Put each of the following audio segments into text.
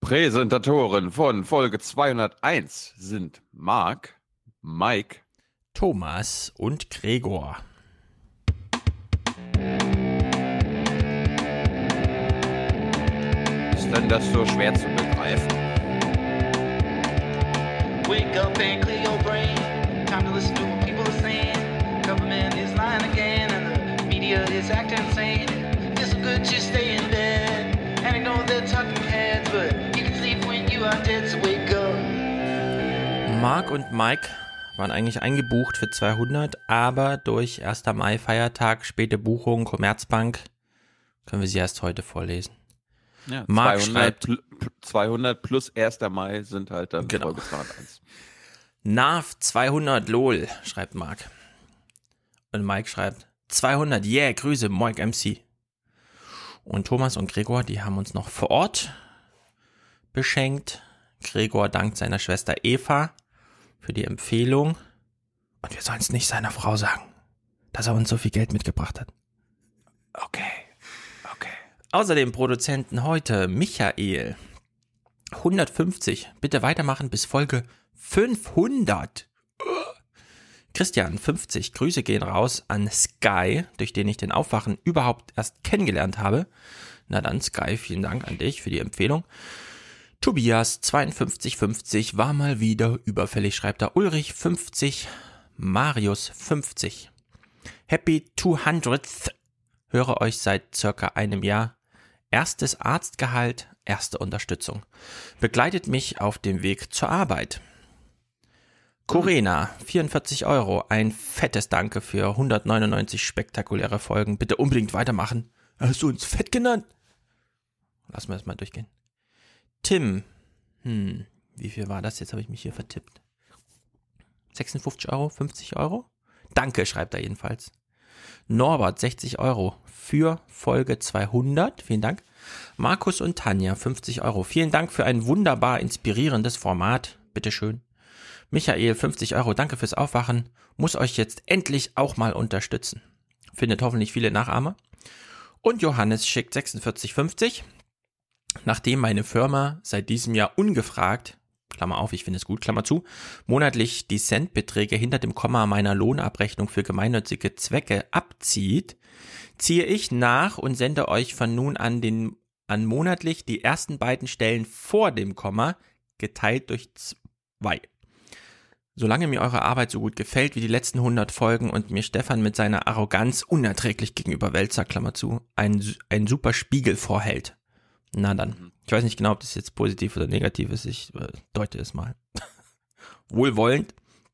Präsentatoren von Folge 201 sind Marc, Mike, Thomas und Gregor. Ist denn das so schwer zu begreifen? Wake up and clear your brain. Time to listen to what people are saying. Government is lying again and the media is acting insane. Feels so good to stay in bed. And I know they're talking heads, but you can sleep when you are dead, so wake up. Marc und Mike waren eigentlich eingebucht für 200, aber durch 1. Mai Feiertag, späte Buchung, Commerzbank, können wir sie erst heute vorlesen. Ja, Marc 200 plus 1. Mai sind halt dann Genau. Folge 201. Nav 200 lol, schreibt Marc. Und Mike schreibt 200, yeah, Grüße, Mike MC. Und Thomas und Gregor, die haben uns noch vor Ort beschenkt. Gregor dankt seiner Schwester Eva für die Empfehlung. Und wir sollen es nicht seiner Frau sagen, dass er uns so viel Geld mitgebracht hat. Okay. Außerdem Produzenten heute Michael. 150, bitte weitermachen bis Folge 500. Christian, 50, Grüße gehen raus an Sky, durch den ich den Aufwachen überhaupt erst kennengelernt habe. Na dann Sky, vielen Dank an dich für die Empfehlung. Tobias, 52,50, war mal wieder überfällig, schreibt er. Ulrich, 50, Marius, 50. Happy 200th, höre euch seit circa einem Jahr. Erstes Arztgehalt, erste Unterstützung. Begleitet mich auf dem Weg zur Arbeit. Corena, 44 Euro, ein fettes Danke für 199 spektakuläre Folgen. Bitte unbedingt weitermachen. Hast du uns fett genannt? Lassen wir das mal durchgehen. Tim, wie viel war das? Jetzt habe ich mich hier vertippt. 56 Euro, 50 Euro? Danke, schreibt er jedenfalls. Norbert, 60 Euro für Folge 200. Vielen Dank. Markus und Tanja, 50 Euro. Vielen Dank für ein wunderbar inspirierendes Format. Bitteschön. Michael, 50 Euro. Danke fürs Aufwachen. Muss euch jetzt endlich auch mal unterstützen. Findet hoffentlich viele Nachahmer. Und Johannes schickt 46,50. Nachdem meine Firma seit diesem Jahr ungefragt, Klammer auf, ich finde es gut, Klammer zu, monatlich die Centbeträge hinter dem Komma meiner Lohnabrechnung für gemeinnützige Zwecke abzieht, ziehe ich nach und sende euch von nun an monatlich die ersten beiden Stellen vor dem Komma geteilt durch 2. Solange mir eure Arbeit so gut gefällt wie die letzten 100 Folgen und mir Stefan mit seiner Arroganz unerträglich gegenüber Wälzer, Klammer zu, ein super Spiegel vorhält. Na dann. Ich weiß nicht genau, ob das jetzt positiv oder negativ ist. Ich deute es mal. Wohlwollend.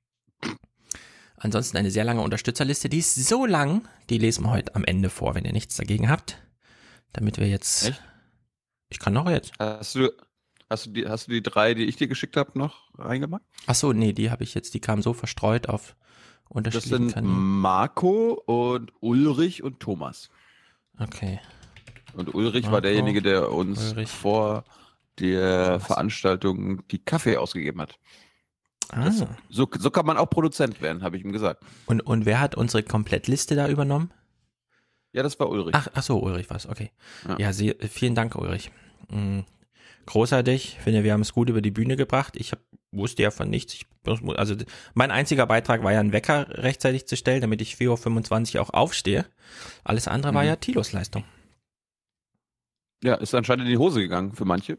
Ansonsten eine sehr lange Unterstützerliste. Die ist so lang, die lesen wir heute am Ende vor, wenn ihr nichts dagegen habt. Damit wir jetzt... Echt? Ich kann noch jetzt. Hast du die 3, die ich dir geschickt habe, noch reingemacht? Achso, nee, die habe ich jetzt. Die kamen so verstreut auf unterschiedlichen Das sind Kanälen. Marco und Ulrich und Thomas. Okay. Und Ulrich war Marco, derjenige, der uns Ulrich. vor der Veranstaltung die Kaffee ausgegeben hat. Ah. So kann man auch Produzent werden, habe ich ihm gesagt. Und wer hat unsere Komplettliste da übernommen? Ja, das war Ulrich. Ach so, Ulrich war es, okay. Ja. Ja, vielen Dank, Ulrich. Großartig, finde, wir haben es gut über die Bühne gebracht. Ich wusste ja von nichts. Also mein einziger Beitrag war ja, einen Wecker rechtzeitig zu stellen, damit ich 4.25 Uhr auch aufstehe. Alles andere war ja Tilos Leistung. Ja, ist anscheinend in die Hose gegangen für manche.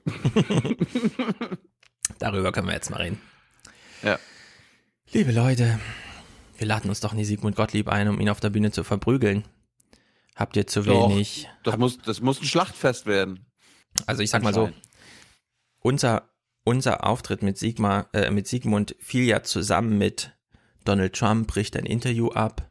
Darüber können wir jetzt mal reden. Ja. Liebe Leute, wir laden uns doch nie Sigmund Gottlieb ein, um ihn auf der Bühne zu verprügeln. Habt ihr zu Doch, wenig? Das muss ein Schlachtfest werden. Also ich sag mal so, unser Auftritt mit Sigmund fiel ja zusammen mit Donald Trump bricht ein Interview ab.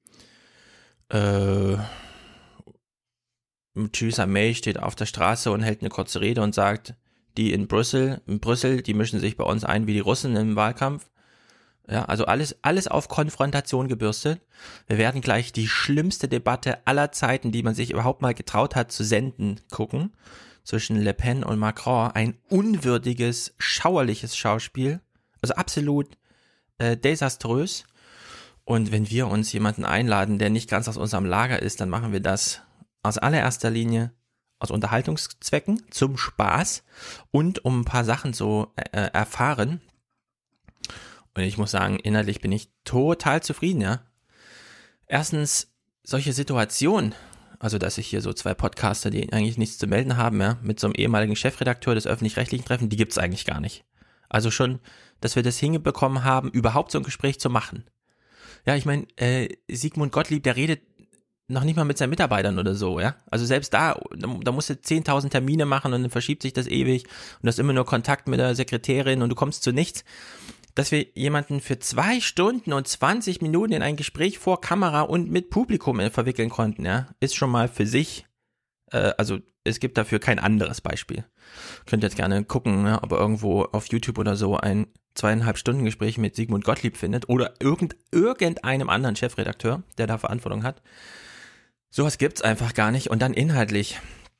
Theresa May steht auf der Straße und hält eine kurze Rede und sagt, die in Brüssel, die mischen sich bei uns ein wie die Russen im Wahlkampf. Ja, also alles auf Konfrontation gebürstet. Wir werden gleich die schlimmste Debatte aller Zeiten, die man sich überhaupt mal getraut hat zu senden, gucken. Zwischen Le Pen und Macron. Ein unwürdiges, schauerliches Schauspiel. Also absolut desaströs. Und wenn wir uns jemanden einladen, der nicht ganz aus unserem Lager ist, dann machen wir das aus allererster Linie aus Unterhaltungszwecken, zum Spaß und um ein paar Sachen zu erfahren. Und ich muss sagen, inhaltlich bin ich total zufrieden, ja. Erstens, solche Situationen, also dass ich hier so zwei Podcaster, die eigentlich nichts zu melden haben, ja, mit so einem ehemaligen Chefredakteur des Öffentlich-Rechtlichen treffen, die gibt's eigentlich gar nicht. Also schon, dass wir das hinbekommen haben, überhaupt so ein Gespräch zu machen. Ja, ich meine, Sigmund Gottlieb, der redet noch nicht mal mit seinen Mitarbeitern oder so, ja. Also selbst da musst du 10.000 Termine machen und dann verschiebt sich das ewig und du hast immer nur Kontakt mit der Sekretärin und du kommst zu nichts. Dass wir jemanden für 2 Stunden und 20 Minuten in ein Gespräch vor Kamera und mit Publikum verwickeln konnten, ja, ist schon mal für sich, also es gibt dafür kein anderes Beispiel. Könnt jetzt gerne gucken, ja, ob ihr irgendwo auf YouTube oder so ein 2,5 Stunden Gespräch mit Sigmund Gottlieb findet oder irgendeinem anderen Chefredakteur, der da Verantwortung hat. Sowas gibt's einfach gar nicht. Und dann inhaltlich.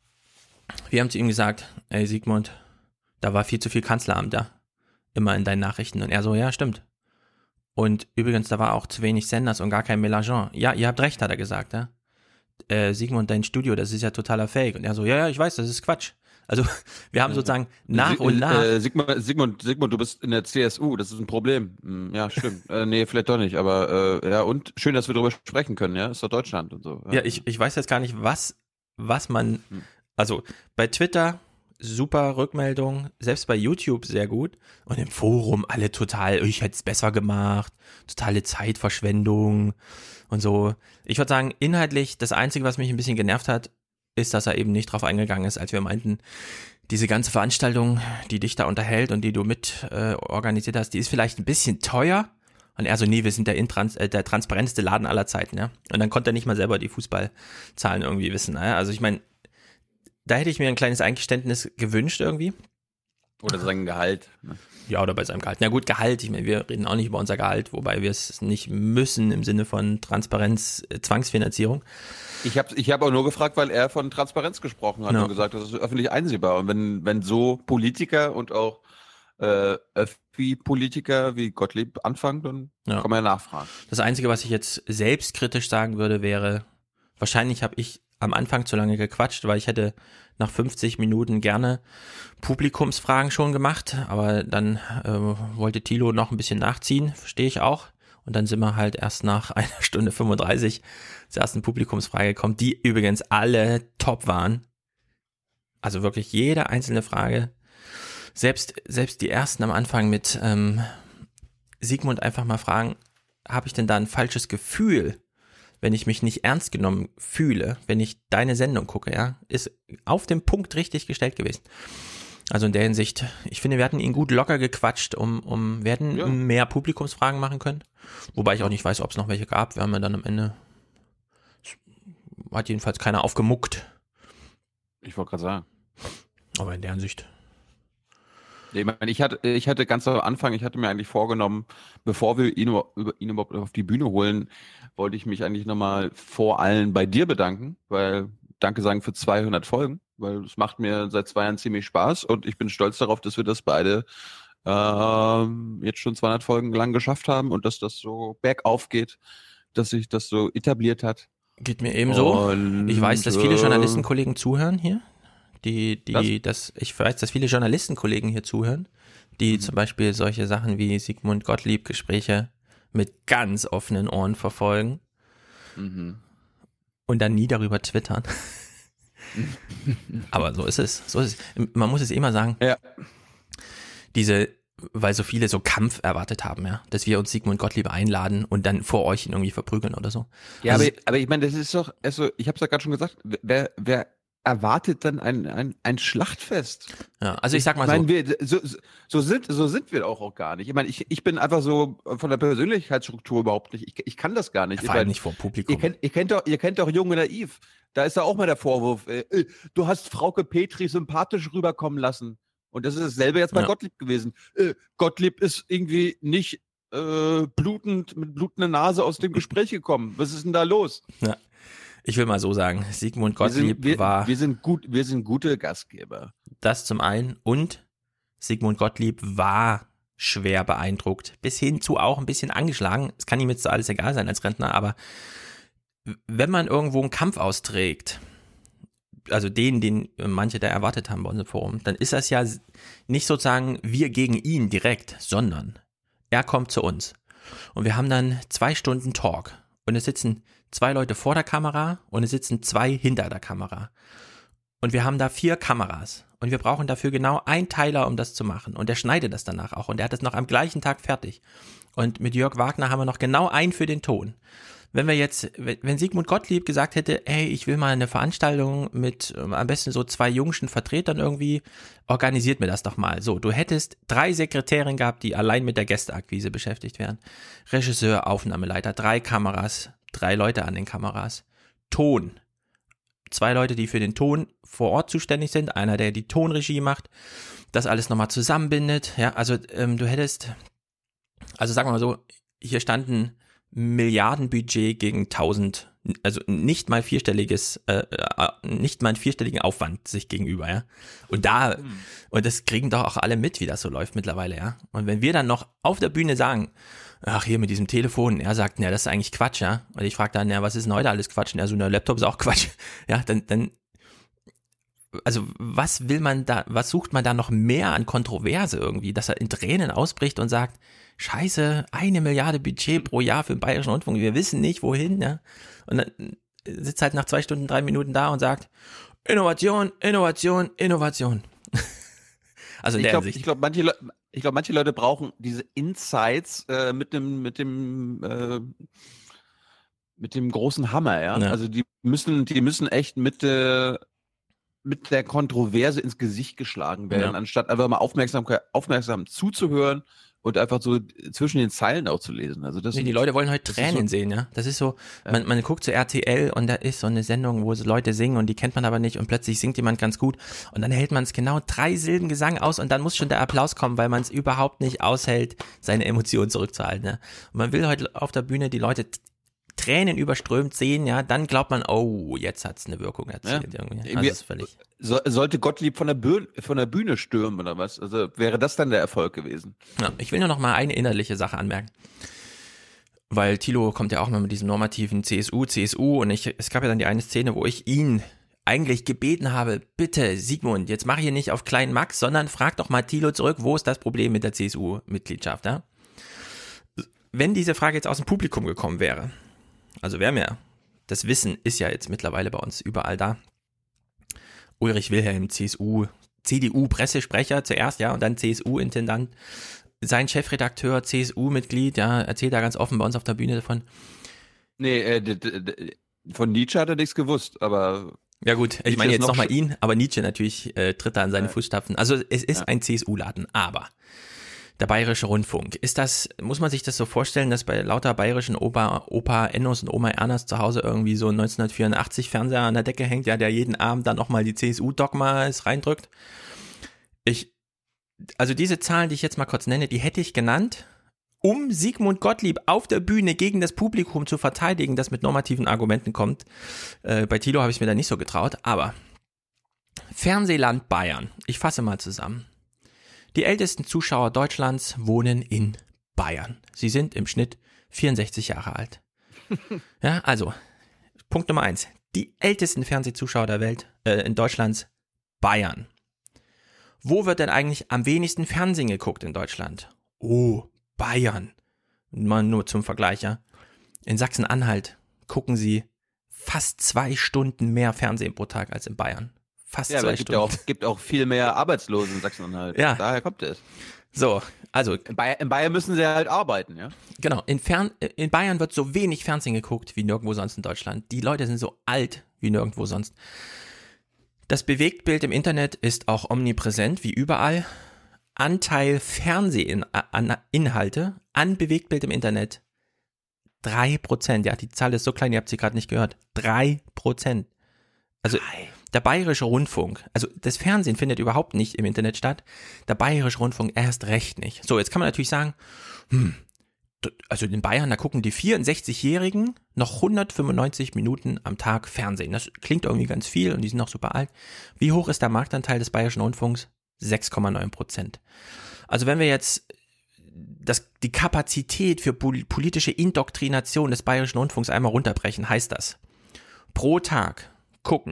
Wir haben zu ihm gesagt, ey Sigmund, da war viel zu viel Kanzleramt da. Immer in deinen Nachrichten. Und er so, ja, stimmt. Und übrigens, da war auch zu wenig Senders und gar kein Mélenchon. Ja, ihr habt recht, hat er gesagt, ja. Sigmund, dein Studio, das ist ja totaler Fake. Und er so, ja, ich weiß, das ist Quatsch. Also, wir haben sozusagen nach und nach. Sigmund, du bist in der CSU, das ist ein Problem. Ja, stimmt. Nee, vielleicht doch nicht, aber ja, und schön, dass wir darüber sprechen können, ja, ist doch Deutschland und so. Ja, ich weiß jetzt gar nicht, was man, also bei Twitter super Rückmeldung, selbst bei YouTube sehr gut und im Forum alle total, ich hätte es besser gemacht, totale Zeitverschwendung und so. Ich würde sagen, inhaltlich, das Einzige, was mich ein bisschen genervt hat, ist, dass er eben nicht drauf eingegangen ist, als wir meinten, diese ganze Veranstaltung, die dich da unterhält und die du mit organisiert hast, die ist vielleicht ein bisschen teuer. Und er so, nee, wir sind der transparenteste Laden aller Zeiten, ja. Und dann konnte er nicht mal selber die Fußballzahlen irgendwie wissen. Ja? Also ich meine, da hätte ich mir ein kleines Eingeständnis gewünscht irgendwie. Oder sein Gehalt. Ne? Ja, oder bei seinem Gehalt. Na gut, Gehalt, ich meine, wir reden auch nicht über unser Gehalt, wobei wir es nicht müssen im Sinne von Transparenz, Zwangsfinanzierung. Ich hab auch nur gefragt, weil er von Transparenz gesprochen hat und gesagt, das ist öffentlich einsehbar. Und wenn so Politiker und auch Öffi-Politiker wie Gottlieb anfangen, dann kann man ja nachfragen. Das Einzige, was ich jetzt selbstkritisch sagen würde, wäre, wahrscheinlich habe ich am Anfang zu lange gequatscht, weil ich hätte nach 50 Minuten gerne Publikumsfragen schon gemacht, aber dann wollte Thilo noch ein bisschen nachziehen, verstehe ich auch. Und dann sind wir halt erst nach 1 Stunde 35 zur ersten Publikumsfrage gekommen, die übrigens alle top waren. Also wirklich jede einzelne Frage. Selbst die ersten am Anfang mit Sigmund einfach mal fragen, habe ich denn da ein falsches Gefühl, wenn ich mich nicht ernst genommen fühle, wenn ich deine Sendung gucke, ja, ist auf dem Punkt richtig gestellt gewesen. Also in der Hinsicht, ich finde, wir hatten ihn gut locker gequatscht, wir hätten mehr Publikumsfragen machen können. Wobei ich auch nicht weiß, ob es noch welche gab. Wir haben ja dann am Ende, hat jedenfalls keiner aufgemuckt. Ich wollte gerade sagen. Aber in der Hinsicht. Ich meine, ich hatte ganz am Anfang, ich hatte mir eigentlich vorgenommen, bevor wir ihn überhaupt auf die Bühne holen, wollte ich mich eigentlich nochmal vor allen bei dir bedanken, weil Danke sagen für 200 Folgen, weil es macht mir seit 2 Jahren ziemlich Spaß und ich bin stolz darauf, dass wir das beide jetzt schon 200 Folgen lang geschafft haben und dass das so bergauf geht, dass sich das so etabliert hat. Geht mir ebenso. Ich weiß, dass viele Journalistenkollegen zuhören hier. Ich weiß, dass viele Journalistenkollegen hier zuhören, die zum Beispiel solche Sachen wie Sigmund Gottlieb Gespräche mit ganz offenen Ohren verfolgen und dann nie darüber twittern. Aber so ist es. Man muss es immer sagen. Ja. Weil so viele so Kampf erwartet haben, ja, dass wir uns Sigmund Gottlieb einladen und dann vor euch ihn irgendwie verprügeln oder so. Ja, also, aber ich meine, das ist doch, also ich habe es ja gerade schon gesagt, wer erwartet dann ein Schlachtfest? Ja, also ich sag mal so sind wir auch gar nicht. Ich meine, ich bin einfach so von der Persönlichkeitsstruktur überhaupt nicht. Ich kann das gar nicht. Vor allem nicht vor Publikum. Ihr kennt doch Jung und Naiv. Da ist ja auch mal der Vorwurf, du hast Frauke Petri sympathisch rüberkommen lassen. Und das ist dasselbe jetzt bei Gottlieb gewesen. Gottlieb ist irgendwie nicht mit blutender Nase aus dem Gespräch gekommen. Was ist denn da los? Ja. Ich will mal so sagen, Sigmund Gottlieb wir sind gute Gastgeber. Das zum einen. Und Sigmund Gottlieb war schwer beeindruckt. Bis hin zu auch ein bisschen angeschlagen. Es kann ihm jetzt alles egal sein als Rentner, aber wenn man irgendwo einen Kampf austrägt, also den manche da erwartet haben bei unserem Forum, dann ist das ja nicht sozusagen wir gegen ihn direkt, sondern er kommt zu uns. Und wir haben dann 2 Stunden Talk. Und es sitzen 2 Leute vor der Kamera und es sitzen 2 hinter der Kamera. Und wir haben da 4 Kameras. Und wir brauchen dafür genau einen Teiler, um das zu machen. Und der schneidet das danach auch. Und der hat das noch am gleichen Tag fertig. Und mit Jörg Wagner haben wir noch genau einen für den Ton. Wenn Sigmund Gottlieb gesagt hätte, hey, ich will mal eine Veranstaltung mit am besten so 2 jungschen Vertretern irgendwie, organisiert mir das doch mal. So, du hättest 3 Sekretärinnen gehabt, die allein mit der Gästeakquise beschäftigt wären. Regisseur, Aufnahmeleiter, 3 Kameras, 3 Leute an den Kameras. Ton. 2 Leute, die für den Ton vor Ort zuständig sind, einer, der die Tonregie macht, das alles nochmal zusammenbindet. Ja, also du hättest, also sagen wir mal so, hier standen Milliardenbudget gegen 1000, also nicht mal einen vierstelligen Aufwand sich gegenüber, ja. Und das kriegen doch auch alle mit, wie das so läuft mittlerweile, ja. Und wenn wir dann noch auf der Bühne sagen, ach, hier mit diesem Telefon, er sagt, ja, das ist eigentlich Quatsch, ja. Und ich frage dann, ja, was ist denn heute alles Quatsch? Und er so, der Laptop ist auch Quatsch. Ja, dann, also was sucht man da noch mehr an Kontroverse irgendwie, dass er in Tränen ausbricht und sagt, Scheiße, 1 Milliarde Budget pro Jahr für den Bayerischen Rundfunk, wir wissen nicht wohin, ja. Und dann sitzt halt nach 2 Stunden, 3 Minuten da und sagt, Innovation, Innovation, Innovation. Also in der Hinsicht. Ich glaube, manche Leute brauchen diese Insights mit dem großen Hammer, ja. Also die müssen echt mit der Kontroverse ins Gesicht geschlagen werden, anstatt einfach mal aufmerksam zuzuhören und einfach so zwischen den Zeilen auch zu lesen. Also die Leute wollen heute Tränen sehen, ja. Das ist so, man guckt zu RTL und da ist so eine Sendung, wo so Leute singen und die kennt man aber nicht und plötzlich singt jemand ganz gut und dann hält man es genau 3 Silben Gesang aus und dann muss schon der Applaus kommen, weil man es überhaupt nicht aushält, seine Emotionen zurückzuhalten, ja. Und man will heute auf der Bühne die Leute Tränen überströmt sehen, ja, dann glaubt man, oh, jetzt hat's eine Wirkung erzielt. Ja. Irgendwie. Also das ist völlig. Sollte Gottlieb von der Bühne stürmen oder was? Also wäre das dann der Erfolg gewesen? Ja, ich will nur noch mal eine inhaltliche Sache anmerken. Weil Thilo kommt ja auch mal mit diesem normativen CSU und es gab ja dann die eine Szene, wo ich ihn eigentlich gebeten habe, bitte Sigmund, jetzt mach hier nicht auf kleinen Max, sondern frag doch mal Thilo zurück, wo ist das Problem mit der CSU-Mitgliedschaft, ja? Wenn diese Frage jetzt aus dem Publikum gekommen wäre, also das Wissen ist ja jetzt mittlerweile bei uns überall da. Ulrich Wilhelm, CDU-Pressesprecher zuerst, ja, und dann CSU-Intendant. Sein Chefredakteur, CSU-Mitglied, ja, erzählt da ganz offen bei uns auf der Bühne davon. Nee, von Nietzsche hat er nichts gewusst, aber... Ja gut, ich meine jetzt nochmal ihn, aber Nietzsche natürlich tritt da in seine Fußstapfen. Also es ist ein CSU-Laden, aber... Der Bayerische Rundfunk. Muss man sich das so vorstellen, dass bei lauter bayerischen Opa Ennos und Oma Ernas zu Hause irgendwie so ein 1984 Fernseher an der Decke hängt, ja, der jeden Abend dann nochmal die CSU-Dogmas reindrückt? Also diese Zahlen, die ich jetzt mal kurz nenne, die hätte ich genannt, um Sigmund Gottlieb auf der Bühne gegen das Publikum zu verteidigen, das mit normativen Argumenten kommt. Bei Thilo habe ich es mir da nicht so getraut, aber Fernsehland Bayern. Ich fasse mal zusammen. Die ältesten Zuschauer Deutschlands wohnen in Bayern. Sie sind im Schnitt 64 Jahre alt. Ja, also, Punkt Nummer 1. Die ältesten Fernsehzuschauer der Welt, in Deutschlands, Bayern. Wo wird denn eigentlich am wenigsten Fernsehen geguckt in Deutschland? Oh, Bayern. Mal nur zum Vergleich, ja. In Sachsen-Anhalt gucken sie fast 2 Stunden mehr Fernsehen pro Tag als in Bayern. Fast 2 Stunden. Es gibt auch viel mehr Arbeitslose in Sachsen-Anhalt. Ja. Daher kommt es. So, also. In Bayern müssen sie halt arbeiten, ja? Genau. In Bayern wird so wenig Fernsehen geguckt wie nirgendwo sonst in Deutschland. Die Leute sind so alt wie nirgendwo sonst. Das Bewegtbild im Internet ist auch omnipräsent, wie überall. Anteil Fernsehinhalte an Bewegtbild im Internet 3%. Ja, die Zahl ist so klein, ihr habt sie gerade nicht gehört. 3%. Also der Bayerische Rundfunk, also das Fernsehen findet überhaupt nicht im Internet statt, der Bayerische Rundfunk erst recht nicht. So, jetzt kann man natürlich sagen, also in Bayern, da gucken die 64-Jährigen noch 195 Minuten am Tag Fernsehen. Das klingt irgendwie ganz viel und die sind noch super alt. Wie hoch ist der Marktanteil des Bayerischen Rundfunks? 6,9%. Also wenn wir jetzt die Kapazität für politische Indoktrination des Bayerischen Rundfunks einmal runterbrechen, heißt das, pro Tag gucken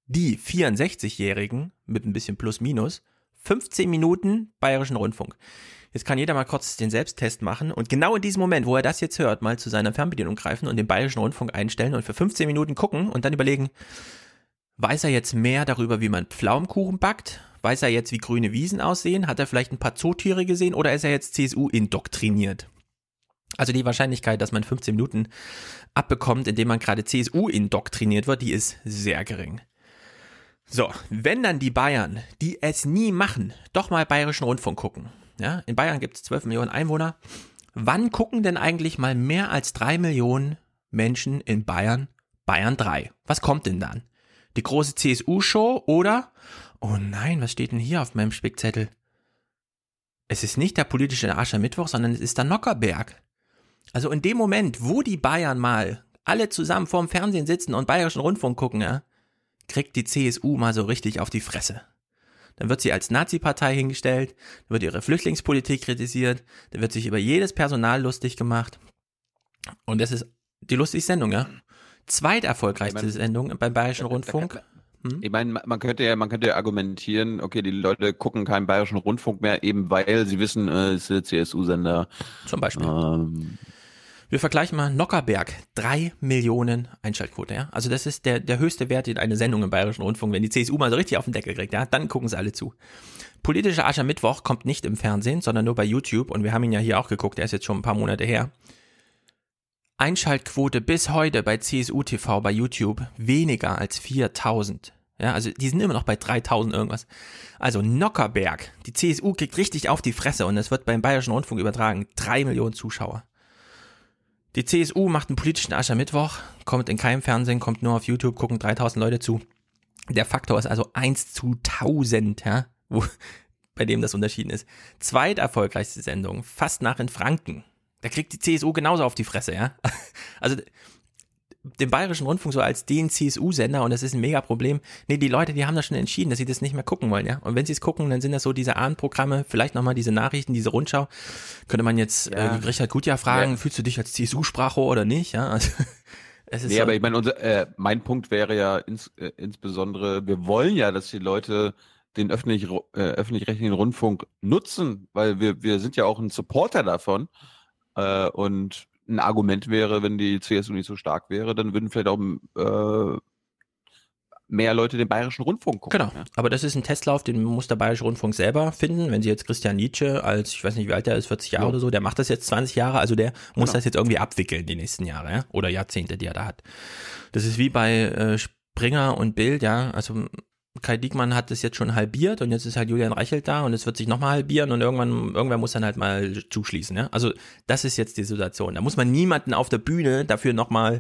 die 64-Jährigen mit ein bisschen plus minus 15 Minuten Bayerischen Rundfunk. Jetzt kann jeder mal kurz den Selbsttest machen und genau in diesem Moment, wo er das jetzt hört, mal zu seiner Fernbedienung greifen und den Bayerischen Rundfunk einstellen und für 15 Minuten gucken und dann überlegen, weiß er jetzt mehr darüber, wie man Pflaumenkuchen backt? Weiß er jetzt, wie grüne Wiesen aussehen? Hat er vielleicht ein paar Zootiere gesehen oder ist er jetzt CSU indoktriniert? Also die Wahrscheinlichkeit, dass man 15 Minuten abbekommt, indem man gerade CSU indoktriniert wird, die ist sehr gering. So, wenn dann die Bayern, die es nie machen, doch mal Bayerischen Rundfunk gucken. Ja, in Bayern gibt es 12 Millionen Einwohner. Wann gucken denn eigentlich mal mehr als 3 Millionen Menschen in Bayern 3? Was kommt denn dann? Die große CSU-Show oder, oh nein, was steht denn hier auf meinem Spickzettel? Es ist nicht der politische Aschermittwoch, sondern es ist der Nockerberg. Also in dem Moment, wo die Bayern mal alle zusammen vorm Fernsehen sitzen und Bayerischen Rundfunk gucken, ja, kriegt die CSU mal so richtig auf die Fresse. Dann wird sie als Nazi-Partei hingestellt, dann wird ihre Flüchtlingspolitik kritisiert, dann wird sich über jedes Personal lustig gemacht. Und das ist die lustige Sendung, ja. Zweiterfolgreichste Sendung beim Bayerischen Rundfunk. Ich meine, man könnte ja argumentieren, okay, die Leute gucken keinen Bayerischen Rundfunk mehr, eben weil sie wissen, es ist der CSU-Sender. Zum Beispiel. Wir vergleichen mal Nockerberg, 3 Millionen Einschaltquote, ja. Also das ist der höchste Wert in einer Sendung im Bayerischen Rundfunk. Wenn die CSU mal so richtig auf den Deckel kriegt, ja, dann gucken sie alle zu. Politischer Aschermittwoch kommt nicht im Fernsehen, sondern nur bei YouTube und wir haben ihn ja hier auch geguckt, der ist jetzt schon ein paar Monate her. Einschaltquote bis heute bei CSU TV bei YouTube weniger als 4.000. Ja, also die sind immer noch bei 3.000 irgendwas. Also Nockerberg, die CSU kriegt richtig auf die Fresse und es wird beim Bayerischen Rundfunk übertragen. 3 Millionen Zuschauer. Die CSU macht einen politischen Aschermittwoch, kommt in keinem Fernsehen, kommt nur auf YouTube, gucken 3.000 Leute zu. Der Faktor ist also 1 zu 1.000, ja, bei dem das unterschieden ist. Zweiterfolgreichste Sendung, fast nach in Franken. Da kriegt die CSU genauso auf die Fresse, ja. Also den Bayerischen Rundfunk so als den CSU-Sender und das ist ein mega Problem. Nee, die Leute, die haben das schon entschieden, dass sie das nicht mehr gucken wollen, ja. Und wenn sie es gucken, dann sind das so diese Abendprogramme, vielleicht nochmal diese Nachrichten, diese Rundschau. Könnte man jetzt Richard Gutjahr fragen, fühlst du dich als CSU-Sprachrohr oder nicht, ja? Also, es ist nee, so, aber ich meine, mein Punkt wäre ja insbesondere, wir wollen ja, dass die Leute den öffentlich-rechtlichen Rundfunk nutzen, weil wir sind ja auch ein Supporter davon. Und ein Argument wäre, wenn die CSU nicht so stark wäre, dann würden vielleicht auch mehr Leute den Bayerischen Rundfunk gucken. Genau, ja. Aber das ist ein Testlauf, den muss der Bayerische Rundfunk selber finden. Wenn sie jetzt Christian Nietzsche als, ich weiß nicht, wie alt der ist, 40 Jahre oder so, der macht das jetzt 20 Jahre, also der muss das jetzt irgendwie abwickeln die nächsten Jahre, ja? Oder Jahrzehnte, die er da hat. Das ist wie bei Springer und Bild, ja, also Kai Diekmann hat das jetzt schon halbiert und jetzt ist halt Julian Reichelt da und es wird sich nochmal halbieren und irgendwann muss dann halt mal zuschließen, ja. Also das ist jetzt die Situation. Da muss man niemanden auf der Bühne dafür nochmal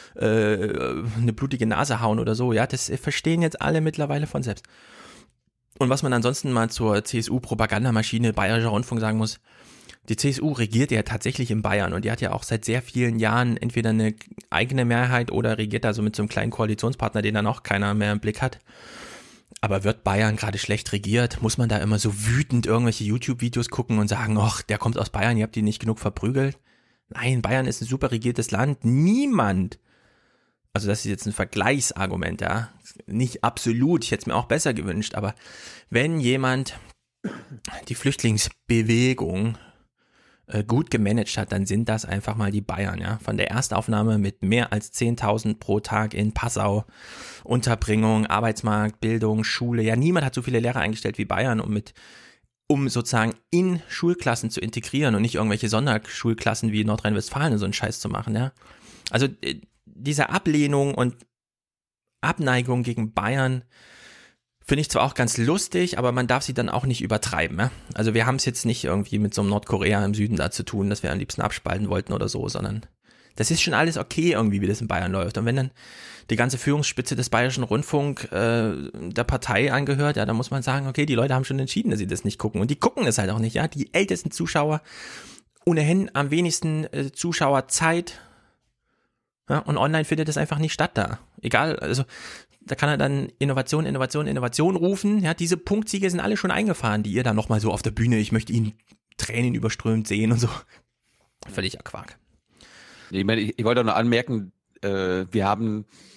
eine blutige Nase hauen oder so, ja. Das verstehen jetzt alle mittlerweile von selbst. Und was man ansonsten mal zur CSU-Propagandamaschine Bayerischer Rundfunk sagen muss, die CSU regiert ja tatsächlich in Bayern und die hat ja auch seit sehr vielen Jahren entweder eine eigene Mehrheit oder regiert da so mit so einem kleinen Koalitionspartner, den dann auch keiner mehr im Blick hat. Aber wird Bayern gerade schlecht regiert? Muss man da immer so wütend irgendwelche YouTube-Videos gucken und sagen, ach, der kommt aus Bayern, ihr habt ihn nicht genug verprügelt? Nein, Bayern ist ein super regiertes Land. Niemand, also das ist jetzt ein Vergleichsargument, ja, nicht absolut, ich hätte es mir auch besser gewünscht, aber wenn jemand die Flüchtlingsbewegung gut gemanagt hat, dann sind das einfach mal die Bayern, ja. Von der Erstaufnahme mit mehr als 10.000 pro Tag in Passau, Unterbringung, Arbeitsmarkt, Bildung, Schule. Ja, niemand hat so viele Lehrer eingestellt wie Bayern, um sozusagen in Schulklassen zu integrieren und nicht irgendwelche Sonderschulklassen wie Nordrhein-Westfalen so einen Scheiß zu machen, ja. Also diese Ablehnung und Abneigung gegen Bayern finde ich zwar auch ganz lustig, aber man darf sie dann auch nicht übertreiben. Ja? Also wir haben es jetzt nicht irgendwie mit so einem Nordkorea im Süden da zu tun, dass wir am liebsten abspalten wollten oder so, sondern das ist schon alles okay irgendwie, wie das in Bayern läuft. Und wenn dann die ganze Führungsspitze des Bayerischen Rundfunk der Partei angehört, ja, dann muss man sagen, okay, die Leute haben schon entschieden, dass sie das nicht gucken. Und die gucken es halt auch nicht, ja. Die ältesten Zuschauer, ohnehin am wenigsten Zuschauerzeit, ja, und online findet das einfach nicht statt da. Egal, also da kann er dann Innovation rufen. Ja, diese Punktsiege sind alle schon eingefahren, die ihr dann nochmal so auf der Bühne, ich möchte ihn Tränen überströmt sehen und so. Völliger Quark. Ich meine, ich wollte auch noch anmerken, wir haben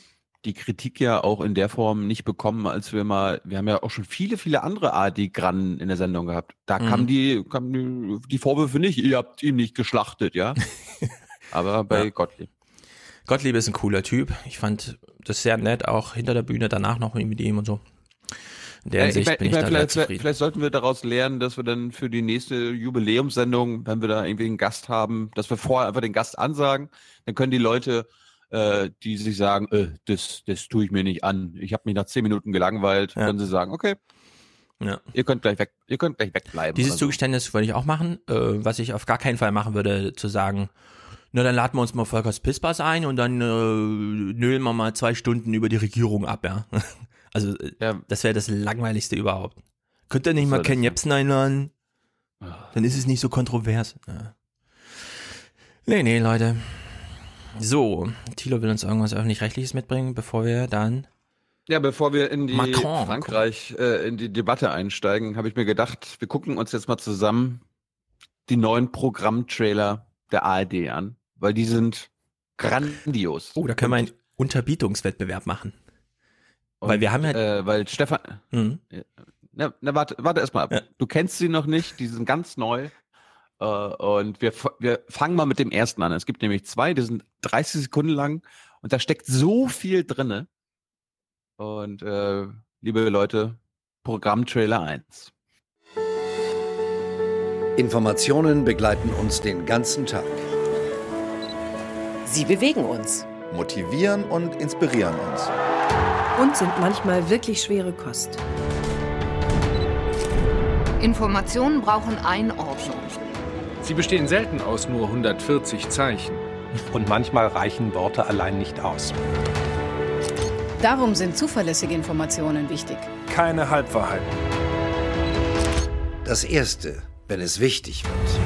die Kritik ja auch in der Form nicht bekommen, als wir haben ja auch schon viele andere ARD-Grannen in der Sendung gehabt. Da kamen die Vorwürfe nicht, ihr habt ihn nicht geschlachtet, ja. Aber bei Gottlieb. Gottlieb ist ein cooler Typ. Ich fand das sehr nett, auch hinter der Bühne, danach noch mit ihm und so. In der Hinsicht bin ich da sehr zufrieden. Vielleicht sollten wir daraus lernen, dass wir dann für die nächste Jubiläumssendung, wenn wir da irgendwie einen Gast haben, dass wir vorher einfach den Gast ansagen, dann können die Leute, die sich sagen, das tue ich mir nicht an. Ich habe mich nach 10 Minuten gelangweilt, können sie sagen, okay, ihr könnt gleich wegbleiben. Dieses Zugeständnis würde ich auch machen. Was ich auf gar keinen Fall machen würde, zu sagen, na dann laden wir uns mal Volkers Pispers ein und dann nölen wir mal 2 Stunden über die Regierung ab, ja. Also das wäre das Langweiligste überhaupt. Könnt ihr nicht mal Ken Jebsen einladen? Dann ist es nicht so kontrovers. Ja. Nee, Leute. So, Thilo will uns irgendwas Öffentlich-Rechtliches mitbringen, bevor wir in die Frankreich, in die Debatte einsteigen, habe ich mir gedacht, wir gucken uns jetzt mal zusammen die neuen Programmtrailer der ARD an, weil die sind grandios. Oh, da können wir einen Unterbietungswettbewerb machen. Weil wir haben ja... weil Stefan... Warte erst mal ab. Ja. Du kennst sie noch nicht, die sind ganz neu. Und wir fangen mal mit dem ersten an. Es gibt nämlich 2, die sind 30 Sekunden lang und da steckt so viel drinne. Und liebe Leute, Programmtrailer 1. Informationen begleiten uns den ganzen Tag. Sie bewegen uns. Motivieren und inspirieren uns. Und sind manchmal wirklich schwere Kost. Informationen brauchen Einordnung. Sie bestehen selten aus nur 140 Zeichen. Und manchmal reichen Worte allein nicht aus. Darum sind zuverlässige Informationen wichtig. Keine Halbwahrheiten. Das Erste, wenn es wichtig wird.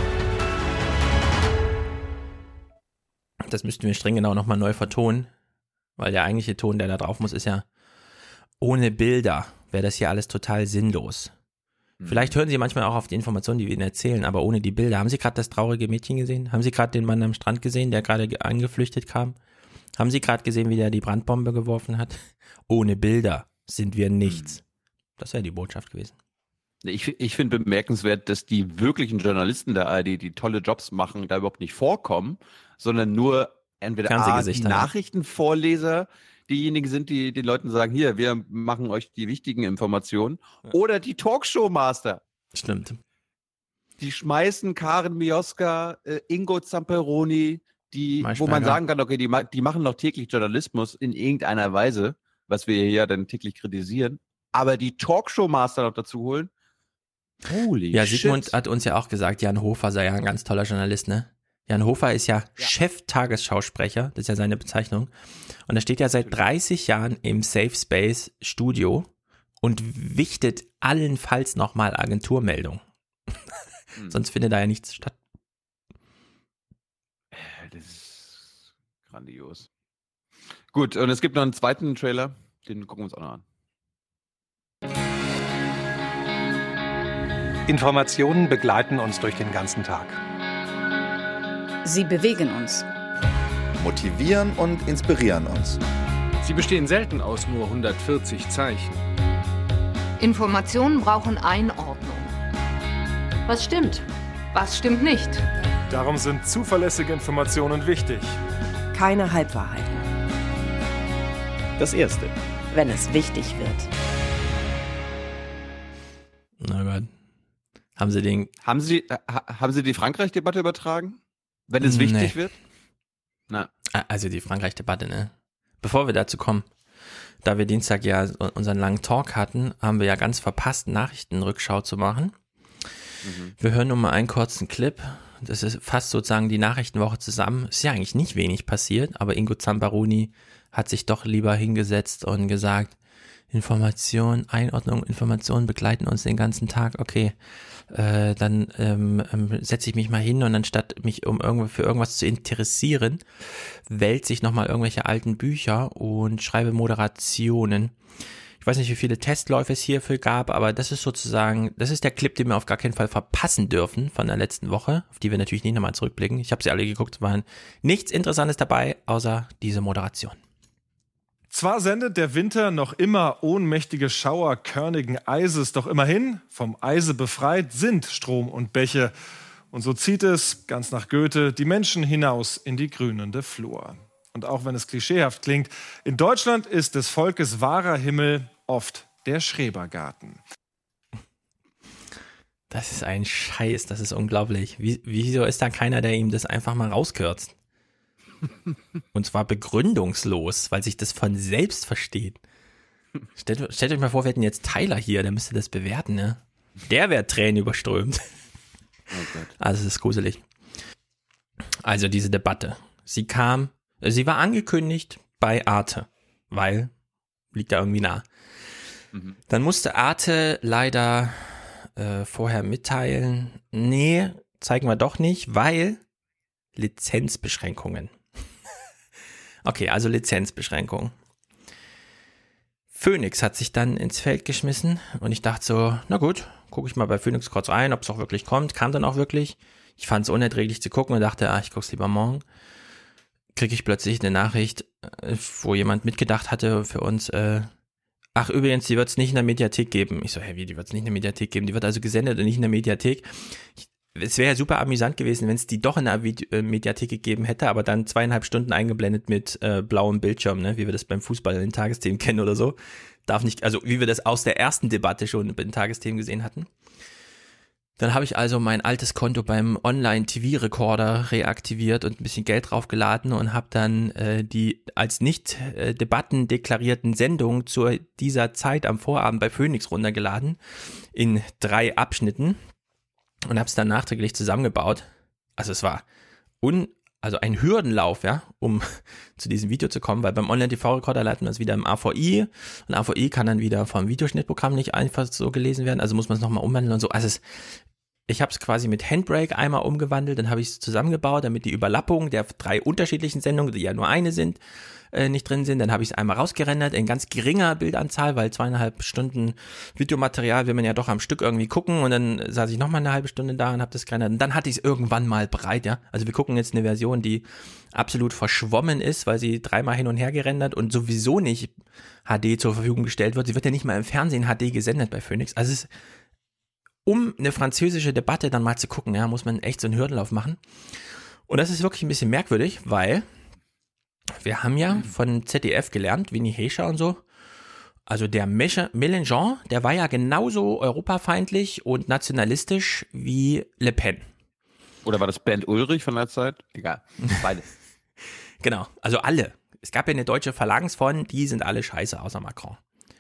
Das müssten wir streng genau nochmal neu vertonen, weil der eigentliche Ton, der da drauf muss, ist ja, ohne Bilder wäre das hier alles total sinnlos. Vielleicht hören Sie manchmal auch auf die Informationen, die wir Ihnen erzählen, aber ohne die Bilder. Haben Sie gerade das traurige Mädchen gesehen? Haben Sie gerade den Mann am Strand gesehen, der gerade angeflüchtet kam? Haben Sie gerade gesehen, wie der die Brandbombe geworfen hat? Ohne Bilder sind wir nichts. Das wäre die Botschaft gewesen. Ich finde bemerkenswert, dass die wirklichen Journalisten der ARD, die tolle Jobs machen, da überhaupt nicht vorkommen, sondern nur entweder die Nachrichtenvorleser, diejenigen sind, die den Leuten sagen, hier, wir machen euch die wichtigen Informationen, oder die Talkshow-Master. Stimmt. Die schmeißen Karen Mioska, Ingo Zamperoni, wo man sagen kann, okay, die machen noch täglich Journalismus in irgendeiner Weise, was wir hier dann täglich kritisieren, aber die Talkshow-Master noch dazu holen, holy shit. Sigmund hat uns ja auch gesagt, Jan Hofer sei ja ein ganz toller Journalist, ne? Jan Hofer ist ja Chef-Tagesschausprecher, das ist ja seine Bezeichnung. Und er steht ja seit 30 Jahren im Safe Space Studio und wichtet allenfalls nochmal Agenturmeldung. Sonst findet da ja nichts statt. Das ist grandios. Gut, und es gibt noch einen zweiten Trailer, den gucken wir uns auch noch an. Informationen begleiten uns durch den ganzen Tag. Sie bewegen uns. Motivieren und inspirieren uns. Sie bestehen selten aus nur 140 Zeichen. Informationen brauchen Einordnung. Was stimmt? Was stimmt nicht? Darum sind zuverlässige Informationen wichtig. Keine Halbwahrheiten. Das Erste, wenn es wichtig wird. Na Gott. Haben Sie die Frankreich-Debatte übertragen? Wenn es wichtig wird? Na. Also die Frankreich-Debatte, ne? Bevor wir dazu kommen, da wir Dienstag ja unseren langen Talk hatten, haben wir ja ganz verpasst, Nachrichtenrückschau zu machen. Wir hören nur mal einen kurzen Clip. Das ist fast sozusagen die Nachrichtenwoche zusammen. Ist ja eigentlich nicht wenig passiert, aber Ingo Zamperoni hat sich doch lieber hingesetzt und gesagt, Einordnung, Informationen begleiten uns den ganzen Tag. Okay, dann setze ich mich mal hin und anstatt mich für irgendwas zu interessieren, wälze ich nochmal irgendwelche alten Bücher und schreibe Moderationen. Ich weiß nicht, wie viele Testläufe es hierfür gab, aber das ist der Clip, den wir auf gar keinen Fall verpassen dürfen von der letzten Woche, auf die wir natürlich nicht nochmal zurückblicken. Ich habe sie alle geguckt, es war nichts Interessantes dabei, außer diese Moderation. Zwar sendet der Winter noch immer ohnmächtige Schauer körnigen Eises, doch immerhin, vom Eise befreit, sind Strom und Bäche. Und so zieht es, ganz nach Goethe, die Menschen hinaus in die grünende Flur. Und auch wenn es klischeehaft klingt, in Deutschland ist des Volkes wahrer Himmel oft der Schrebergarten. Das ist ein Scheiß, das ist unglaublich. Wieso ist da keiner, der ihm das einfach mal rauskürzt? Und zwar begründungslos, weil sich das von selbst versteht. Stellt euch mal vor, wir hätten jetzt Tyler hier, der müsste das bewerten, ne? Der wäre Tränen überströmt. Oh Gott. Also es ist gruselig. Also diese Debatte. Sie war angekündigt bei Arte, weil liegt da irgendwie nah. Dann musste Arte leider vorher mitteilen, nee, zeigen wir doch nicht, weil Lizenzbeschränkungen. Okay, also Lizenzbeschränkungen. Phoenix hat sich dann ins Feld geschmissen und ich dachte so, na gut, gucke ich mal bei Phoenix kurz rein, ob es auch wirklich kommt. Kam dann auch wirklich. Ich fand es unerträglich zu gucken und dachte, ich gucke es lieber morgen. Kriege ich plötzlich eine Nachricht, wo jemand mitgedacht hatte für uns, übrigens, die wird es nicht in der Mediathek geben. Ich so, wie, die wird es nicht in der Mediathek geben? Die wird also gesendet und nicht in der Mediathek. Es wäre ja super amüsant gewesen, wenn es die doch in der Mediathek gegeben hätte, aber dann 2,5 Stunden eingeblendet mit blauem Bildschirm, ne? Wie wir das beim Fußball in den Tagesthemen kennen oder so. Darf nicht, also wie wir das aus der ersten Debatte schon in den Tagesthemen gesehen hatten. Dann habe ich also mein altes Konto beim Online-TV-Recorder reaktiviert und ein bisschen Geld draufgeladen und habe dann die als nicht Debatten deklarierten Sendungen zu dieser Zeit am Vorabend bei Phoenix runtergeladen in 3 Abschnitten und habe es dann nachträglich zusammengebaut. Also es war ein Hürdenlauf, ja, um zu diesem Video zu kommen, weil beim Online-TV-Recorder leiten wir es wieder im AVI und AVI kann dann wieder vom Videoschnittprogramm nicht einfach so gelesen werden, also muss man es nochmal umwandeln und so. Also ich habe es quasi mit Handbrake einmal umgewandelt, dann habe ich es zusammengebaut, damit die Überlappung der 3 unterschiedlichen Sendungen, die ja nur eine sind, nicht drin sind. Dann habe ich es einmal rausgerendert in ganz geringer Bildanzahl, weil 2,5 Stunden Videomaterial will man ja doch am Stück irgendwie gucken und dann saß ich nochmal eine halbe Stunde da und habe das gerendert und dann hatte ich es irgendwann mal breit, ja. Also wir gucken jetzt eine Version, die absolut verschwommen ist, weil sie 3-mal hin und her gerendert und sowieso nicht HD zur Verfügung gestellt wird. Sie wird ja nicht mal im Fernsehen HD gesendet bei Phoenix. Also es ist, um eine französische Debatte dann mal zu gucken, ja, muss man echt so einen Hürdenlauf machen. Und das ist wirklich ein bisschen merkwürdig, weil wir haben ja von ZDF gelernt, Winnie Hescher und so. Also der Mélenchon, der war ja genauso europafeindlich und nationalistisch wie Le Pen. Oder war das Bernd Ulrich von der Zeit? Egal, beides. Genau, also alle. Es gab ja eine deutsche Phalanx von, die sind alle scheiße, außer Macron.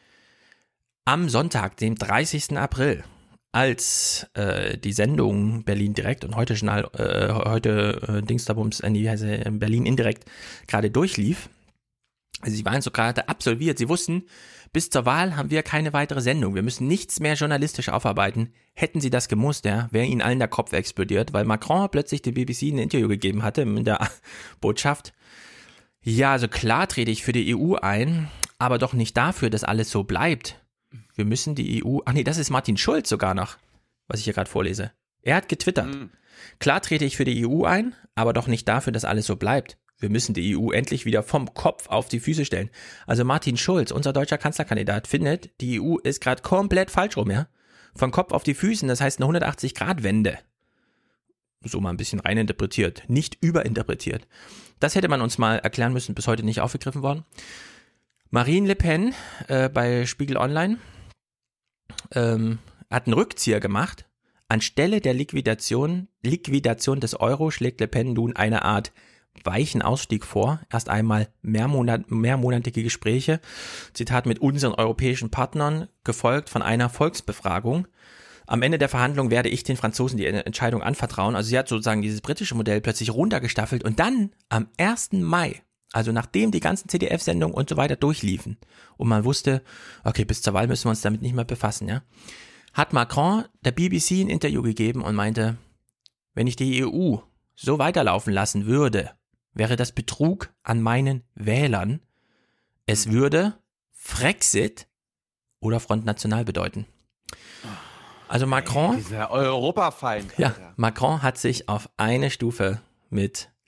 Am Sonntag, dem 30. April, als die Sendung Berlin Direkt und heute Dingsdabums, wie heißt sie, Berlin Indirekt gerade durchlief, also sie waren so gerade absolviert, sie wussten, bis zur Wahl haben wir keine weitere Sendung, wir müssen nichts mehr journalistisch aufarbeiten. Hätten sie das gemusst, ja, wäre ihnen allen der Kopf explodiert, weil Macron plötzlich dem BBC ein Interview gegeben hatte in der Botschaft. Ja, also klar trete ich für die EU ein, aber doch nicht dafür, dass alles so bleibt. Wir müssen die EU, das ist Martin Schulz sogar noch, was ich hier gerade vorlese. Er hat getwittert. Klar trete ich für die EU ein, aber doch nicht dafür, dass alles so bleibt. Wir müssen die EU endlich wieder vom Kopf auf die Füße stellen. Also Martin Schulz, unser deutscher Kanzlerkandidat, findet, die EU ist gerade komplett falsch rum, ja? Vom Kopf auf die Füße, das heißt eine 180-Grad-Wende. So mal ein bisschen reininterpretiert, nicht überinterpretiert. Das hätte man uns mal erklären müssen, bis heute nicht aufgegriffen worden. Marine Le Pen bei Spiegel Online hat einen Rückzieher gemacht. Anstelle der Liquidation des Euro schlägt Le Pen nun eine Art weichen Ausstieg vor. Erst einmal mehrmonatige Gespräche, Zitat, mit unseren europäischen Partnern, gefolgt von einer Volksbefragung. Am Ende der Verhandlung werde ich den Franzosen die Entscheidung anvertrauen. Also sie hat sozusagen dieses britische Modell plötzlich runtergestaffelt und dann am 1. Mai, also nachdem die ganzen ZDF-Sendungen und so weiter durchliefen und man wusste, okay, bis zur Wahl müssen wir uns damit nicht mehr befassen, ja, hat Macron der BBC ein Interview gegeben und meinte, wenn ich die EU so weiterlaufen lassen würde, wäre das Betrug an meinen Wählern. Es würde Frexit oder Front National bedeuten. Also Macron, dieser Europafeind. ja, Macron hat sich auf eine Stufe mit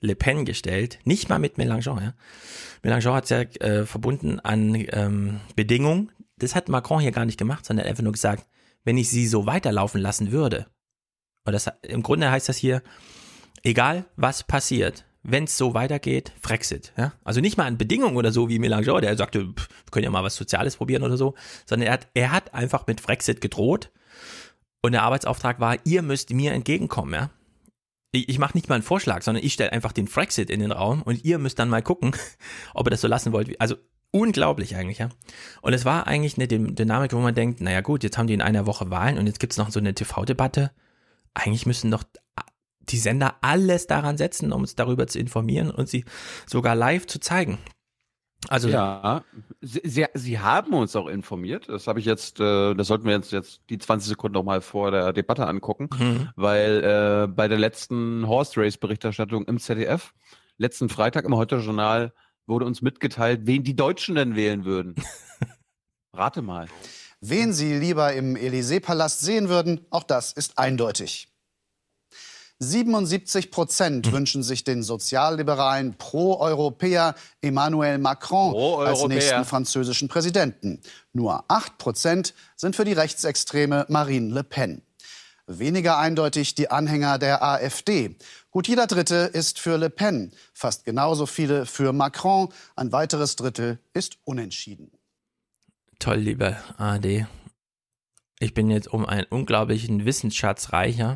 Le Pen gestellt, nicht mal mit Mélenchon. Ja. Mélenchon hat es ja verbunden an Bedingungen. Das hat Macron hier gar nicht gemacht, sondern einfach nur gesagt, wenn ich sie so weiterlaufen lassen würde, und das, im Grunde heißt das hier, egal was passiert, wenn es so weitergeht, Frexit. Ja? Also nicht mal an Bedingungen oder so wie Mélenchon, der sagte, wir können ja mal was Soziales probieren oder so, sondern er hat einfach mit Frexit gedroht und der Arbeitsauftrag war, ihr müsst mir entgegenkommen. Ja? Ich mache nicht mal einen Vorschlag, sondern ich stelle einfach den Frexit in den Raum und ihr müsst dann mal gucken, ob ihr das so lassen wollt. Also unglaublich eigentlich, ja. Und es war eigentlich eine Dynamik, wo man denkt, naja gut, jetzt haben die in einer Woche Wahlen und jetzt gibt es noch so eine TV-Debatte. Eigentlich müssen doch die Sender alles daran setzen, um uns darüber zu informieren und sie sogar live zu zeigen. Also ja, sie haben uns auch informiert. Das habe ich jetzt, das sollten wir jetzt die 20 Sekunden noch mal vor der Debatte angucken, weil bei der letzten Horse Race Berichterstattung im ZDF, letzten Freitag im Heute-Journal, wurde uns mitgeteilt, wen die Deutschen denn wählen würden. Rate mal. Wen sie lieber im Élysée-Palast sehen würden, auch das ist eindeutig. 77% wünschen sich den sozialliberalen Pro-Europäer Emmanuel Macron als nächsten französischen Präsidenten. Nur 8% sind für die rechtsextreme Marine Le Pen. Weniger eindeutig die Anhänger der AfD. Gut jeder Dritte ist für Le Pen, fast genauso viele für Macron. Ein weiteres Drittel ist unentschieden. Toll, liebe ARD. Ich bin jetzt um einen unglaublichen Wissensschatz reicher.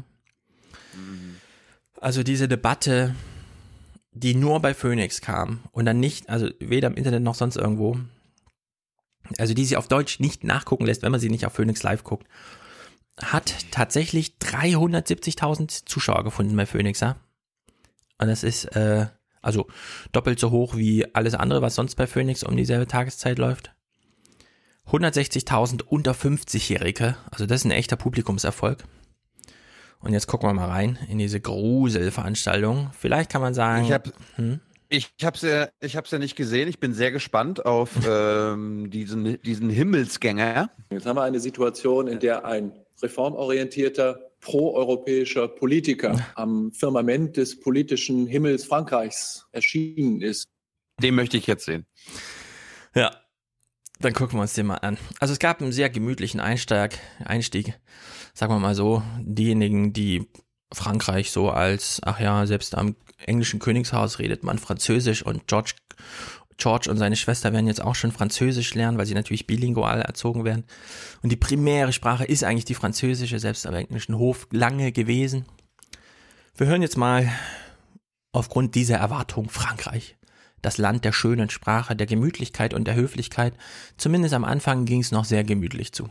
Also diese Debatte, die nur bei Phoenix kam und dann nicht, also weder im Internet noch sonst irgendwo, also die sich auf Deutsch nicht nachgucken lässt, wenn man sie nicht auf Phoenix Live guckt, hat tatsächlich 370.000 Zuschauer gefunden bei Phoenix, ja. Und das ist also doppelt so hoch wie alles andere, was sonst bei Phoenix um dieselbe Tageszeit läuft. 160.000 unter 50-Jährige, also das ist ein echter Publikumserfolg. Und jetzt gucken wir mal rein in diese Gruselveranstaltung. Vielleicht kann man sagen... Ich hab's ja nicht gesehen. Ich bin sehr gespannt auf diesen Himmelsgänger. Jetzt haben wir eine Situation, in der ein reformorientierter, proeuropäischer Politiker am Firmament des politischen Himmels Frankreichs erschienen ist. Den möchte ich jetzt sehen. Ja, dann gucken wir uns den mal an. Also es gab einen sehr gemütlichen Einstieg, sagen wir mal so. Diejenigen, die Frankreich so als, ach ja, selbst am englischen Königshaus redet man Französisch und George und seine Schwester werden jetzt auch schon Französisch lernen, weil sie natürlich bilingual erzogen werden. Und die primäre Sprache ist eigentlich die französische, selbst am englischen Hof lange gewesen. Wir hören jetzt mal aufgrund dieser Erwartung Frankreich. Das Land der schönen Sprache, der Gemütlichkeit und der Höflichkeit. Zumindest am Anfang ging es noch sehr gemütlich zu.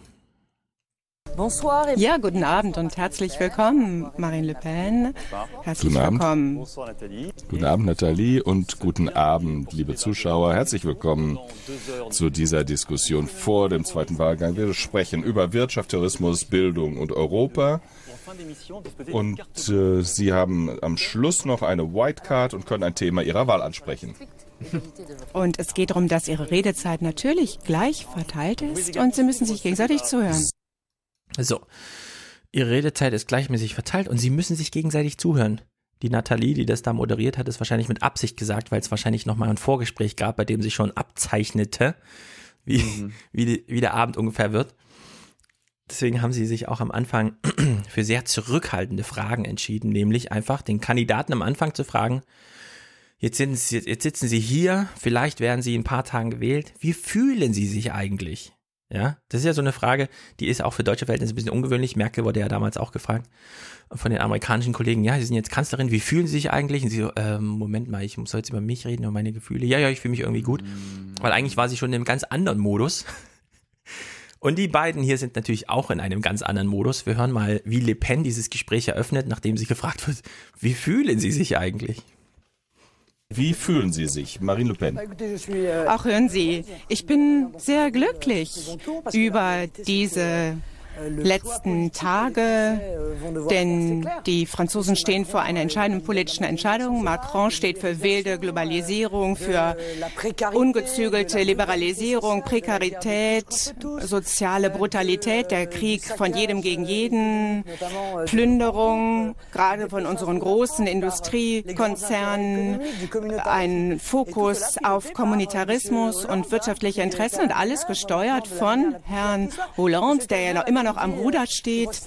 Ja, guten Abend und herzlich willkommen, Marine Le Pen. Herzlich willkommen. Guten Abend, Nathalie, und guten Abend, liebe Zuschauer. Herzlich willkommen zu dieser Diskussion vor dem zweiten Wahlgang. Wir sprechen über Wirtschaft, Tourismus, Bildung und Europa. Und Sie haben am Schluss noch eine Whitecard und können ein Thema Ihrer Wahl ansprechen. Und es geht darum, dass Ihre Redezeit natürlich gleich verteilt ist und Sie müssen sich gegenseitig zuhören. So, Ihre Redezeit ist gleichmäßig verteilt und Sie müssen sich gegenseitig zuhören. Die Nathalie, die das da moderiert hat, ist wahrscheinlich mit Absicht gesagt, weil es wahrscheinlich nochmal ein Vorgespräch gab, bei dem sich schon abzeichnete, wie der Abend ungefähr wird. Deswegen haben sie sich auch am Anfang für sehr zurückhaltende Fragen entschieden, nämlich einfach den Kandidaten am Anfang zu fragen, jetzt sitzen Sie hier, vielleicht werden Sie in ein paar Tagen gewählt, wie fühlen Sie sich eigentlich? Ja, das ist ja so eine Frage, die ist auch für deutsche Verhältnisse ein bisschen ungewöhnlich. Merkel wurde ja damals auch gefragt von den amerikanischen Kollegen, ja, Sie sind jetzt Kanzlerin, wie fühlen Sie sich eigentlich? Und sie so, Moment mal, ich soll jetzt über mich reden, über meine Gefühle. Ja, ich fühle mich irgendwie gut, weil eigentlich war sie schon in einem ganz anderen Modus. Und die beiden hier sind natürlich auch in einem ganz anderen Modus. Wir hören mal, wie Le Pen dieses Gespräch eröffnet, nachdem sie gefragt wird, wie fühlen Sie sich eigentlich? Wie fühlen Sie sich, Marine Le Pen? Auch hören Sie, ich bin sehr glücklich über diese letzten Tage, denn die Franzosen stehen vor einer entscheidenden politischen Entscheidung. Macron steht für wilde Globalisierung, für ungezügelte Liberalisierung, Prekarität, soziale Brutalität, der Krieg von jedem gegen jeden, Plünderung, gerade von unseren großen Industriekonzernen, ein Fokus auf Kommunitarismus und wirtschaftliche Interessen und alles gesteuert von Herrn Hollande, der ja immer noch am Ruder steht.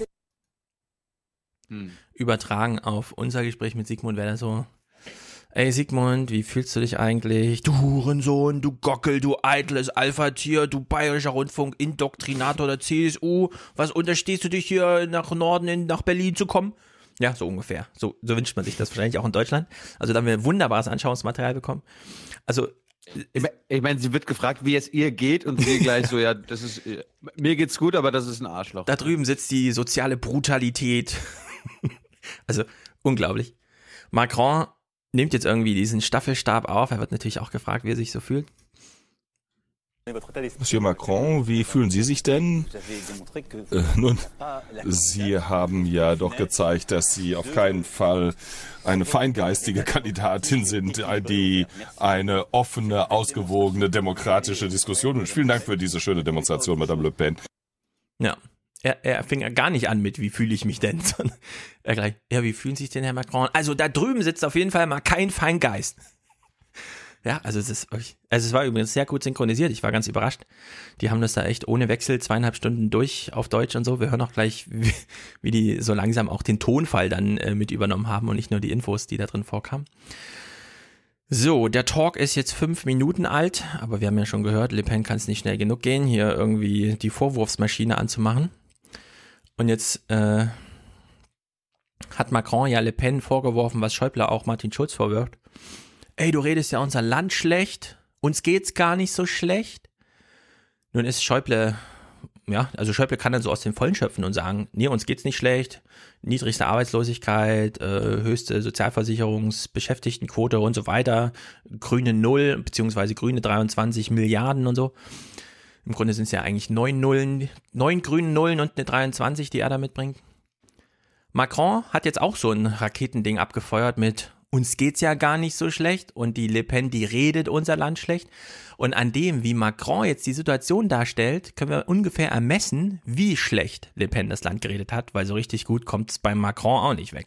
Übertragen auf unser Gespräch mit Sigmund wäre das so: Ey Sigmund, wie fühlst du dich eigentlich? Du Hurensohn, du Gockel, du eitles Alpha-Tier, du bayerischer Rundfunk, Indoktrinator der CSU. Was unterstehst du dich hier nach Norden, nach Berlin zu kommen? Ja, so ungefähr. So wünscht man sich das wahrscheinlich auch in Deutschland. Also da haben wir wunderbares Anschauungsmaterial bekommen. Also ich meine, sie wird gefragt, wie es ihr geht und sie gleich so, ja, das ist, mir geht's gut, aber das ist ein Arschloch. Da drüben sitzt die soziale Brutalität. Also unglaublich. Macron nimmt jetzt irgendwie diesen Staffelstab auf. Er wird natürlich auch gefragt, wie er sich so fühlt. Monsieur Macron, wie fühlen Sie sich denn? Nun, Sie haben ja doch gezeigt, dass Sie auf keinen Fall eine feingeistige Kandidatin sind, die eine offene, ausgewogene, demokratische Diskussion wünscht. Vielen Dank für diese schöne Demonstration, Madame Le Pen. Ja, er fing ja gar nicht an mit, wie fühle ich mich denn, sondern er gleich, ja, wie fühlen sich denn Herr Macron? Also da drüben sitzt auf jeden Fall mal kein Feingeist. Ja, also es war übrigens sehr gut synchronisiert. Ich war ganz überrascht. Die haben das da echt ohne Wechsel 2,5 Stunden durch auf Deutsch und so. Wir hören auch gleich, wie die so langsam auch den Tonfall dann mit übernommen haben und nicht nur die Infos, die da drin vorkamen. So, der Talk ist jetzt 5 Minuten alt, aber wir haben ja schon gehört, Le Pen kann es nicht schnell genug gehen, hier irgendwie die Vorwurfsmaschine anzumachen. Und jetzt hat Macron ja Le Pen vorgeworfen, was Schäuble auch Martin Schulz vorwirft. Ey, du redest ja unser Land schlecht, uns geht's gar nicht so schlecht. Nun ist Schäuble, ja, also Schäuble kann dann so aus dem Vollen schöpfen und sagen, nee, uns geht's nicht schlecht, niedrigste Arbeitslosigkeit, höchste Sozialversicherungsbeschäftigtenquote und so weiter, grüne 0, beziehungsweise grüne 23 Milliarden und so. Im Grunde sind es ja eigentlich 9 grüne Nullen und eine 23, die er da mitbringt. Macron hat jetzt auch so ein Raketending abgefeuert mit uns geht's ja gar nicht so schlecht und die Le Pen, die redet unser Land schlecht. Und an dem, wie Macron jetzt die Situation darstellt, können wir ungefähr ermessen, wie schlecht Le Pen das Land geredet hat, weil so richtig gut kommt es beim Macron auch nicht weg.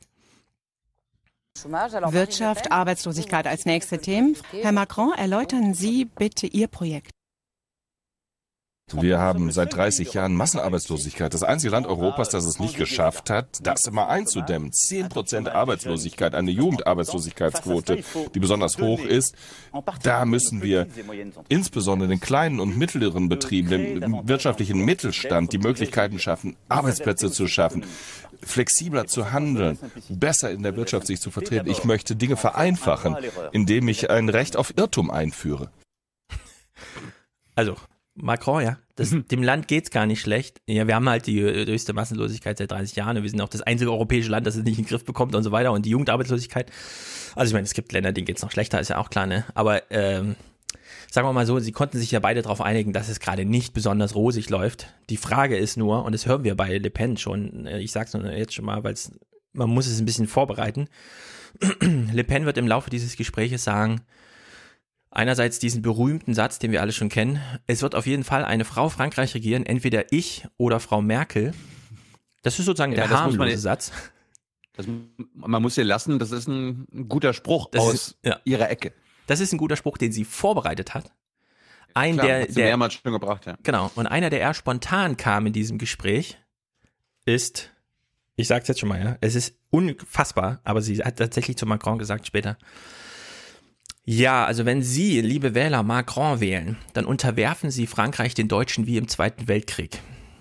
Wirtschaft, Arbeitslosigkeit als nächste Themen. Herr Macron, erläutern Sie bitte Ihr Projekt. Wir haben seit 30 Jahren Massenarbeitslosigkeit. Das einzige Land Europas, das es nicht geschafft hat, das immer einzudämmen. 10% Arbeitslosigkeit, eine Jugendarbeitslosigkeitsquote, die besonders hoch ist. Da müssen wir insbesondere den kleinen und mittleren Betrieben, dem wirtschaftlichen Mittelstand, die Möglichkeiten schaffen, Arbeitsplätze zu schaffen, flexibler zu handeln, besser in der Wirtschaft sich zu vertreten. Ich möchte Dinge vereinfachen, indem ich ein Recht auf Irrtum einführe. Also Macron, ja, dem Land geht's gar nicht schlecht. Ja, wir haben halt die höchste Massenlosigkeit seit 30 Jahren und wir sind auch das einzige europäische Land, das es nicht in den Griff bekommt und so weiter und die Jugendarbeitslosigkeit. Also ich meine, es gibt Länder, denen geht's noch schlechter, ist ja auch klar, ne? Aber sagen wir mal so, sie konnten sich ja beide darauf einigen, dass es gerade nicht besonders rosig läuft. Die Frage ist nur, und das hören wir bei Le Pen schon, ich sag's nur jetzt schon mal, weil man muss es ein bisschen vorbereiten. Le Pen wird im Laufe dieses Gespräches sagen, einerseits diesen berühmten Satz, den wir alle schon kennen, es wird auf jeden Fall eine Frau Frankreich regieren, entweder ich oder Frau Merkel. Das ist sozusagen der harmlose Satz. Man muss ihr lassen, das ist ein guter Spruch aus ihrer Ecke. Das ist ein guter Spruch, den sie vorbereitet hat. Der mehrmals schon gebracht, ja. Genau, und einer, der eher spontan kam in diesem Gespräch, ist, ich sag's jetzt schon mal, ja, es ist unfassbar, aber sie hat tatsächlich zu Macron gesagt später, ja, also wenn Sie, liebe Wähler, Macron wählen, dann unterwerfen Sie Frankreich den Deutschen wie im Zweiten Weltkrieg.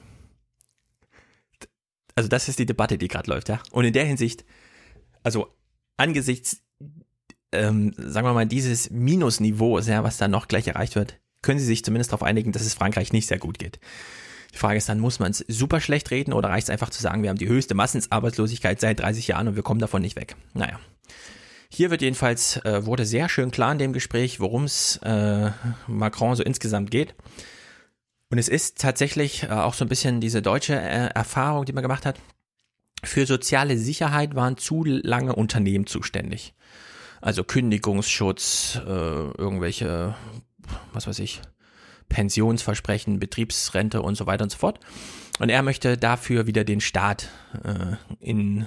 Also das ist die Debatte, die gerade läuft, ja. Und in der Hinsicht, also angesichts, sagen wir mal, dieses Minusniveaus, ja, was da noch gleich erreicht wird, können Sie sich zumindest darauf einigen, dass es Frankreich nicht sehr gut geht. Die Frage ist dann, muss man es super schlecht reden oder reicht es einfach zu sagen, wir haben die höchste Massenarbeitslosigkeit seit 30 Jahren und wir kommen davon nicht weg? Naja. Hier wird jedenfalls, wurde sehr schön klar in dem Gespräch, worum es Macron so insgesamt geht. Und es ist tatsächlich auch so ein bisschen diese deutsche Erfahrung, die man gemacht hat. Für soziale Sicherheit waren zu lange Unternehmen zuständig. Also Kündigungsschutz, irgendwelche, was weiß ich, Pensionsversprechen, Betriebsrente und so weiter und so fort. Und er möchte dafür wieder den Staat in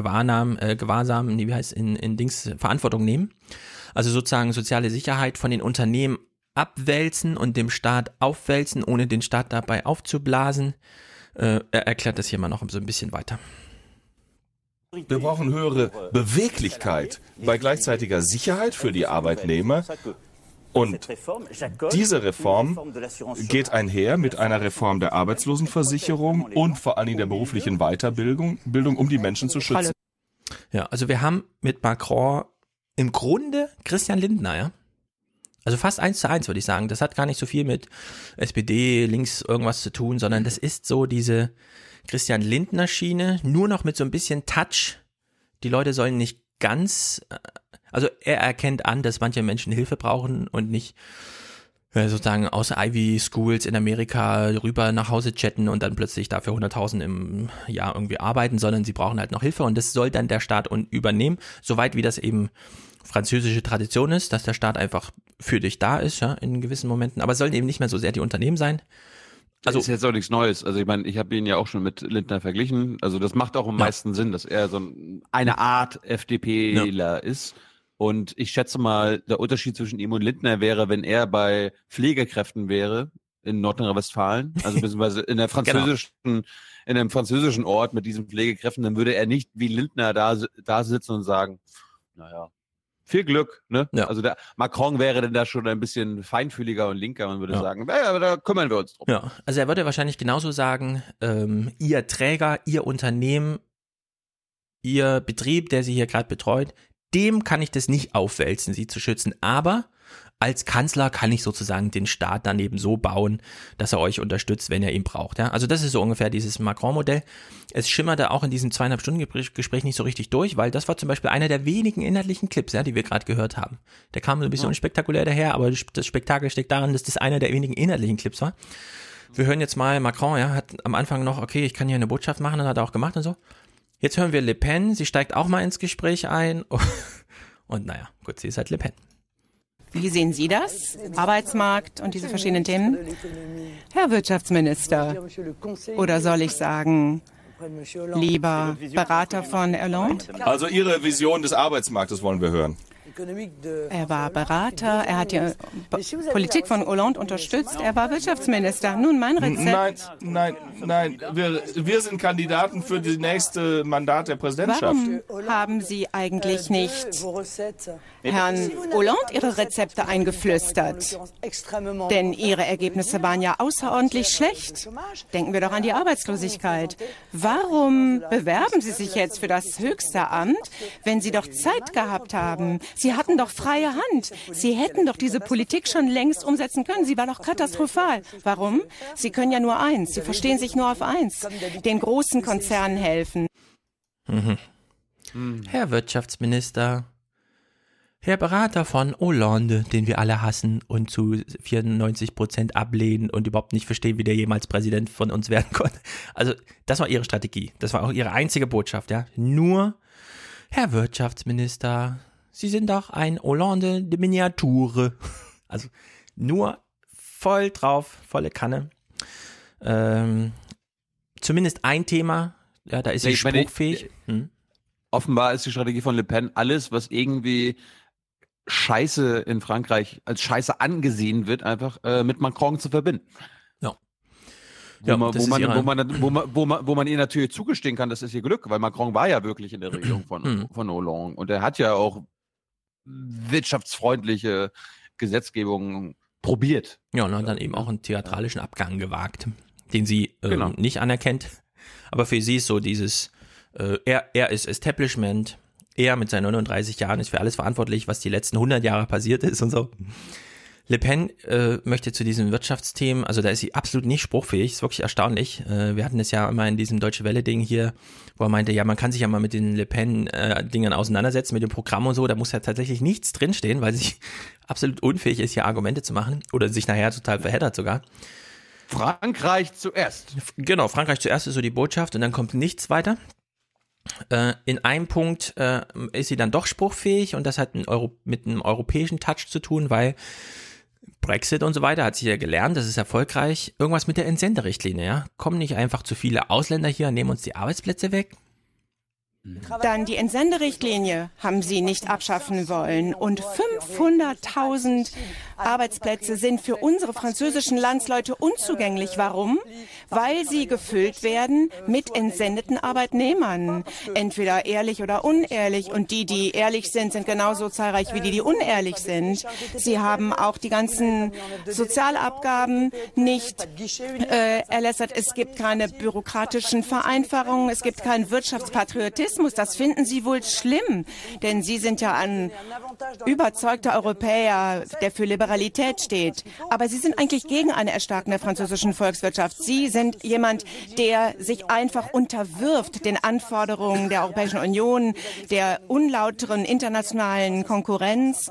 Verantwortung nehmen. Also sozusagen soziale Sicherheit von den Unternehmen abwälzen und dem Staat aufwälzen, ohne den Staat dabei aufzublasen. Er erklärt das hier mal noch so ein bisschen weiter. Wir brauchen höhere Beweglichkeit bei gleichzeitiger Sicherheit für die Arbeitnehmer. Und diese Reform geht einher mit einer Reform der Arbeitslosenversicherung und vor allen Dingen der beruflichen Weiterbildung, um die Menschen zu schützen. Ja, also wir haben mit Macron im Grunde Christian Lindner, ja. Also fast 1:1 würde ich sagen. Das hat gar nicht so viel mit SPD, links irgendwas zu tun, sondern das ist so diese Christian Lindner Schiene, nur noch mit so ein bisschen Touch. Die Leute sollen nicht ganz, also er erkennt an, dass manche Menschen Hilfe brauchen und nicht sozusagen aus Ivy Schools in Amerika rüber nach Hause chatten und dann plötzlich dafür 100.000 im Jahr irgendwie arbeiten, sondern sie brauchen halt noch Hilfe und das soll dann der Staat übernehmen, soweit wie das eben französische Tradition ist, dass der Staat einfach für dich da ist, ja, in gewissen Momenten, aber es sollen eben nicht mehr so sehr die Unternehmen sein. Also ist jetzt auch nichts Neues. Also ich meine, ich habe ihn ja auch schon mit Lindner verglichen. Also das macht auch am meisten Sinn, dass er so eine Art FDPler ist. Und ich schätze mal, der Unterschied zwischen ihm und Lindner wäre, wenn er bei Pflegekräften wäre in Nordrhein-Westfalen, also beziehungsweise in der französischen, in einem französischen Ort mit diesen Pflegekräften, dann würde er nicht wie Lindner da sitzen und sagen, naja, viel Glück, ne? Ja. Also der Macron wäre dann da schon ein bisschen feinfühliger und linker und würde sagen, aber da kümmern wir uns drum. Ja, also er würde wahrscheinlich genauso sagen, ihr Träger, ihr Unternehmen, ihr Betrieb, der sie hier gerade betreut, dem kann ich das nicht aufwälzen, sie zu schützen, aber als Kanzler kann ich sozusagen den Staat daneben so bauen, dass er euch unterstützt, wenn er ihn braucht. Ja? Also das ist so ungefähr dieses Macron-Modell. Es schimmerte auch in diesem 2,5-Stunden-Gespräch nicht so richtig durch, weil das war zum Beispiel einer der wenigen inhaltlichen Clips, ja, die wir gerade gehört haben. Der kam ein bisschen unspektakulär daher, aber das Spektakel steckt darin, dass das einer der wenigen inhaltlichen Clips war. Wir hören jetzt mal Macron, ja, hat am Anfang noch, okay, ich kann hier eine Botschaft machen, das hat er auch gemacht und so. Jetzt hören wir Le Pen, sie steigt auch mal ins Gespräch ein und naja, gut, sie ist halt Le Pen. Wie sehen Sie das? Arbeitsmarkt und diese verschiedenen Themen? Herr Wirtschaftsminister, oder soll ich sagen, lieber Berater von Hollande? Also Ihre Vision des Arbeitsmarktes wollen wir hören. Er war Berater, er hat die Politik von Hollande unterstützt, er war Wirtschaftsminister. Nun, mein Rezept... Nein. Wir sind Kandidaten für das nächste Mandat der Präsidentschaft. Warum haben Sie eigentlich nicht Herrn Hollande Ihre Rezepte eingeflüstert? Denn Ihre Ergebnisse waren ja außerordentlich schlecht. Denken wir doch an die Arbeitslosigkeit. Warum bewerben Sie sich jetzt für das höchste Amt, wenn Sie doch Zeit gehabt haben? Sie hatten doch freie Hand. Sie hätten doch diese Politik schon längst umsetzen können. Sie war doch katastrophal. Warum? Sie können ja nur eins. Sie verstehen sich nur auf eins. Den großen Konzernen helfen. Herr Wirtschaftsminister, Herr Berater von Hollande, den wir alle hassen und zu 94% ablehnen und überhaupt nicht verstehen, wie der jemals Präsident von uns werden konnte. Also das war Ihre Strategie. Das war auch Ihre einzige Botschaft. Ja? Nur, Herr Wirtschaftsminister, Sie sind doch ein Hollande de Miniature. Also nur voll drauf, volle Kanne. Zumindest ein Thema, ja, da ist sie spruchfähig. Offenbar ist die Strategie von Le Pen, alles, was irgendwie Scheiße in Frankreich als Scheiße angesehen wird, einfach mit Macron zu verbinden. Wo man ihr natürlich zugestehen kann, das ist ihr Glück, weil Macron war ja wirklich in der Regierung von Hollande und er hat ja auch wirtschaftsfreundliche Gesetzgebung probiert. Ja, und hat dann eben auch einen theatralischen Abgang gewagt, den sie nicht anerkennt. Aber für sie ist so dieses, er ist Establishment, er mit seinen 39 Jahren ist für alles verantwortlich, was die letzten 100 Jahre passiert ist und so. Le Pen möchte zu diesen Wirtschaftsthemen, also da ist sie absolut nicht spruchfähig, ist wirklich erstaunlich. Wir hatten es ja immer in diesem Deutsche Welle-Ding hier, wo er meinte, ja, man kann sich ja mal mit den Le Pen-Dingern auseinandersetzen, mit dem Programm und so, da muss ja tatsächlich nichts drinstehen, weil sie absolut unfähig ist, hier Argumente zu machen oder sich nachher total verheddert sogar. Frankreich zuerst. Genau, Frankreich zuerst ist so die Botschaft und dann kommt nichts weiter. In einem Punkt ist sie dann doch spruchfähig und das hat mit einem europäischen Touch zu tun, weil Brexit und so weiter, hat sie ja gelernt, das ist erfolgreich. Irgendwas mit der Entsenderichtlinie, ja? Kommen nicht einfach zu viele Ausländer hier und nehmen uns die Arbeitsplätze weg? Dann die Entsenderichtlinie haben sie nicht abschaffen wollen. Und 500.000 Arbeitsplätze sind für unsere französischen Landsleute unzugänglich. Warum? Weil sie gefüllt werden mit entsendeten Arbeitnehmern. Entweder ehrlich oder unehrlich. Und die ehrlich sind, sind genauso zahlreich wie die unehrlich sind. Sie haben auch die ganzen Sozialabgaben nicht erlässert. Es gibt keine bürokratischen Vereinfachungen. Es gibt keinen Wirtschaftspatriotismus. Das finden Sie wohl schlimm, denn Sie sind ja ein überzeugter Europäer, der für Liberalität steht. Aber Sie sind eigentlich gegen eine Erstarkung der französischen Volkswirtschaft. Sie sind jemand, der sich einfach unterwirft den Anforderungen der Europäischen Union, der unlauteren internationalen Konkurrenz.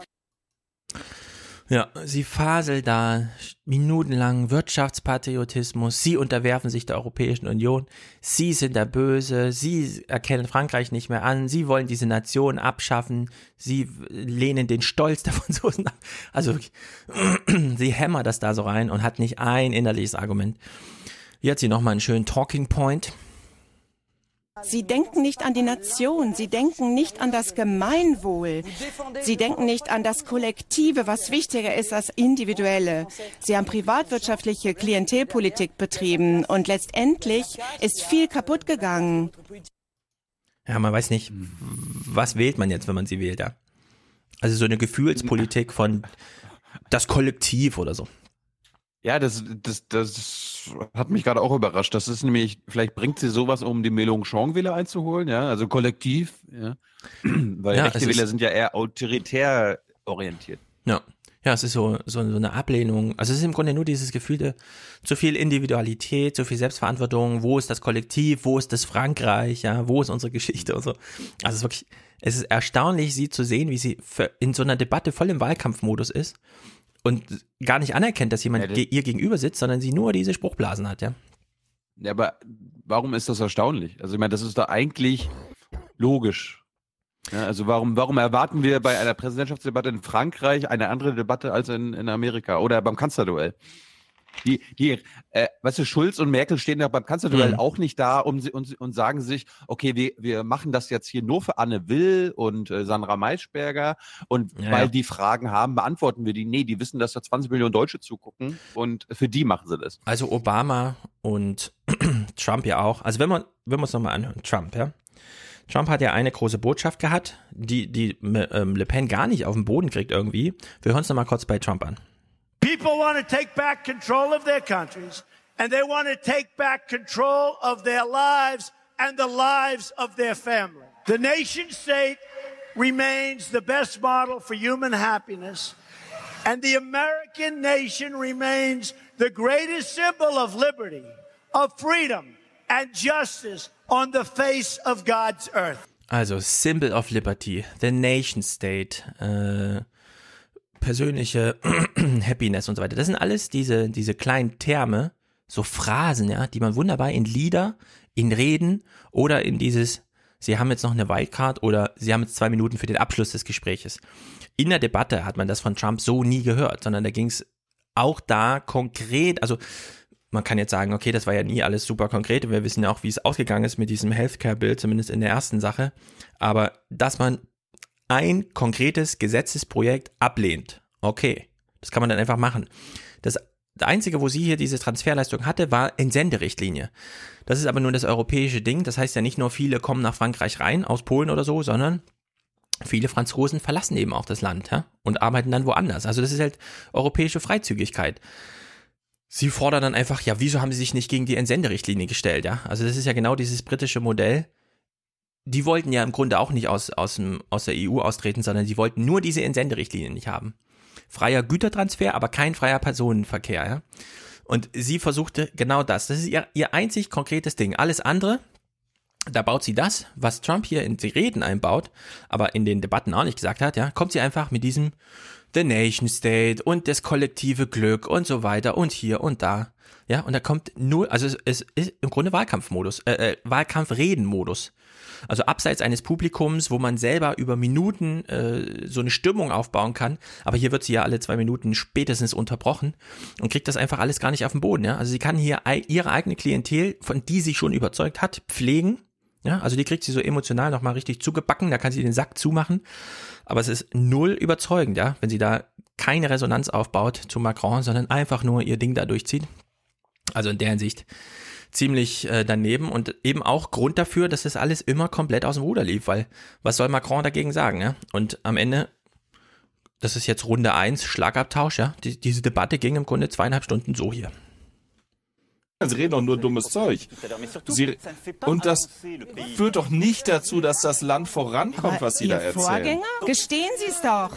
Ja, sie faselt da minutenlang Wirtschaftspatriotismus, sie unterwerfen sich der Europäischen Union, sie sind der Böse, sie erkennen Frankreich nicht mehr an, sie wollen diese Nation abschaffen, sie lehnen den Stolz der Franzosen ab. Also sie hämmert das da so rein und hat nicht ein innerliches Argument. Hier hat sie nochmal einen schönen Talking Point. Sie denken nicht an die Nation, sie denken nicht an das Gemeinwohl, sie denken nicht an das Kollektive, was wichtiger ist als Individuelle. Sie haben privatwirtschaftliche Klientelpolitik betrieben und letztendlich ist viel kaputt gegangen. Ja, man weiß nicht, was wählt man jetzt, wenn man sie wählt, ja? Also so eine Gefühlspolitik von das Kollektiv oder so. Ja, das hat mich gerade auch überrascht. Das ist nämlich, vielleicht bringt sie sowas, um die Mélenchon-Wähler einzuholen, ja, also kollektiv, ja. Weil rechte Wähler sind ja eher autoritär orientiert. Ja. Ja, es ist so eine Ablehnung. Also es ist im Grunde nur dieses Gefühl zu viel Individualität, zu viel Selbstverantwortung. Wo ist das Kollektiv? Wo ist das Frankreich? Ja, wo ist unsere Geschichte und so? Also es ist erstaunlich, sie zu sehen, wie sie in so einer Debatte voll im Wahlkampfmodus ist. Und gar nicht anerkennt, dass jemand ihr gegenüber sitzt, sondern sie nur diese Spruchblasen hat, ja. Ja, aber warum ist das erstaunlich? Also ich meine, das ist doch eigentlich logisch. Ja, also warum erwarten wir bei einer Präsidentschaftsdebatte in Frankreich eine andere Debatte als in Amerika oder beim Kanzlerduell? Weißt du, Schulz und Merkel stehen ja beim Kanzlerduell auch nicht da und sagen sich, okay, wir machen das jetzt hier nur für Anne Will und Sandra Maischberger und weil die Fragen haben, beantworten wir die. Nee, die wissen, dass da 20 Millionen Deutsche zugucken und für die machen sie das. Also Obama und Trump ja auch. Also wenn wir uns nochmal anhören, Trump, ja. Trump hat ja eine große Botschaft gehabt, die Le Pen gar nicht auf den Boden kriegt irgendwie. Wir hören uns nochmal kurz bei Trump an. People want to take back control of their countries, and they want to take back control of their lives and the lives of their family. The nation state remains the best model for human happiness, and the American nation remains the greatest symbol of liberty, of freedom and justice on the face of God's earth. Also Symbol of Liberty, the nation state, persönliche Happiness und so weiter. Das sind alles diese kleinen Terme, so Phrasen, ja, die man wunderbar in Lieder, in Reden oder in dieses, Sie haben jetzt noch eine Wildcard oder Sie haben jetzt 2 Minuten für den Abschluss des Gespräches. In der Debatte hat man das von Trump so nie gehört, sondern da ging es auch da konkret, also man kann jetzt sagen, okay, das war ja nie alles super konkret und wir wissen ja auch, wie es ausgegangen ist mit diesem Healthcare-Bill, zumindest in der ersten Sache, aber dass man ein konkretes Gesetzesprojekt ablehnt. Okay, das kann man dann einfach machen. Das Einzige, wo sie hier diese Transferleistung hatte, war Entsenderichtlinie. Das ist aber nur das europäische Ding. Das heißt ja nicht nur, viele kommen nach Frankreich rein, aus Polen oder so, sondern viele Franzosen verlassen eben auch das Land, ja, und arbeiten dann woanders. Also das ist halt europäische Freizügigkeit. Sie fordern dann einfach, ja, wieso haben sie sich nicht gegen die Entsenderichtlinie gestellt, ja? Also das ist ja genau dieses britische Modell. Die wollten ja im Grunde auch nicht aus der EU austreten, sondern sie wollten nur diese Entsenderichtlinie nicht haben. Freier Gütertransfer, aber kein freier Personenverkehr. Ja? Und sie versuchte genau das. Das ist ihr einzig konkretes Ding. Alles andere, da baut sie das, was Trump hier in die Reden einbaut, aber in den Debatten auch nicht gesagt hat, ja, kommt sie einfach mit diesem the nation state und das kollektive Glück und so weiter und hier und da. Ja, und da kommt null, also es ist im Grunde Wahlkampfmodus, Wahlkampfredenmodus. Also abseits eines Publikums, wo man selber über Minuten so eine Stimmung aufbauen kann. Aber hier wird sie ja alle 2 Minuten spätestens unterbrochen und kriegt das einfach alles gar nicht auf den Boden. Ja? Also sie kann hier ihre eigene Klientel, von die sie schon überzeugt hat, pflegen. Ja? Also die kriegt sie so emotional nochmal richtig zugebacken, da kann sie den Sack zumachen. Aber es ist null überzeugend, ja, wenn sie da keine Resonanz aufbaut zu Macron, sondern einfach nur ihr Ding da durchzieht. Also in der Hinsicht ziemlich daneben und eben auch Grund dafür, dass das alles immer komplett aus dem Ruder lief, weil was soll Macron dagegen sagen, ja? Und am Ende, das ist jetzt Runde 1, Schlagabtausch, ja? Diese Debatte ging im Grunde 2,5 Stunden so hier. Sie reden doch nur dummes Zeug. Und das führt doch nicht dazu, dass das Land vorankommt, was Sie da erzählen. Vorgänger? Gestehen Sie es doch.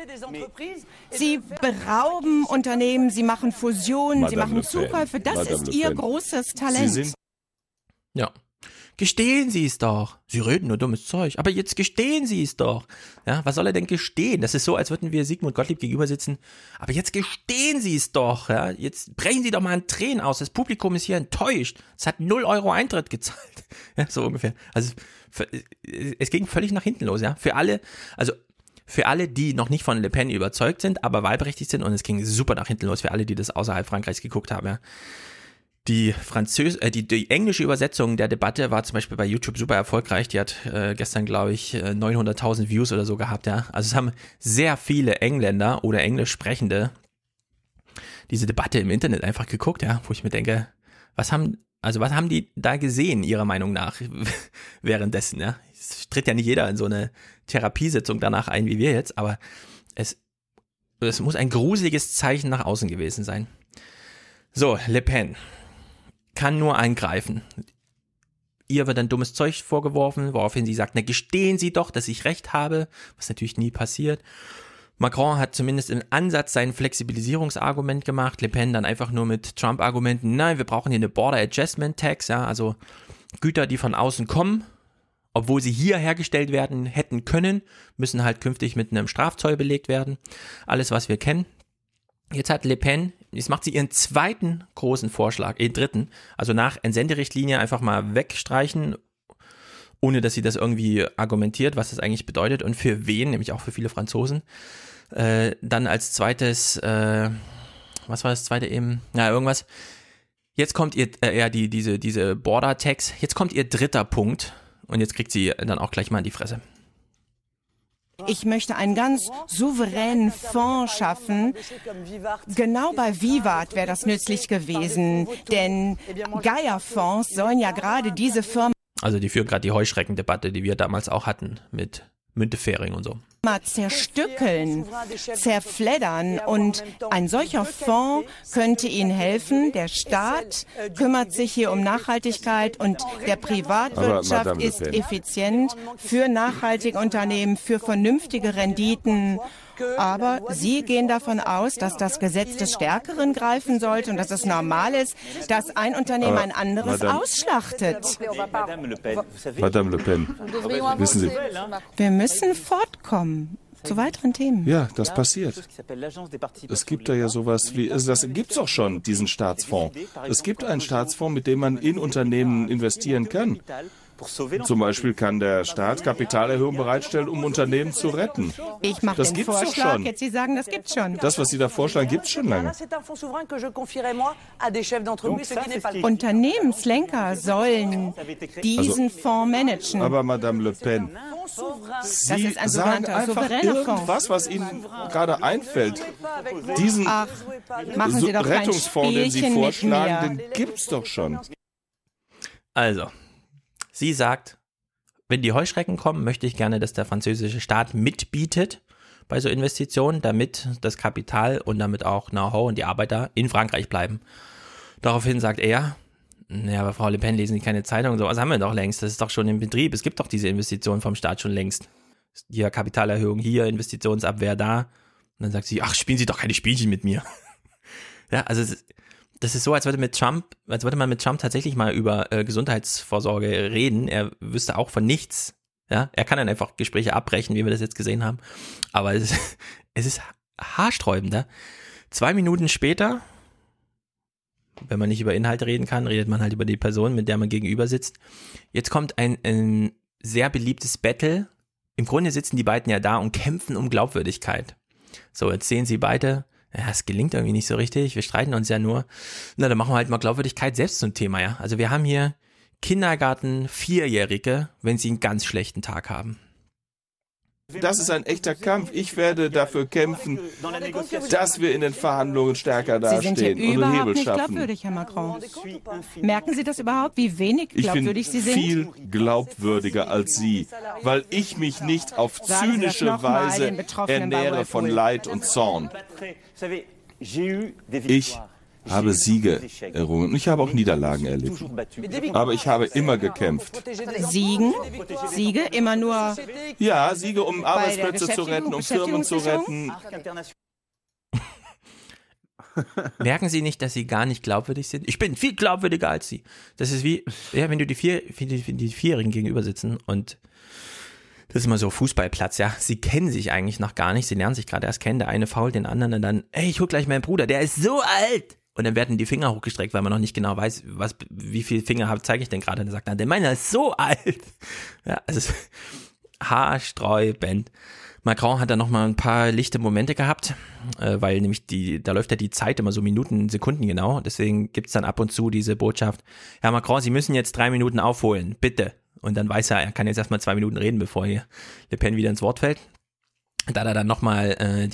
Sie berauben Unternehmen, Sie machen Fusionen, Madame Sie machen Le Pen. Zukäufe. Das Madame ist Le Ihr Pen. großes Talent. Ja. Gestehen Sie es doch. Sie reden nur dummes Zeug. Aber jetzt gestehen Sie es doch. Ja, was soll er denn gestehen? Das ist so, als würden wir Sigmund Gottlieb gegenüber sitzen. Aber jetzt gestehen Sie es doch. Ja, jetzt brechen Sie doch mal ein Tränen aus. Das Publikum ist hier enttäuscht. Es hat 0 Euro Eintritt gezahlt. Ja, so ungefähr. Also es ging völlig nach hinten los. Ja, für alle, die noch nicht von Le Pen überzeugt sind, aber wahlberechtigt sind. Und es ging super nach hinten los für alle, die das außerhalb Frankreichs geguckt haben. Ja. Die englische Übersetzung der Debatte war zum Beispiel bei YouTube super erfolgreich. Die hat gestern, glaube ich, 900.000 Views oder so gehabt. Ja. Also es haben sehr viele Engländer oder Englisch Sprechende diese Debatte im Internet einfach geguckt, ja, wo ich mir denke, was haben die da gesehen, ihrer Meinung nach, währenddessen, ja. Es tritt ja nicht jeder in so eine Therapiesitzung danach ein, wie wir jetzt, aber es muss ein gruseliges Zeichen nach außen gewesen sein. So, Le Pen kann nur eingreifen. Ihr wird dann dummes Zeug vorgeworfen, woraufhin sie sagt, na gestehen Sie doch, dass ich recht habe, was natürlich nie passiert. Macron hat zumindest im Ansatz sein Flexibilisierungsargument gemacht, Le Pen dann einfach nur mit Trump-Argumenten, nein, wir brauchen hier eine Border Adjustment Tax, ja, also Güter, die von außen kommen, obwohl sie hier hergestellt werden hätten können, müssen halt künftig mit einem Strafzoll belegt werden. Alles, was wir kennen. Jetzt hat Le Pen, jetzt macht sie ihren dritten, also nach Entsenderichtlinie einfach mal wegstreichen, ohne dass sie das irgendwie argumentiert, was das eigentlich bedeutet und für wen, nämlich auch für viele Franzosen. Dann als zweites, was war das zweite eben? Na, irgendwas. Jetzt kommt diese Border Tax, jetzt kommt ihr dritter Punkt und jetzt kriegt sie dann auch gleich mal in die Fresse. Ich möchte einen ganz souveränen Fonds schaffen. Genau bei Vivat wäre das nützlich gewesen, denn Gaia-Fonds sollen ja gerade diese Firma Also die führen gerade die Heuschreckendebatte, die wir damals auch hatten mit Müntefering und so. Zerstückeln, zerfleddern und ein solcher Fonds könnte Ihnen helfen. Der Staat kümmert sich hier um Nachhaltigkeit und der Privatwirtschaft ist effizient für nachhaltige Unternehmen, für vernünftige Renditen. Aber Sie gehen davon aus, dass das Gesetz des Stärkeren greifen sollte und dass es normal ist, dass ein Unternehmen ein anderes ausschlachtet. Madame Le Pen, wissen Sie, Wir müssen fortkommen zu weiteren Themen. ja, das passiert. Es gibt da ja sowas wie, also das gibt's doch schon, diesen Staatsfonds. Es gibt einen Staatsfonds, mit dem man in Unternehmen investieren kann. Zum Beispiel kann der Staat Kapitalerhöhung bereitstellen, um Unternehmen zu retten. Ich mache den gibt's doch Vorschlag, schon. jetzt Sie sagen, das gibt's schon. Das, was Sie da vorschlagen, gibt's schon lange. Unternehmenslenker sollen diesen Fonds managen. Aber Madame Le Pen, Das Sie ist ein sagen sogenannter einfach souveräner Fonds. irgendwas, was Ihnen gerade einfällt. Diesen machen Sie doch kein Rettungsfonds, den Sie Spielchen mit vorschlagen, mir. den gibt's doch schon. Also, sie sagt, wenn die Heuschrecken kommen, möchte ich gerne, dass der französische Staat mitbietet bei so Investitionen, damit das Kapital und damit auch Know-how und die Arbeiter in Frankreich bleiben. Daraufhin sagt er, ja, aber Frau Le Pen, lesen Sie keine Zeitung, sowas haben wir doch längst, das ist doch schon im Betrieb, es gibt doch diese Investitionen vom Staat schon längst. Hier Kapitalerhöhung, hier Investitionsabwehr da. Und dann sagt sie, ach, spielen Sie doch keine Spielchen mit mir. Ja, also das ist so, als würde man mit Trump tatsächlich mal über Gesundheitsvorsorge reden. Er wüsste auch von nichts. Ja, er kann dann einfach Gespräche abbrechen, wie wir das jetzt gesehen haben. Aber es ist haarsträubender. 2 Minuten später, wenn man nicht über Inhalte reden kann, redet man halt über die Person, mit der man gegenüber sitzt. Jetzt kommt ein sehr beliebtes Battle. Im Grunde sitzen die beiden ja da und kämpfen um Glaubwürdigkeit. So, jetzt sehen sie beide, ja, es gelingt irgendwie nicht so richtig, wir streiten uns ja nur. Na, dann machen wir halt mal Glaubwürdigkeit selbst zum Thema, ja. Also wir haben hier Kindergarten 4-Jährige, wenn sie einen ganz schlechten Tag haben. Das ist ein echter Kampf. Ich werde dafür kämpfen, dass wir in den Verhandlungen stärker dastehen Sie sind hier und überhaupt Hebel nicht schaffen. glaubwürdig, Herr Macron. Merken Sie das überhaupt, wie wenig glaubwürdig Sie Ich sind? bin viel glaubwürdiger als Sie, weil ich mich nicht auf Sagen Sie das zynische noch mal Weise den Betroffenen bei ernähre von Whirlpool. Leid und Zorn. Ich habe Siege errungen und ich habe auch Niederlagen erlitten. Aber ich habe immer gekämpft. Siege, immer nur... Ja, Siege, um Bei der Arbeitsplätze zu retten, um Firmen zu retten. Merken Sie nicht, dass Sie gar nicht glaubwürdig sind? Ich bin viel glaubwürdiger als Sie. Das ist wie, ja, wenn du die Vierjährigen gegenüber sitzen und das ist immer so Fußballplatz, ja. Sie kennen sich eigentlich noch gar nicht. Sie lernen sich gerade erst kennen. Der eine fault den anderen und dann, ey, ich hol gleich meinen Bruder, der ist so alt. Und dann werden die Finger hochgestreckt, weil man noch nicht genau weiß, wie viele Finger zeige ich denn gerade. Und er sagt dann, der meiner ist so alt. Ja, es ist haarsträubend. Macron hat da noch mal ein paar lichte Momente gehabt, weil nämlich da läuft ja die Zeit immer so Minuten, Sekunden genau. Deswegen gibt's dann ab und zu diese Botschaft, Herr Macron, Sie müssen jetzt 3 Minuten aufholen, bitte. Und dann weiß er kann jetzt erstmal 2 Minuten reden, bevor hier Le Pen wieder ins Wort fällt. Da hat er dann nochmal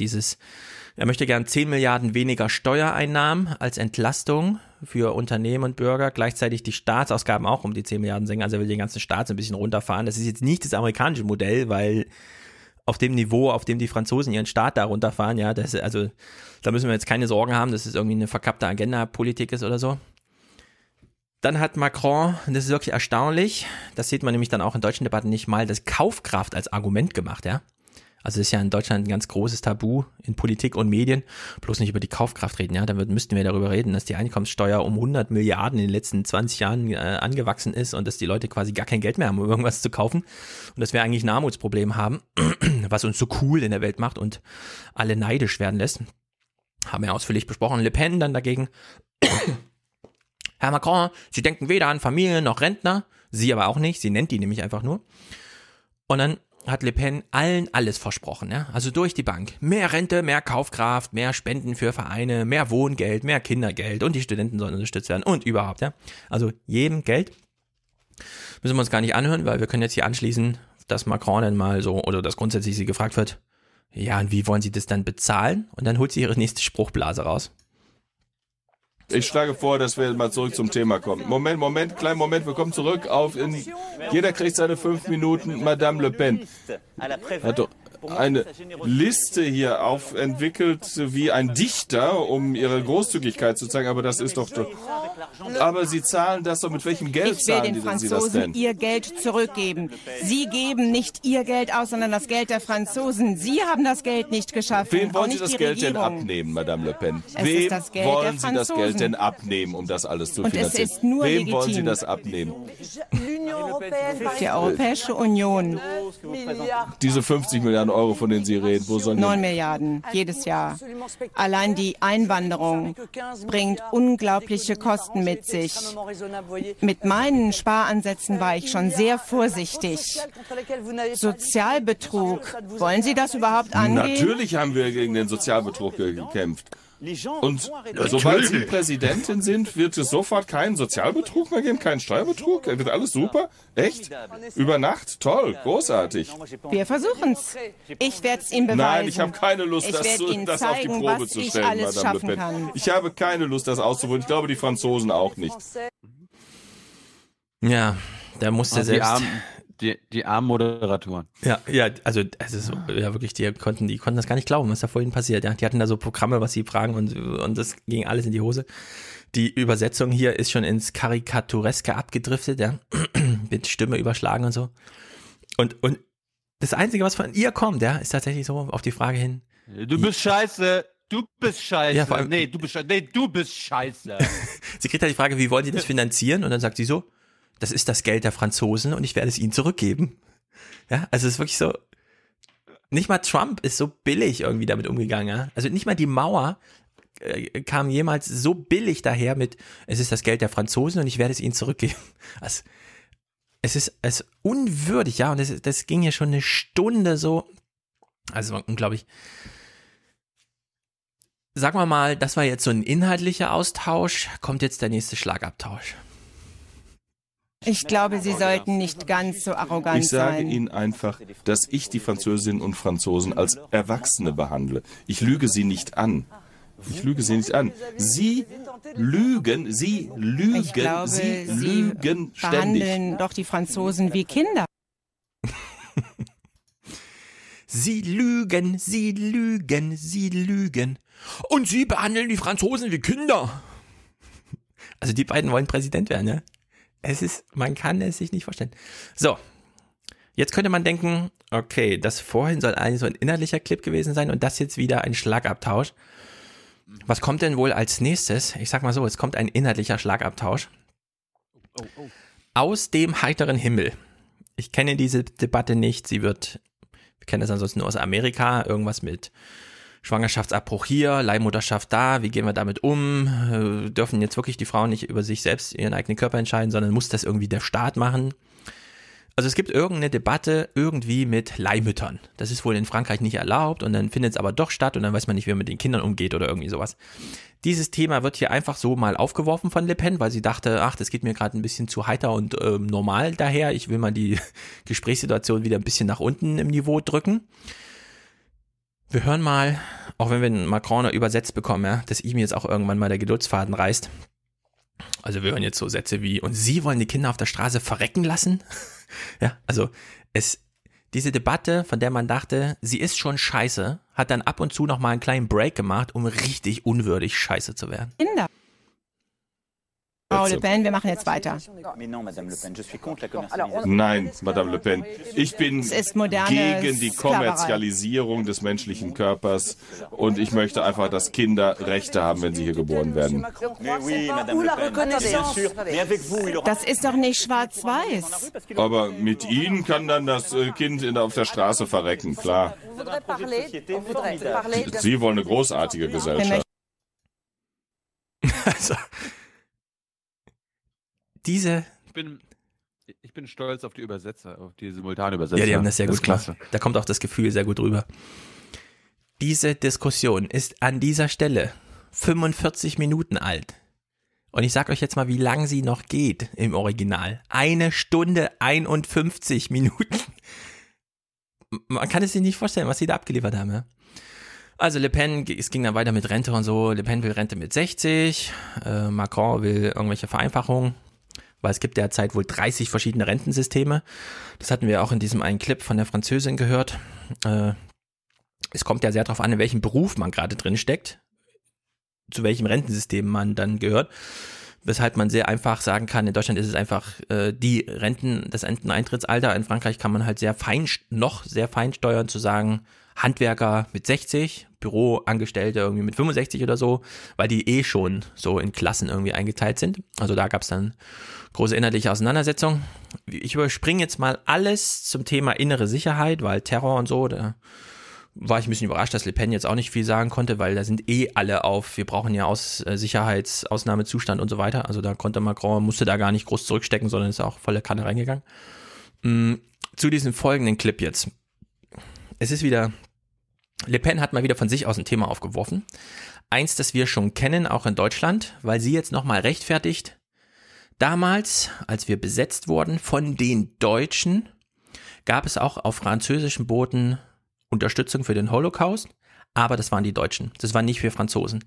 er möchte gern 10 Milliarden weniger Steuereinnahmen als Entlastung für Unternehmen und Bürger, gleichzeitig die Staatsausgaben auch um die 10 Milliarden senken, also er will den ganzen Staat so ein bisschen runterfahren. Das ist jetzt nicht das amerikanische Modell, weil auf dem Niveau, auf dem die Franzosen ihren Staat da runterfahren, ja, da müssen wir jetzt keine Sorgen haben, dass es irgendwie eine verkappte Agenda-Politik ist oder so. Dann hat Macron, das ist wirklich erstaunlich, das sieht man nämlich dann auch in deutschen Debatten nicht mal, das Kaufkraft als Argument gemacht, ja. Also das ist ja in Deutschland ein ganz großes Tabu in Politik und Medien, bloß nicht über die Kaufkraft reden, ja, dann müssten wir darüber reden, dass die Einkommenssteuer um 100 Milliarden in den letzten 20 Jahren angewachsen ist und dass die Leute quasi gar kein Geld mehr haben, um irgendwas zu kaufen und dass wir eigentlich ein Armutsproblem haben, was uns so cool in der Welt macht und alle neidisch werden lässt. Haben wir ausführlich besprochen. Le Pen dann dagegen, Herr Macron, Sie denken weder an Familien noch Rentner, Sie aber auch nicht, sie nennt die nämlich einfach nur. Und dann hat Le Pen allen alles versprochen, ja, also durch die Bank. Mehr Rente, mehr Kaufkraft, mehr Spenden für Vereine, mehr Wohngeld, mehr Kindergeld und die Studenten sollen unterstützt werden und überhaupt, ja. Also jedem Geld. Müssen wir uns gar nicht anhören, weil wir können jetzt hier anschließen, dass Macron dann mal so, oder dass grundsätzlich sie gefragt wird, ja, und wie wollen Sie das dann bezahlen? Und dann holt sie ihre nächste Spruchblase raus. Ich schlage vor, dass wir mal zurück zum Thema kommen. Kleinen Moment, wir kommen zurück jeder kriegt seine 5 Minuten. Madame Le Pen hat doch eine Liste hier entwickelt wie ein Dichter, um ihre Großzügigkeit zu zeigen, aber das ist doch... Aber Sie zahlen das doch, mit welchem Geld zahlen Sie das denn? Ich will den Franzosen ihr Geld zurückgeben. Sie geben nicht ihr Geld aus, sondern das Geld der Franzosen. Sie haben das Geld nicht geschaffen. Wem wollen Sie das Geld denn abnehmen, Madame Le Pen? Wem wollen Sie das Geld denn abnehmen, um das alles zu finanzieren? Es ist nur Wem legitim. wollen Sie das abnehmen? Die Europäische Union. Diese 50 Milliarden Euro, von denen Sie reden, wo sollen die? 9 Milliarden jedes Jahr. Allein die Einwanderung bringt unglaubliche Kosten mit sich. Mit meinen Sparansätzen war ich schon sehr vorsichtig. Sozialbetrug, wollen Sie das überhaupt angehen? Natürlich haben wir gegen den Sozialbetrug gekämpft. Und sobald Sie Präsidentin sind, wird es sofort keinen Sozialbetrug mehr geben, keinen Steuerbetrug? Wird alles super? Echt? Über Nacht? Toll, großartig. Wir versuchen's. Ich werde es Ihnen beweisen. Nein, ich habe keine Lust, das auf die Probe zu stellen, Madame Le Pen. Kann. Ich habe keine Lust, das auszuprobieren. Ich glaube, die Franzosen auch nicht. Ja, da musste selbst... Die armen Moderatoren. Ja, also ja wirklich, die konnten das gar nicht glauben, was da vorhin passiert. Ja, die hatten da so Programme, was sie fragen und das ging alles in die Hose. Die Übersetzung hier ist schon ins Karikatureske abgedriftet, ja, mit Stimme überschlagen und so. Und das Einzige, was von ihr kommt, ja, ist tatsächlich so auf die Frage hin. Du bist scheiße. Du bist scheiße. Ja, vor allem, du bist scheiße. Sie kriegt halt die Frage, wie wollen Sie das finanzieren? Und dann sagt sie so, das ist das Geld der Franzosen und ich werde es ihnen zurückgeben. Ja, also es ist wirklich so, Nicht mal Trump ist so billig irgendwie damit umgegangen. Ja? Also nicht mal die Mauer kam jemals so billig daher mit, es ist das Geld der Franzosen und ich werde es ihnen zurückgeben. Also, es ist unwürdig, ja, und das ging ja schon eine Stunde so. Also unglaublich. Sagen wir mal, das war jetzt so ein inhaltlicher Austausch, kommt jetzt der nächste Schlagabtausch. Ich glaube, Sie sollten nicht ganz so arrogant sein. Ich sage Ihnen einfach, dass ich die Französinnen und Franzosen als Erwachsene behandle. Ich lüge sie nicht an. Ich lüge sie nicht an. Sie lügen Ich glaube, Sie Sie lügen ständig. behandeln doch die Franzosen wie Kinder. Sie lügen. Und Sie behandeln die Franzosen wie Kinder. Also die beiden wollen Präsident werden, ne? Man kann es sich nicht vorstellen. So, jetzt könnte man denken, okay, das vorhin soll eigentlich so ein inhaltlicher Clip gewesen sein und das jetzt wieder ein Schlagabtausch. Was kommt denn wohl als nächstes? Ich sag mal so, es kommt ein inhaltlicher Schlagabtausch. Aus dem heiteren Himmel. Ich kenne diese Debatte nicht, wir kennen das ansonsten nur aus Amerika, irgendwas mit Schwangerschaftsabbruch hier, Leihmutterschaft da, wie gehen wir damit um? Dürfen jetzt wirklich die Frauen nicht über sich selbst, ihren eigenen Körper entscheiden, sondern muss das irgendwie der Staat machen? Also es gibt irgendeine Debatte irgendwie mit Leihmüttern. Das ist wohl in Frankreich nicht erlaubt und dann findet es aber doch statt und dann weiß man nicht, wie man mit den Kindern umgeht oder irgendwie sowas. Dieses Thema wird hier einfach so mal aufgeworfen von Le Pen, weil sie dachte, ach, das geht mir gerade ein bisschen zu heiter und normal daher. Ich will mal die Gesprächssituation wieder ein bisschen nach unten im Niveau drücken. Wir hören mal, auch wenn wir einen Macron übersetzt bekommen, ja, dass ihm jetzt auch irgendwann mal der Geduldsfaden reißt. Also wir hören jetzt so Sätze wie, und Sie wollen die Kinder auf der Straße verrecken lassen? Ja, also diese Debatte, von der man dachte, sie ist schon scheiße, hat dann ab und zu noch mal einen kleinen Break gemacht, um richtig unwürdig scheiße zu werden. Kinder. Frau Le Pen, wir machen jetzt weiter. Nein, Madame Le Pen, ich bin gegen die Kommerzialisierung des menschlichen Körpers und ich möchte einfach, dass Kinder Rechte haben, wenn sie hier geboren werden. Das ist doch nicht schwarz-weiß. Aber mit Ihnen kann dann das Kind auf der Straße verrecken, klar. Sie wollen eine großartige Gesellschaft. Also, Ich bin stolz auf die Übersetzer, auf die Simultanübersetzer. Ja, die haben das sehr gut klasse. gemacht. Da kommt auch das Gefühl sehr gut rüber. Diese Diskussion ist an dieser Stelle 45 Minuten alt. Und ich sag euch jetzt mal, wie lang sie noch geht im Original. 1 Stunde 51 Minuten. Man kann es sich nicht vorstellen, was sie da abgeliefert haben. Ja? Also Le Pen, es ging dann weiter mit Rente und so. Le Pen will Rente mit 60. Macron will irgendwelche Vereinfachungen. Weil es gibt derzeit wohl 30 verschiedene Rentensysteme. Das hatten wir auch in diesem einen Clip von der Französin gehört. Es kommt ja sehr darauf an, in welchem Beruf man gerade drin steckt, zu welchem Rentensystem man dann gehört. Weshalb man sehr einfach sagen kann, in Deutschland ist es einfach das Renteneintrittsalter. In Frankreich kann man halt sehr fein steuern, zu sagen, Handwerker mit 60, Büroangestellte irgendwie mit 65 oder so, weil die schon so in Klassen irgendwie eingeteilt sind. Also da gab es dann große inhaltliche Auseinandersetzungen. Ich überspringe jetzt mal alles zum Thema innere Sicherheit, weil Terror und so, da war ich ein bisschen überrascht, dass Le Pen jetzt auch nicht viel sagen konnte, weil da sind alle auf, wir brauchen ja Sicherheitsausnahmezustand und so weiter. Also da konnte Macron, musste da gar nicht groß zurückstecken, sondern ist auch volle Kanne reingegangen. Zu diesem folgenden Clip jetzt. Es ist wieder, Le Pen hat mal wieder von sich aus ein Thema aufgeworfen. Eins, das wir schon kennen, auch in Deutschland, weil sie jetzt nochmal rechtfertigt. Damals, als wir besetzt wurden von den Deutschen, gab es auch auf französischen Booten Unterstützung für den Holocaust, aber das waren die Deutschen, das waren nicht wir Franzosen.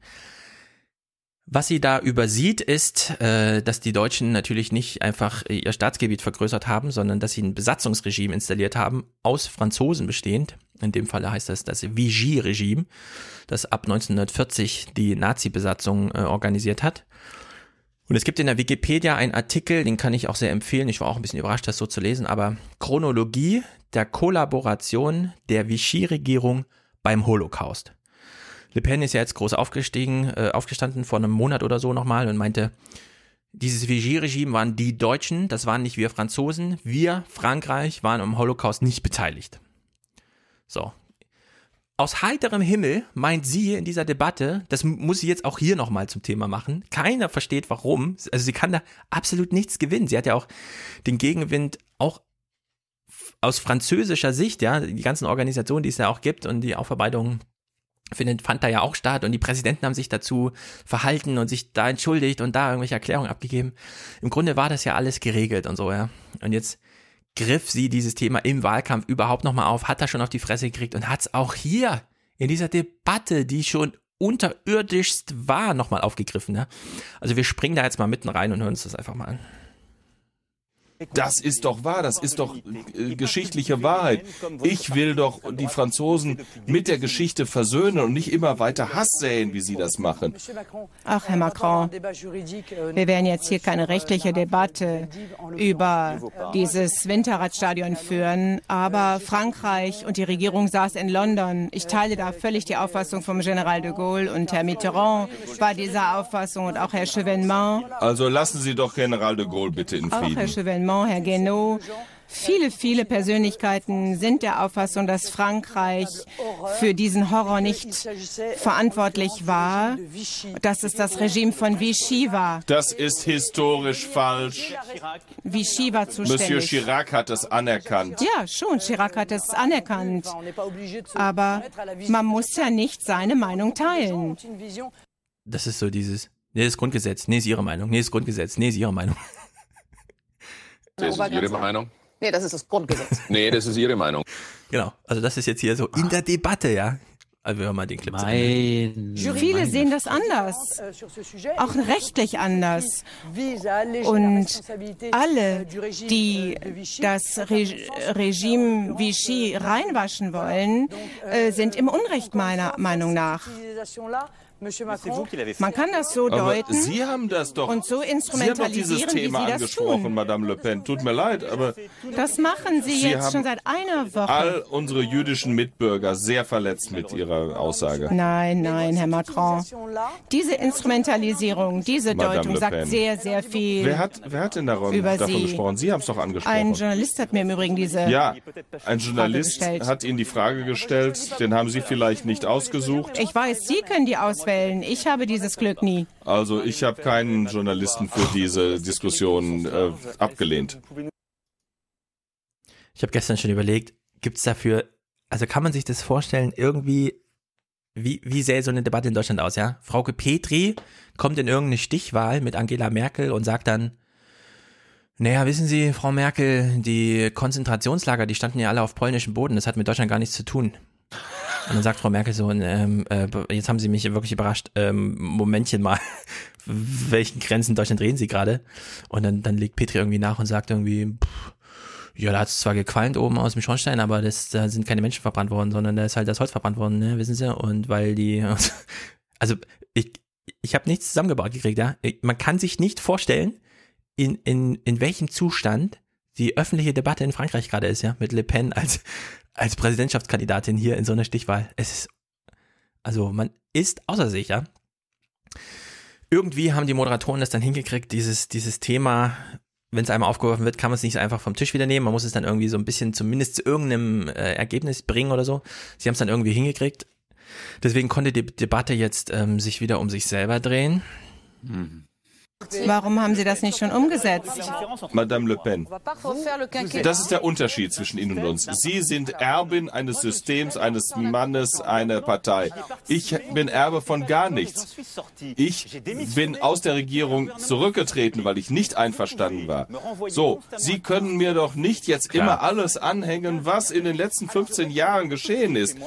Was sie da übersieht, ist, dass die Deutschen natürlich nicht einfach ihr Staatsgebiet vergrößert haben, sondern dass sie ein Besatzungsregime installiert haben, aus Franzosen bestehend. In dem Fall heißt das Vichy-Regime, das ab 1940 die Nazi-Besatzung organisiert hat. Und es gibt in der Wikipedia einen Artikel, den kann ich auch sehr empfehlen. Ich war auch ein bisschen überrascht, das so zu lesen, aber Chronologie der Kollaboration der Vichy-Regierung beim Holocaust. Le Pen ist ja jetzt groß aufgestanden vor einem Monat oder so nochmal und meinte, dieses Vichy-Regime waren die Deutschen, das waren nicht wir Franzosen. Wir, Frankreich, waren am Holocaust nicht beteiligt. So, aus heiterem Himmel meint sie in dieser Debatte, das muss sie jetzt auch hier nochmal zum Thema machen, keiner versteht warum, also sie kann da absolut nichts gewinnen. Sie hat ja auch den Gegenwind auch aus französischer Sicht, ja, die ganzen Organisationen, die es ja auch gibt und die Aufarbeitung fand da ja auch statt und die Präsidenten haben sich dazu verhalten und sich da entschuldigt und da irgendwelche Erklärungen abgegeben. Im Grunde war das ja alles geregelt und so, ja. Und jetzt griff sie dieses Thema im Wahlkampf überhaupt nochmal auf, hat da schon auf die Fresse gekriegt und hat es auch hier in dieser Debatte, die schon unterirdischst war, nochmal aufgegriffen. Ja? Also wir springen da jetzt mal mitten rein und hören uns das einfach mal an. Das ist doch wahr, das ist doch geschichtliche Wahrheit. Ich will doch die Franzosen mit der Geschichte versöhnen und nicht immer weiter Hass säen, wie sie das machen. Ach, Herr Macron, wir werden jetzt hier keine rechtliche Debatte über dieses Winterradstadion führen, aber Frankreich und die Regierung saß in London. Ich teile da völlig die Auffassung vom General de Gaulle und Herr Mitterrand war dieser Auffassung und auch Herr Chevènement. Also lassen Sie doch General de Gaulle bitte in Frieden. Auch Herr Chevènement, Herr Guénaud. Viele Persönlichkeiten sind der Auffassung, dass Frankreich für diesen Horror nicht verantwortlich war, dass es das Regime von Vichy war. Das ist historisch falsch. Vichy war zuständig. Monsieur Chirac hat es anerkannt. Ja, schon, Chirac hat es anerkannt. Aber man muss ja nicht seine Meinung teilen. Das ist so dieses, nee, das Grundgesetz, nee, ist Ihre Meinung, nee, das Grundgesetz, nee, ist Ihre Meinung. Das ist Ihre Meinung? Nee, das ist das Grundgesetz. Nee, das ist Ihre Meinung. Genau, also das ist jetzt hier so in der Debatte, ja. Also wir hören mal den Clip. Viele sehen das anders, auch rechtlich anders. Und alle, die das Regime Vichy reinwaschen wollen, sind im Unrecht meiner Meinung nach. Man kann das so deuten. Aber Sie haben das doch. Und so instrumentalisieren, Sie haben doch dieses Thema angesprochen, Madame Le Pen. Tut mir leid, aber das machen Sie jetzt schon seit einer Woche. All unsere jüdischen Mitbürger sehr verletzt mit Ihrer Aussage. Nein, Herr Macron. Diese Instrumentalisierung, diese Deutung sagt sehr viel. Wer hat denn davon gesprochen? Sie haben es doch angesprochen. Ein Journalist hat mir im Übrigen diese ein Journalist hat Ihnen die Frage gestellt. Den haben Sie vielleicht nicht ausgesucht. Ich weiß, Sie können die auswählen. Ich habe dieses Glück nie. Also ich habe keinen Journalisten für diese Diskussion abgelehnt. Ich habe gestern schon überlegt, gibt es dafür, also kann man sich das vorstellen, irgendwie, wie sähe so eine Debatte in Deutschland aus, ja? Frauke Petri kommt in irgendeine Stichwahl mit Angela Merkel und sagt dann, naja, wissen Sie, Frau Merkel, die Konzentrationslager, die standen ja alle auf polnischem Boden, das hat mit Deutschland gar nichts zu tun. Und dann sagt Frau Merkel so, jetzt haben Sie mich wirklich überrascht, Momentchen mal, welchen Grenzen Deutschland reden Sie gerade? Und dann legt Petri irgendwie nach und sagt irgendwie, ja, da hat es zwar gequalmt oben aus dem Schornstein, aber da sind keine Menschen verbrannt worden, sondern da ist halt das Holz verbrannt worden, ne, wissen Sie? Und weil also ich habe nichts zusammengebaut gekriegt, ja. Man kann sich nicht vorstellen, in welchem Zustand die öffentliche Debatte in Frankreich gerade ist, ja, mit Le Pen als Präsidentschaftskandidatin hier in so einer Stichwahl. Man ist außer sich, ja. Irgendwie haben die Moderatoren das dann hingekriegt, dieses Thema, wenn es einmal aufgeworfen wird, kann man es nicht einfach vom Tisch wieder nehmen. Man muss es dann irgendwie so ein bisschen zumindest zu irgendeinem Ergebnis bringen oder so. Sie haben es dann irgendwie hingekriegt. Deswegen konnte die Debatte jetzt sich wieder um sich selber drehen. Warum haben Sie das nicht schon umgesetzt? Madame Le Pen, das ist der Unterschied zwischen Ihnen und uns. Sie sind Erbin eines Systems, eines Mannes, einer Partei. Ich bin Erbe von gar nichts. Ich bin aus der Regierung zurückgetreten, weil ich nicht einverstanden war. So, Sie können mir doch nicht jetzt immer alles anhängen, was in den letzten 15 Jahren geschehen ist.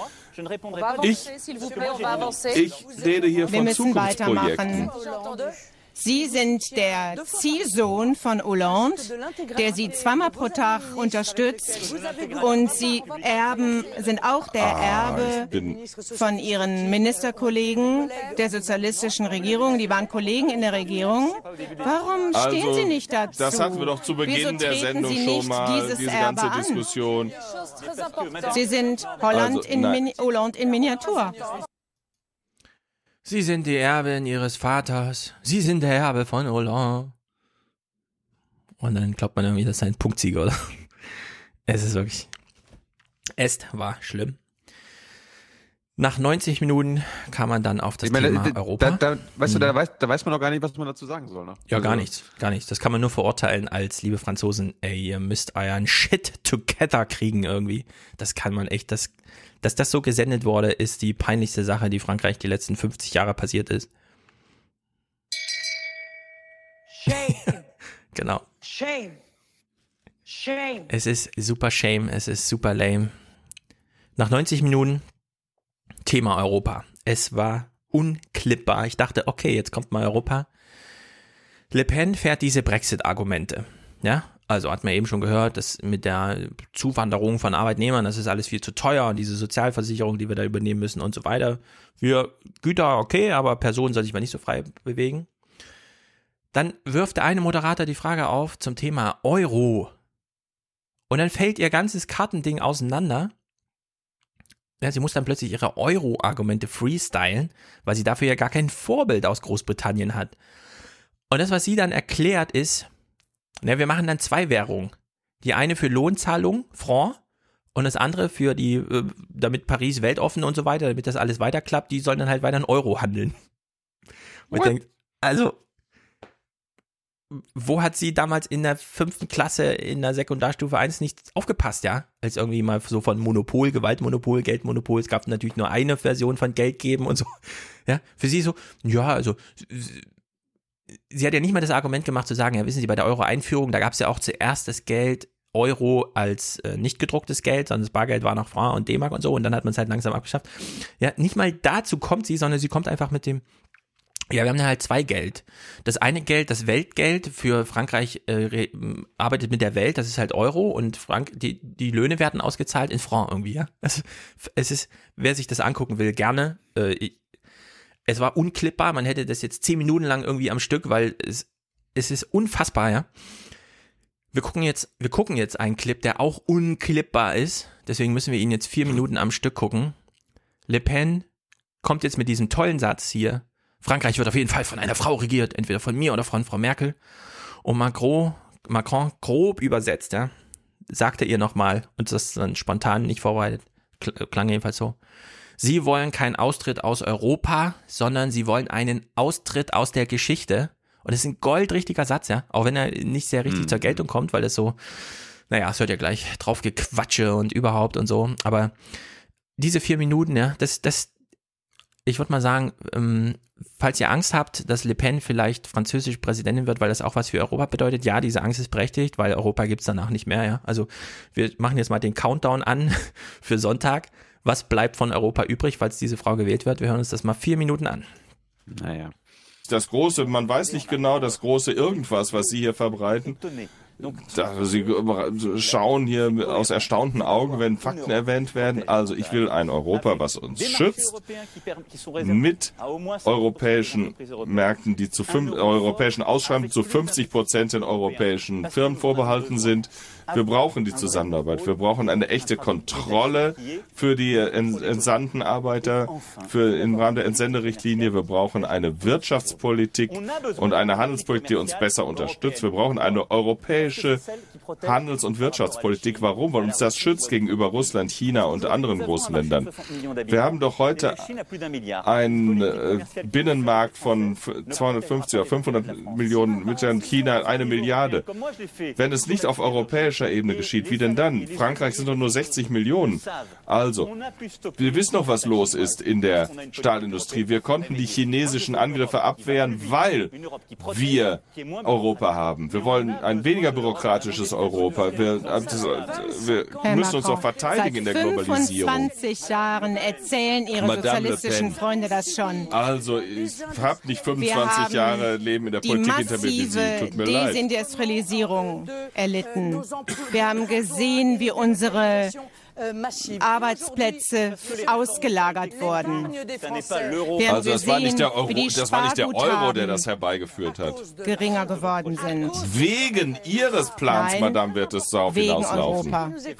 Ich rede hier von Zukunftsprojekten. Sie sind der Ziehsohn von Hollande, der Sie zweimal pro Tag unterstützt, und Sie sind auch der Erbe von Ihren Ministerkollegen der sozialistischen Regierung. Die waren Kollegen in der Regierung. Warum stehen Sie nicht dazu? Das hatten wir doch zu Beginn der Sendung schon mal, diese ganze Diskussion. Sie sind Hollande in Miniatur. Sie sind die Erbin ihres Vaters. Sie sind der Erbe von Hollande. Und dann glaubt man irgendwie, das ist ein Punktsieger, oder? Es war schlimm. Nach 90 Minuten kam man dann auf das Thema Europa. Da weiß man noch gar nicht, was man dazu sagen soll. Ne? Ja, gar nichts. Das kann man nur verurteilen als, liebe Franzosen, ey, ihr müsst euren Shit together kriegen irgendwie. Das kann man echt, dass das so gesendet wurde, ist die peinlichste Sache, die Frankreich die letzten 50 Jahre passiert ist. Shame. Genau. Shame. Shame. Es ist super shame, es ist super lame. Nach 90 Minuten Thema Europa. Es war unklippbar. Ich dachte, okay, jetzt kommt mal Europa. Le Pen fährt diese Brexit-Argumente. Ja, also hat man eben schon gehört, dass mit der Zuwanderung von Arbeitnehmern, das ist alles viel zu teuer und diese Sozialversicherung, die wir da übernehmen müssen und so weiter. Für Güter okay, aber Personen soll sich mal nicht so frei bewegen. Dann wirft der eine Moderator die Frage auf zum Thema Euro. Und dann fällt ihr ganzes Kartending auseinander. Ja, sie muss dann plötzlich ihre Euro-Argumente freestylen, weil sie dafür ja gar kein Vorbild aus Großbritannien hat. Und das, was sie dann erklärt, ist, wir machen dann 2 Währungen. Die eine für Lohnzahlung, Franc, und das andere für die, damit Paris weltoffen und so weiter, damit das alles weiterklappt, die sollen dann halt weiter in Euro handeln. Und ich denke, also, wo hat sie damals in der 5. Klasse in der Sekundarstufe 1 nicht aufgepasst, ja? Als irgendwie mal so von Monopol, Gewaltmonopol, Geldmonopol, es gab natürlich nur eine Version von Geld geben und so. Ja, für sie so, ja, also, sie hat ja nicht mal das Argument gemacht zu sagen, ja, wissen Sie, bei der Euro-Einführung, da gab es ja auch zuerst das Geld Euro als nicht gedrucktes Geld, sondern das Bargeld war noch Franc und D-Mark und so und dann hat man es halt langsam abgeschafft. Ja, nicht mal dazu kommt sie, sondern sie kommt einfach mit dem, ja, wir haben da halt 2 Geld. Das eine Geld, das Weltgeld für Frankreich arbeitet mit der Welt, das ist halt Euro und die Löhne werden ausgezahlt in Franc irgendwie, ja. Also, es ist, wer sich das angucken will, gerne. Es war unklippbar, man hätte das jetzt 10 Minuten lang irgendwie am Stück, weil es ist unfassbar, ja. Wir gucken jetzt einen Clip, der auch unklippbar ist, deswegen müssen wir ihn jetzt 4 Minuten am Stück gucken. Le Pen kommt jetzt mit diesem tollen Satz hier, Frankreich wird auf jeden Fall von einer Frau regiert, entweder von mir oder von Frau Merkel. Und Macron, grob übersetzt, ja, sagte ihr nochmal, und das dann spontan nicht vorbereitet, klang jedenfalls so, sie wollen keinen Austritt aus Europa, sondern sie wollen einen Austritt aus der Geschichte. Und das ist ein goldrichtiger Satz, ja, auch wenn er nicht sehr richtig zur Geltung kommt, weil das so, naja, es hört ja gleich drauf Gequatsche und überhaupt und so, aber diese 4 Minuten, ja, ich würde mal sagen, falls ihr Angst habt, dass Le Pen vielleicht französische Präsidentin wird, weil das auch was für Europa bedeutet, ja, diese Angst ist berechtigt, weil Europa gibt's danach nicht mehr, ja. Also wir machen jetzt mal den Countdown an für Sonntag. Was bleibt von Europa übrig, falls diese Frau gewählt wird? Wir hören uns das mal 4 Minuten an. Naja. Das große, man weiß nicht genau, das große Irgendwas, was Sie hier verbreiten. Sie schauen hier aus erstaunten Augen, wenn Fakten erwähnt werden. Also ich will ein Europa, was uns schützt, mit europäischen Märkten, die zu europäischen Ausschreibungen zu 50% den europäischen Firmen vorbehalten sind. Wir brauchen die Zusammenarbeit. Wir brauchen eine echte Kontrolle für die entsandten Arbeiter im Rahmen der Entsenderichtlinie. Wir brauchen eine Wirtschaftspolitik und eine Handelspolitik, die uns besser unterstützt. Wir brauchen eine europäische Handels- und Wirtschaftspolitik. Warum? Weil uns das schützt gegenüber Russland, China und anderen großen Ländern. Wir haben doch heute einen Binnenmarkt von 250 oder 500 Millionen Mitgliedern, China 1 Milliarde. Wenn es nicht auf europäischer Ebene geschieht, wie denn dann? Frankreich sind doch nur 60 Millionen. Also, wir wissen doch, was los ist in der Stahlindustrie. Wir konnten die chinesischen Angriffe abwehren, weil wir Europa haben. Wir wollen ein weniger bürokratisches Europa. Wir müssen uns auch verteidigen in der Globalisierung. Seit 25 Jahren erzählen Ihre sozialistischen Freunde das schon. Also, ich habe nicht 25 Jahre Leben in der Politik hinter mir wie Sie. Tut mir leid. Desindustrialisierung erlitten. Wir haben gesehen, wie unsere Arbeitsplätze ausgelagert wurden. Also das war nicht der Euro, der das herbeigeführt hat. Geringer geworden sind. Wegen Ihres Plans, Nein, Madame, wird es darauf hinauslaufen.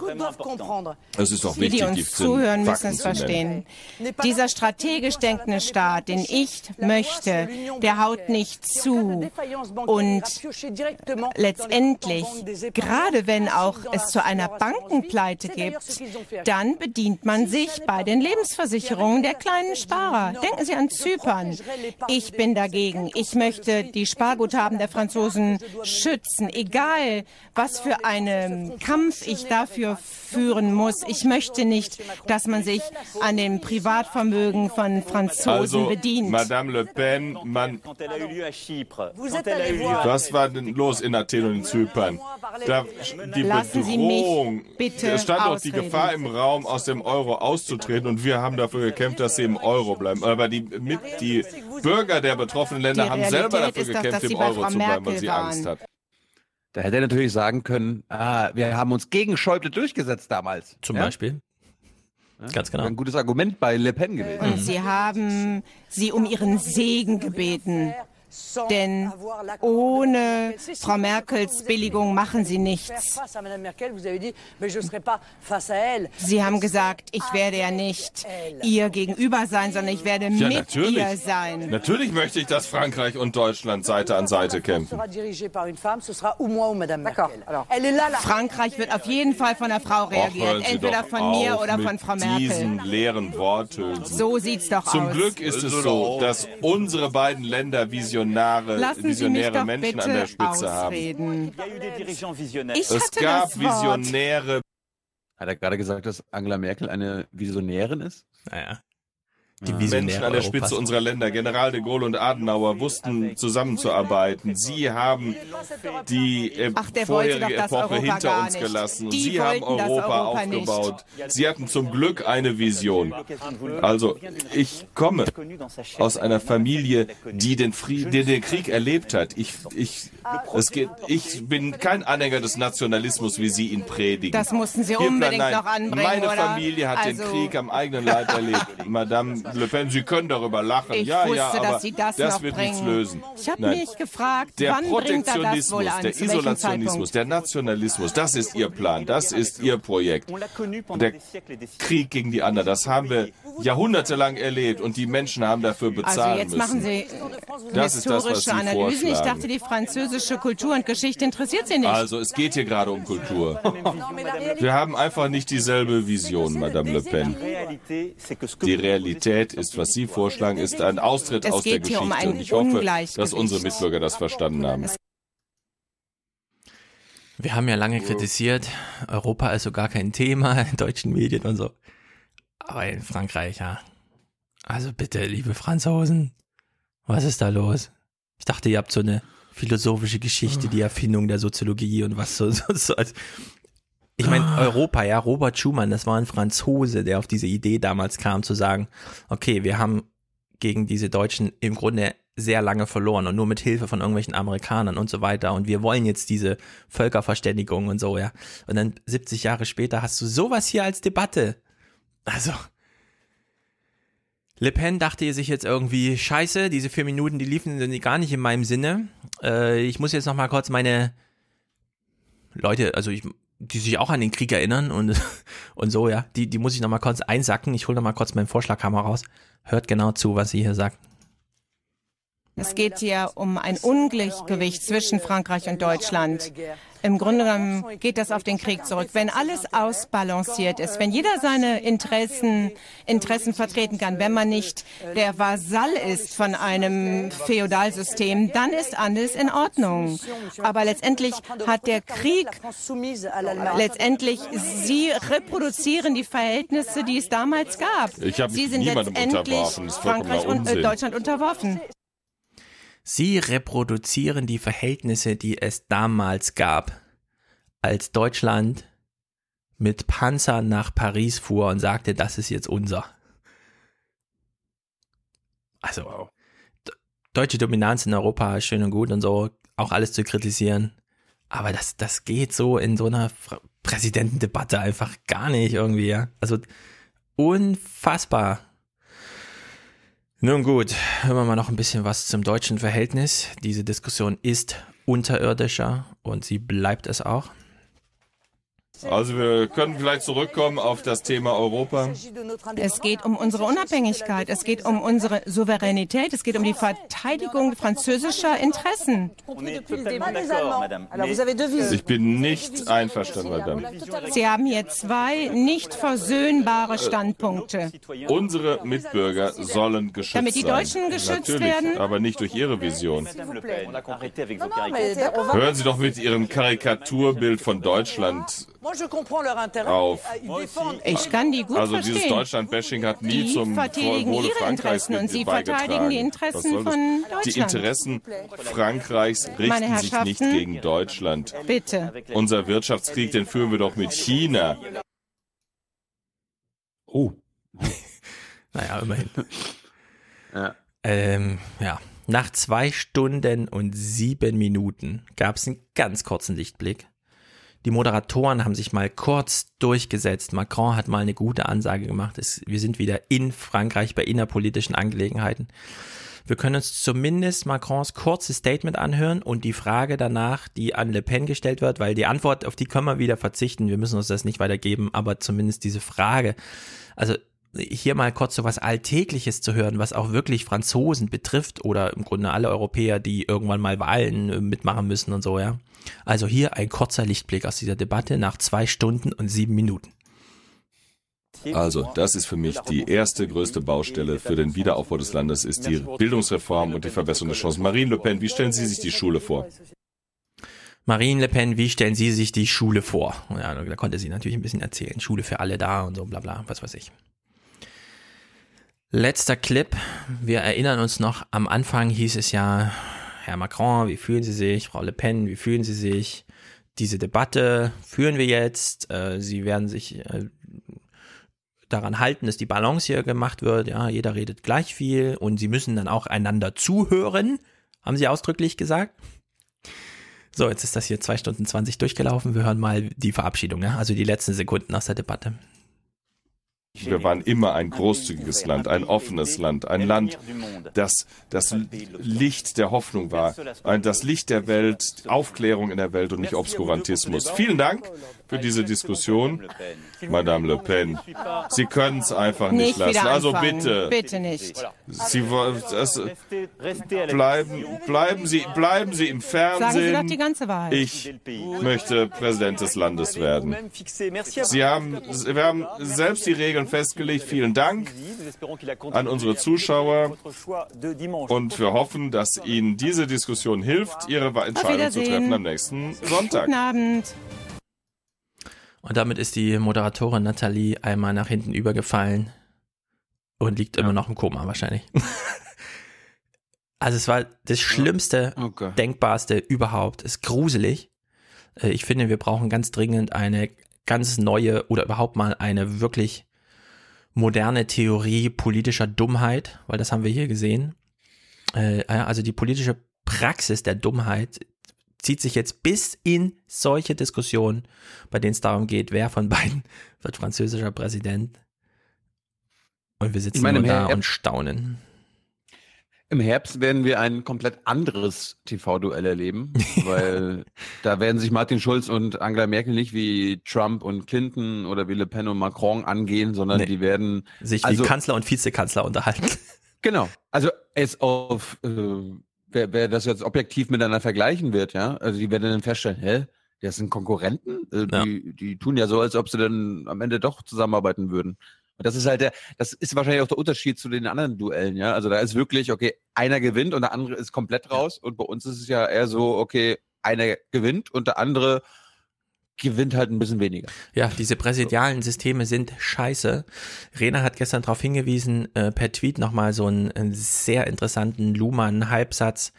Es ist doch wichtig, die uns zuhören, müssen es verstehen. Dieser strategisch denkende Staat, den ich möchte, der haut nicht zu. Und letztendlich, gerade wenn auch es zu einer Bankenpleite gibt, dann bedient man sich bei den Lebensversicherungen der kleinen Sparer. Denken Sie an Zypern. Ich bin dagegen. Ich möchte die Sparguthaben der Franzosen schützen, egal was für einen Kampf ich dafür führen muss. Ich möchte nicht, dass man sich an dem Privatvermögen von Franzosen bedient. Madame Le Pen, was war denn los in Athen und in Zypern? Die Bedrohung, es stand doch die Gefahr im Raum, aus dem Euro auszutreten, und wir haben dafür gekämpft, dass sie im Euro bleiben. Aber die Bürger der betroffenen Länder haben selber dafür gekämpft, im Euro zu bleiben, weil sie Angst hatten. Da hätte er natürlich sagen können, wir haben uns gegen Schäuble durchgesetzt damals. Zum Beispiel. Ja? Ganz genau. Ein gutes Argument bei Le Pen gewesen. Und sie haben sie um ihren Segen gebeten. Denn ohne Frau Merkels Billigung machen sie nichts. Sie haben gesagt, ich werde ja nicht ihr gegenüber sein, sondern ich werde mit ihr sein. Natürlich möchte ich, dass Frankreich und Deutschland Seite an Seite kämpfen. Frankreich wird auf jeden Fall von einer Frau reagieren, entweder von mir oder von Frau Merkel. Diesen leeren Worthülsen. So sieht's doch aus. Zum Glück ist es so, dass unsere beiden Länder visionäre Menschen an der Spitze haben. Es gab Visionäre. Hat er gerade gesagt, dass Angela Merkel eine Visionärin ist? Naja. Die Menschen an der Spitze unserer Länder, General de Gaulle und Adenauer, wussten zusammenzuarbeiten. Sie haben die vorherige Epoche hinter uns gelassen. Sie haben Europa aufgebaut. Sie hatten zum Glück eine Vision. Also, ich komme aus einer Familie, die den Krieg erlebt hat. Ich bin kein Anhänger des Nationalismus, wie Sie ihn predigen. Das mussten Sie unbedingt noch anbringen, Meine Familie hat den Krieg am eigenen Leib erlebt. Madame Le Pen, Sie können darüber lachen. Ich wusste, aber dass Sie das wird bringen. nichts lösen. Ich habe mich gefragt, der wann bringt er das wohl an? Der Isolationismus, der Nationalismus, das ist Ihr Plan, das ist Ihr Projekt. Und der Krieg gegen die anderen, das haben wir jahrhundertelang erlebt und die Menschen haben dafür bezahlen müssen. Also jetzt machen Sie historische Analysen. Ich dachte, die französische Kultur und Geschichte interessiert Sie nicht. Also es geht hier gerade um Kultur. Wir haben einfach nicht dieselbe Vision, Madame Le Pen. Die Realität ist, was Sie vorschlagen, ist ein Austritt aus der Geschichte. Und ich hoffe, dass unsere Mitbürger das verstanden haben. Wir haben ja lange kritisiert, Europa ist so gar kein Thema in deutschen Medien und so. Aber in Frankreich, ja. Also bitte, liebe Franzosen, was ist da los? Ich dachte, ihr habt so eine philosophische Geschichte, die Erfindung der Soziologie und was so. Ich meine, Europa, ja, Robert Schuman, das war ein Franzose, der auf diese Idee damals kam, zu sagen, okay, wir haben gegen diese Deutschen im Grunde sehr lange verloren und nur mit Hilfe von irgendwelchen Amerikanern und so weiter und wir wollen jetzt diese Völkerverständigung und so, ja. Und dann 70 Jahre später hast du sowas hier als Debatte. Also, Le Pen dachte sich jetzt irgendwie, scheiße, diese 4 Minuten, die liefen gar nicht in meinem Sinne. Ich muss jetzt noch mal kurz meine Leute, die sich auch an den Krieg erinnern und so, ja, die muss ich noch mal kurz einsacken. Ich hole noch mal kurz meinen Vorschlaghammer raus. Hört genau zu, was sie hier sagt. Es geht hier um ein Ungleichgewicht zwischen Frankreich und Deutschland. Im Grunde genommen geht das auf den Krieg zurück. Wenn alles ausbalanciert ist, wenn jeder seine Interessen vertreten kann, wenn man nicht der Vasall ist von einem Feudalsystem, dann ist alles in Ordnung. Aber letztendlich hat der Krieg, sie reproduzieren die Verhältnisse, die es damals gab. Sie sind letztendlich Frankreich und Deutschland unterworfen. Sie reproduzieren die Verhältnisse, die es damals gab, als Deutschland mit Panzern nach Paris fuhr und sagte, das ist jetzt unser. Also, deutsche Dominanz in Europa ist schön und gut und so, auch alles zu kritisieren. Aber das geht so in so einer Präsidentendebatte einfach gar nicht irgendwie, ja. Also, unfassbar. Nun gut, hören wir mal noch ein bisschen was zum deutschen Verhältnis. Diese Diskussion ist unterirdischer und sie bleibt es auch. Also wir können vielleicht zurückkommen auf das Thema Europa. Es geht um unsere Unabhängigkeit, es geht um unsere Souveränität, es geht um die Verteidigung französischer Interessen. Ich bin nicht einverstanden, Madame. Sie haben hier zwei nicht versöhnbare Standpunkte. Unsere Mitbürger sollen geschützt sein. Damit die Deutschen geschützt Natürlich, werden? aber nicht durch ihre Vision. Hören Sie doch mit Ihrem Karikaturbild von Deutschland auf. Ich kann die gut also verstehen. Dieses Deutschland-Bashing hat nie Die zum verteidigen Wohle ihre Frankreichs Interessen und Sie beigetragen. verteidigen die Interessen von Deutschland. Die Interessen Frankreichs Meine richten sich nicht Herrschaften, gegen Deutschland. Bitte. Unser Wirtschaftskrieg, den führen wir doch mit China. Oh. Naja, immerhin. Ja. Nach 2 Stunden und 7 Minuten gab es einen ganz kurzen Lichtblick. Die Moderatoren haben sich mal kurz durchgesetzt. Macron hat mal eine gute Ansage gemacht. Wir sind wieder in Frankreich bei innerpolitischen Angelegenheiten. Wir können uns zumindest Macrons kurzes Statement anhören und die Frage danach, die an Le Pen gestellt wird, weil die Antwort, auf die können wir wieder verzichten. Wir müssen uns das nicht weitergeben, aber zumindest diese Frage. Also hier mal kurz so was Alltägliches zu hören, was auch wirklich Franzosen betrifft oder im Grunde alle Europäer, die irgendwann mal Wahlen mitmachen müssen und so, ja. Also hier ein kurzer Lichtblick aus dieser Debatte nach 2 Stunden und 7 Minuten. Also, das ist für mich die erste größte Baustelle für den Wiederaufbau des Landes, ist die Bildungsreform und die Verbesserung der Chancen. Marine Le Pen, wie stellen Sie sich die Schule vor? Marine Le Pen, wie stellen Sie sich die Schule vor? Ja, da konnte sie natürlich ein bisschen erzählen. Schule für alle da und so, bla bla, was weiß ich. Letzter Clip. Wir erinnern uns noch, am Anfang hieß es ja, Herr Macron, wie fühlen Sie sich? Frau Le Pen, wie fühlen Sie sich? Diese Debatte führen wir jetzt. Sie werden sich daran halten, dass die Balance hier gemacht wird. Ja, jeder redet gleich viel und Sie müssen dann auch einander zuhören, haben Sie ausdrücklich gesagt. So, jetzt ist das hier 2 Stunden 20 durchgelaufen. Wir hören mal die Verabschiedung, ja? Also die letzten Sekunden aus der Debatte. Wir waren immer ein großzügiges Land, ein offenes Land, ein Land, das das Licht der Hoffnung war, das Licht der Welt, Aufklärung in der Welt und nicht Obskurantismus. Vielen Dank für diese Diskussion, Madame Le Pen. Sie können es einfach nicht lassen. Also bitte. Bitte nicht. Sie bleiben Sie im Fernsehen. Sagen Sie doch die ganze Wahrheit. Ich möchte Präsident des Landes werden. Wir haben selbst die Regeln festgelegt. Vielen Dank an unsere Zuschauer und wir hoffen, dass Ihnen diese Diskussion hilft, Ihre Entscheidung zu treffen am nächsten Sonntag. Guten Abend. Und damit ist die Moderatorin Nathalie einmal nach hinten übergefallen und liegt immer noch im Koma wahrscheinlich. Also es war das Schlimmste, Denkbarste überhaupt. Es ist gruselig. Ich finde, wir brauchen ganz dringend eine ganz neue oder überhaupt mal eine wirklich moderne Theorie politischer Dummheit, weil das haben wir hier gesehen. Also die politische Praxis der Dummheit zieht sich jetzt bis in solche Diskussionen, bei denen es darum geht, wer von beiden wird französischer Präsident. Und wir sitzen nur da und staunen. Im Herbst werden wir ein komplett anderes TV-Duell erleben, weil da werden sich Martin Schulz und Angela Merkel nicht wie Trump und Clinton oder wie Le Pen und Macron angehen, sondern die werden sich wie Kanzler und Vizekanzler unterhalten. Genau. Also es auf wer das jetzt objektiv miteinander vergleichen wird, ja, also die werden dann feststellen, das sind Konkurrenten, die tun ja so, als ob sie dann am Ende doch zusammenarbeiten würden. Und das ist halt das ist wahrscheinlich auch der Unterschied zu den anderen Duellen, ja. Also da ist wirklich, okay, einer gewinnt und der andere ist komplett raus. Und bei uns ist es ja eher so, okay, einer gewinnt und der andere gewinnt halt ein bisschen weniger. Ja, diese präsidialen Systeme sind scheiße. Rena hat gestern darauf hingewiesen, per Tweet nochmal so einen sehr interessanten Luhmann-Halbsatz.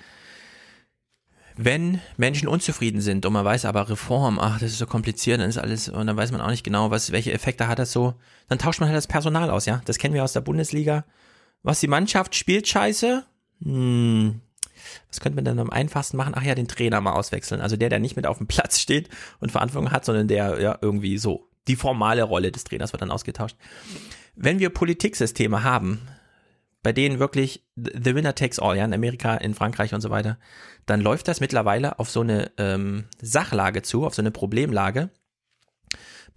Wenn Menschen unzufrieden sind und man weiß aber Reform, das ist so kompliziert, dann ist alles, und dann weiß man auch nicht genau, welche Effekte hat das so, dann tauscht man halt das Personal aus, ja. Das kennen wir aus der Bundesliga. Was, die Mannschaft spielt scheiße? Was könnte man dann am einfachsten machen? Ach ja, den Trainer mal auswechseln. Also der nicht mit auf dem Platz steht und Verantwortung hat, sondern der ja irgendwie so, die formale Rolle des Trainers wird dann ausgetauscht. Wenn wir Politiksysteme haben, bei denen wirklich the winner takes all, ja, in Amerika, in Frankreich und so weiter, dann läuft das mittlerweile auf so eine Sachlage zu, auf so eine Problemlage,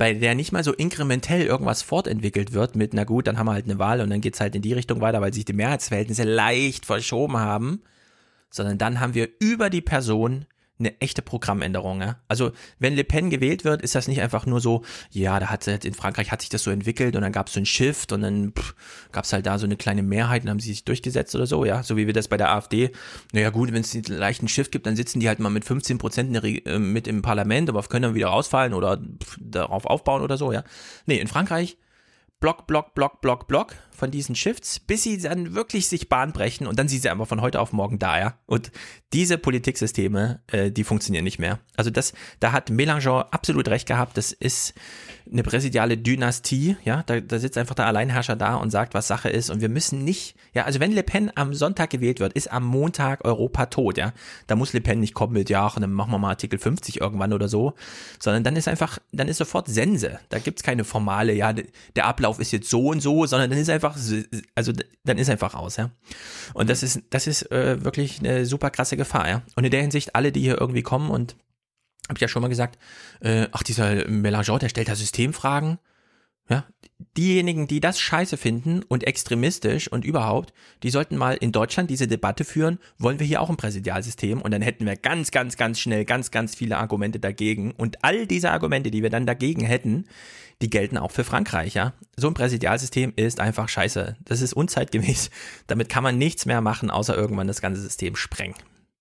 bei der nicht mal so inkrementell irgendwas fortentwickelt wird mit, na gut, dann haben wir halt eine Wahl und dann geht's halt in die Richtung weiter, weil sich die Mehrheitsverhältnisse leicht verschoben haben, sondern dann haben wir über die Person eine echte Programmänderung. Ja? Also wenn Le Pen gewählt wird, ist das nicht einfach nur so, ja, in Frankreich hat sich das so entwickelt und dann gab es so einen Shift und dann gab es halt da so eine kleine Mehrheit und haben sie sich durchgesetzt oder so, ja, so wie wir das bei der AfD, naja gut, wenn es einen leichten Shift gibt, dann sitzen die halt mal mit 15% mit im Parlament, aber können dann wieder rausfallen oder darauf aufbauen oder so, ja. Nee, in Frankreich Block von diesen Shifts, bis sie dann wirklich sich Bahn brechen und dann sind sie einfach von heute auf morgen da, ja. Und diese Politiksysteme, die funktionieren nicht mehr. Also da hat Mélenchon absolut recht gehabt, das ist eine präsidiale Dynastie, ja, da sitzt einfach der Alleinherrscher da und sagt, was Sache ist und wir müssen nicht, ja, also wenn Le Pen am Sonntag gewählt wird, ist am Montag Europa tot, ja, da muss Le Pen nicht kommen mit, ja, und dann machen wir mal Artikel 50 irgendwann oder so, sondern dann ist sofort Sense, da gibt's keine formale, ja, der Ablauf ist jetzt so und so, sondern dann ist einfach aus, ja, und das ist wirklich eine super krasse Gefahr, ja, und in der Hinsicht alle, die hier irgendwie kommen und habe ich ja schon mal gesagt, dieser Mélenchon, der stellt da Systemfragen. Ja, diejenigen, die das scheiße finden und extremistisch und überhaupt, die sollten mal in Deutschland diese Debatte führen, wollen wir hier auch ein Präsidialsystem? Und dann hätten wir ganz, ganz, ganz schnell ganz viele Argumente dagegen. Und all diese Argumente, die wir dann dagegen hätten, die gelten auch für Frankreich, ja. So ein Präsidialsystem ist einfach scheiße. Das ist unzeitgemäß. Damit kann man nichts mehr machen, außer irgendwann das ganze System sprengen.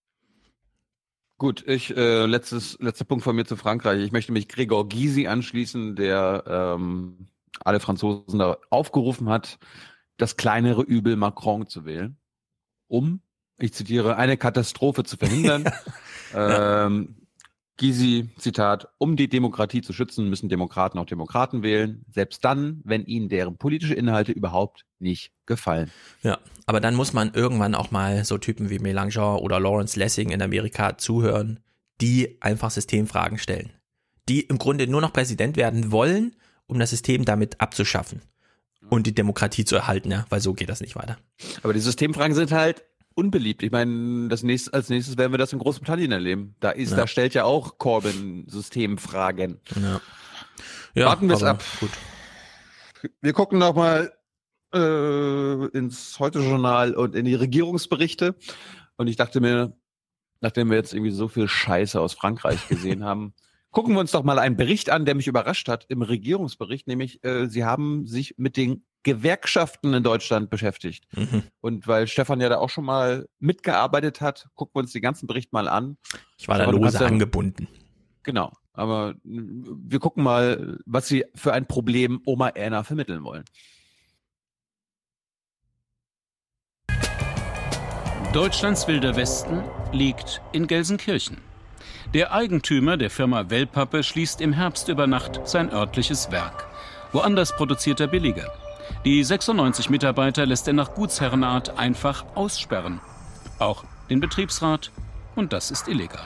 Gut, letzter Punkt von mir zu Frankreich. Ich möchte mich Gregor Gysi anschließen, der alle Franzosen da aufgerufen hat, das kleinere Übel Macron zu wählen, um, ich zitiere, eine Katastrophe zu verhindern. Gysi, Zitat, um die Demokratie zu schützen, müssen Demokraten auch Demokraten wählen, selbst dann, wenn ihnen deren politische Inhalte überhaupt nicht gefallen. Ja, aber dann muss man irgendwann auch mal so Typen wie Mélenchon oder Lawrence Lessig in Amerika zuhören, die einfach Systemfragen stellen. Die im Grunde nur noch Präsident werden wollen, um das System damit abzuschaffen und die Demokratie zu erhalten, ja, weil so geht das nicht weiter. Aber die Systemfragen sind halt unbeliebt. Ich meine, als nächstes werden wir das in Großbritannien erleben. Da stellt ja auch Corbyn Systemfragen. Ja, warten wir es ab. Gut. Wir gucken nochmal ins Heute-Journal und in die Regierungsberichte. Und ich dachte mir, nachdem wir jetzt irgendwie so viel Scheiße aus Frankreich gesehen haben, gucken wir uns doch mal einen Bericht an, der mich überrascht hat im Regierungsbericht, nämlich sie haben sich mit den Gewerkschaften in Deutschland beschäftigt. Mhm. Und weil Stefan ja da auch schon mal mitgearbeitet hat, gucken wir uns den ganzen Bericht mal an. Ich war da lose angebunden. Genau, aber wir gucken mal, was sie für ein Problem Oma Erna vermitteln wollen. Deutschlands wilder Westen liegt in Gelsenkirchen. Der Eigentümer der Firma Wellpappe schließt im Herbst über Nacht sein örtliches Werk. Woanders produziert er billiger. Die 96 Mitarbeiter lässt er nach Gutsherrenart einfach aussperren. Auch den Betriebsrat, und das ist illegal.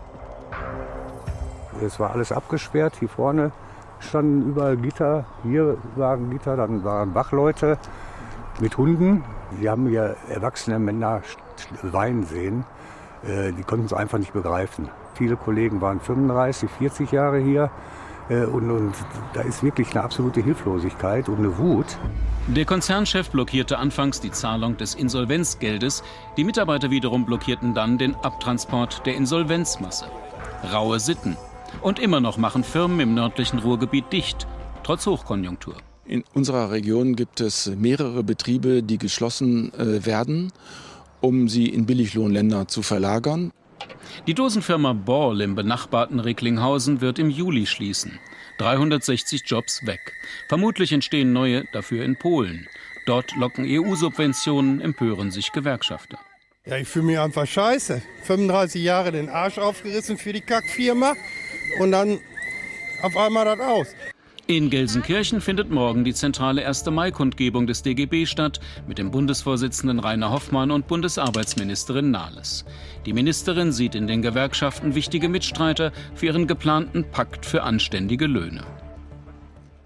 Es war alles abgesperrt. Hier vorne standen überall Gitter. Hier waren Gitter, dann waren Wachleute mit Hunden. Die haben hier erwachsene Männer weinen sehen. Die konnten es einfach nicht begreifen. Viele Kollegen waren 35, 40 Jahre hier. Und da ist wirklich eine absolute Hilflosigkeit und eine Wut. Der Konzernchef blockierte anfangs die Zahlung des Insolvenzgeldes. Die Mitarbeiter wiederum blockierten dann den Abtransport der Insolvenzmasse. Raue Sitten. Und immer noch machen Firmen im nördlichen Ruhrgebiet dicht, trotz Hochkonjunktur. In unserer Region gibt es mehrere Betriebe, die geschlossen werden, um sie in Billiglohnländer zu verlagern. Die Dosenfirma Ball im benachbarten Recklinghausen wird im Juli schließen. 360 Jobs weg. Vermutlich entstehen neue dafür in Polen. Dort locken EU-Subventionen, empören sich Gewerkschafter. Ja, ich fühle mich einfach scheiße. 35 Jahre den Arsch aufgerissen für die Kackfirma und dann auf einmal das aus. In Gelsenkirchen findet morgen die zentrale 1. Mai-Kundgebung des DGB statt mit dem Bundesvorsitzenden Rainer Hoffmann und Bundesarbeitsministerin Nahles. Die Ministerin sieht in den Gewerkschaften wichtige Mitstreiter für ihren geplanten Pakt für anständige Löhne.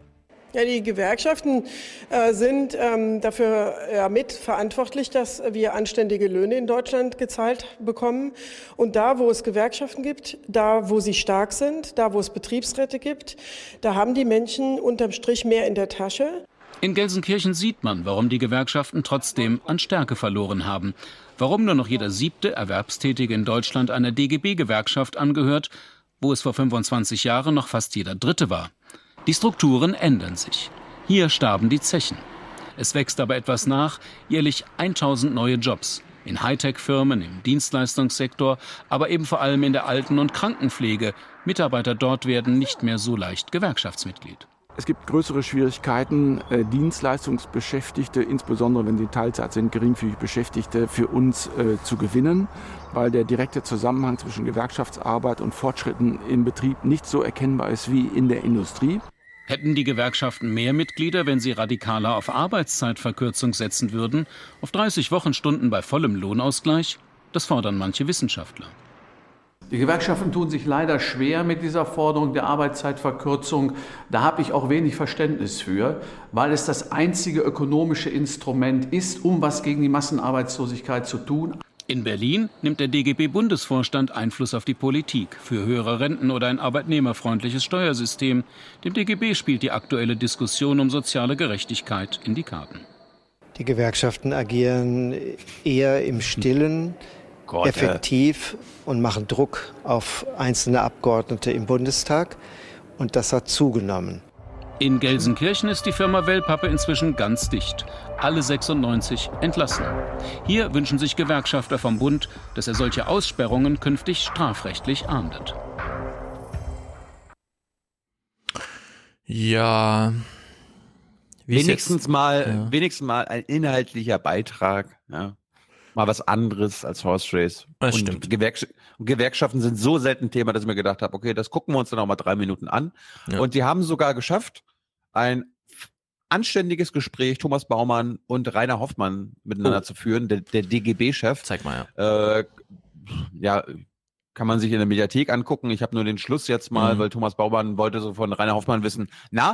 Ja, die Gewerkschaften sind dafür mitverantwortlich, dass wir anständige Löhne in Deutschland gezahlt bekommen. Und da, wo es Gewerkschaften gibt, da, wo sie stark sind, da, wo es Betriebsräte gibt, da haben die Menschen unterm Strich mehr in der Tasche. In Gelsenkirchen sieht man, warum die Gewerkschaften trotzdem an Stärke verloren haben. Warum nur noch jeder 7. Erwerbstätige in Deutschland einer DGB-Gewerkschaft angehört, wo es vor 25 Jahren noch fast jeder 3. war. Die Strukturen ändern sich. Hier starben die Zechen. Es wächst aber etwas nach, jährlich 1000 neue Jobs. In Hightech-Firmen, im Dienstleistungssektor, aber eben vor allem in der Alten- und Krankenpflege. Mitarbeiter dort werden nicht mehr so leicht Gewerkschaftsmitglied. Es gibt größere Schwierigkeiten, Dienstleistungsbeschäftigte, insbesondere wenn sie in Teilzeit sind, geringfügig Beschäftigte, für uns zu gewinnen, weil der direkte Zusammenhang zwischen Gewerkschaftsarbeit und Fortschritten im Betrieb nicht so erkennbar ist wie in der Industrie. Hätten die Gewerkschaften mehr Mitglieder, wenn sie radikaler auf Arbeitszeitverkürzung setzen würden, auf 30 Wochenstunden bei vollem Lohnausgleich? Das fordern manche Wissenschaftler. Die Gewerkschaften tun sich leider schwer mit dieser Forderung der Arbeitszeitverkürzung. Da habe ich auch wenig Verständnis für, weil es das einzige ökonomische Instrument ist, um was gegen die Massenarbeitslosigkeit zu tun. In Berlin nimmt der DGB-Bundesvorstand Einfluss auf die Politik für höhere Renten oder ein arbeitnehmerfreundliches Steuersystem. Dem DGB spielt die aktuelle Diskussion um soziale Gerechtigkeit in die Karten. Die Gewerkschaften agieren eher im Stillen, effektiv und machen Druck auf einzelne Abgeordnete im Bundestag. Und das hat zugenommen. In Gelsenkirchen ist die Firma Wellpappe inzwischen ganz dicht. Alle 96 entlassen. Hier wünschen sich Gewerkschafter vom Bund, dass er solche Aussperrungen künftig strafrechtlich ahndet. Ja. Wenigstens mal ein inhaltlicher Beitrag. Ja. Mal was anderes als Horse Race. Das stimmt. Gewerkschaften sind so selten Thema, dass ich mir gedacht habe, okay, das gucken wir uns dann auch mal 3 Minuten an. Ja. Und die haben sogar geschafft, ein anständiges Gespräch, Thomas Baumann und Rainer Hoffmann miteinander zu führen, der DGB-Chef. Zeig mal, ja. Ja, kann man sich in der Mediathek angucken. Ich habe nur den Schluss jetzt mal, weil Thomas Baumann wollte so von Rainer Hoffmann wissen,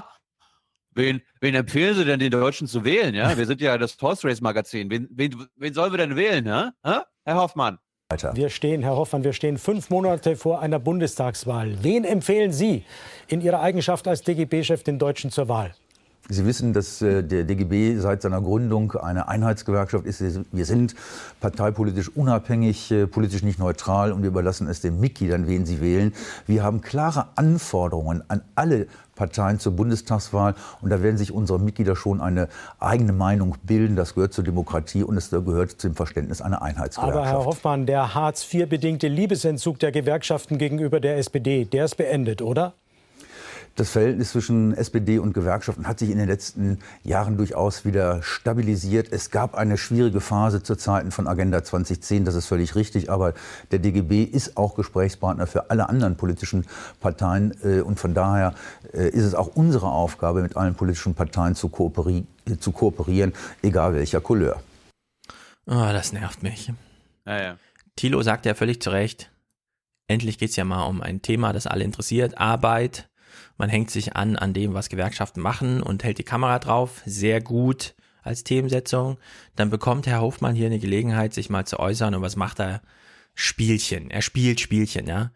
wen empfehlen Sie denn den Deutschen zu wählen? Ja, wir sind ja das Horse Race Magazin. Wen sollen wir denn wählen, Herr Hoffmann? Wir stehen 5 Monate vor einer Bundestagswahl. Wen empfehlen Sie in Ihrer Eigenschaft als DGB-Chef den Deutschen zur Wahl? Sie wissen, dass der DGB seit seiner Gründung eine Einheitsgewerkschaft ist. Wir sind parteipolitisch unabhängig, politisch nicht neutral und wir überlassen es den Mitgliedern, wen sie wählen. Wir haben klare Anforderungen an alle Parteien zur Bundestagswahl und da werden sich unsere Mitglieder schon eine eigene Meinung bilden. Das gehört zur Demokratie und es gehört zum Verständnis einer Einheitsgewerkschaft. Aber Herr Hoffmann, der Hartz-IV-bedingte Liebesentzug der Gewerkschaften gegenüber der SPD, der ist beendet, oder? Das Verhältnis zwischen SPD und Gewerkschaften hat sich in den letzten Jahren durchaus wieder stabilisiert. Es gab eine schwierige Phase zu Zeiten von Agenda 2010, das ist völlig richtig. Aber der DGB ist auch Gesprächspartner für alle anderen politischen Parteien. Und von daher ist es auch unsere Aufgabe, mit allen politischen Parteien zu kooperieren, egal welcher Couleur. Oh, das nervt mich. Ja. Thilo sagt ja völlig zu Recht, endlich geht es ja mal um ein Thema, das alle interessiert, Arbeit. Man hängt sich an dem, was Gewerkschaften machen und hält die Kamera drauf. Sehr gut als Themensetzung. Dann bekommt Herr Hofmann hier eine Gelegenheit, sich mal zu äußern. Und was macht er? Spielchen. Er spielt Spielchen, ja.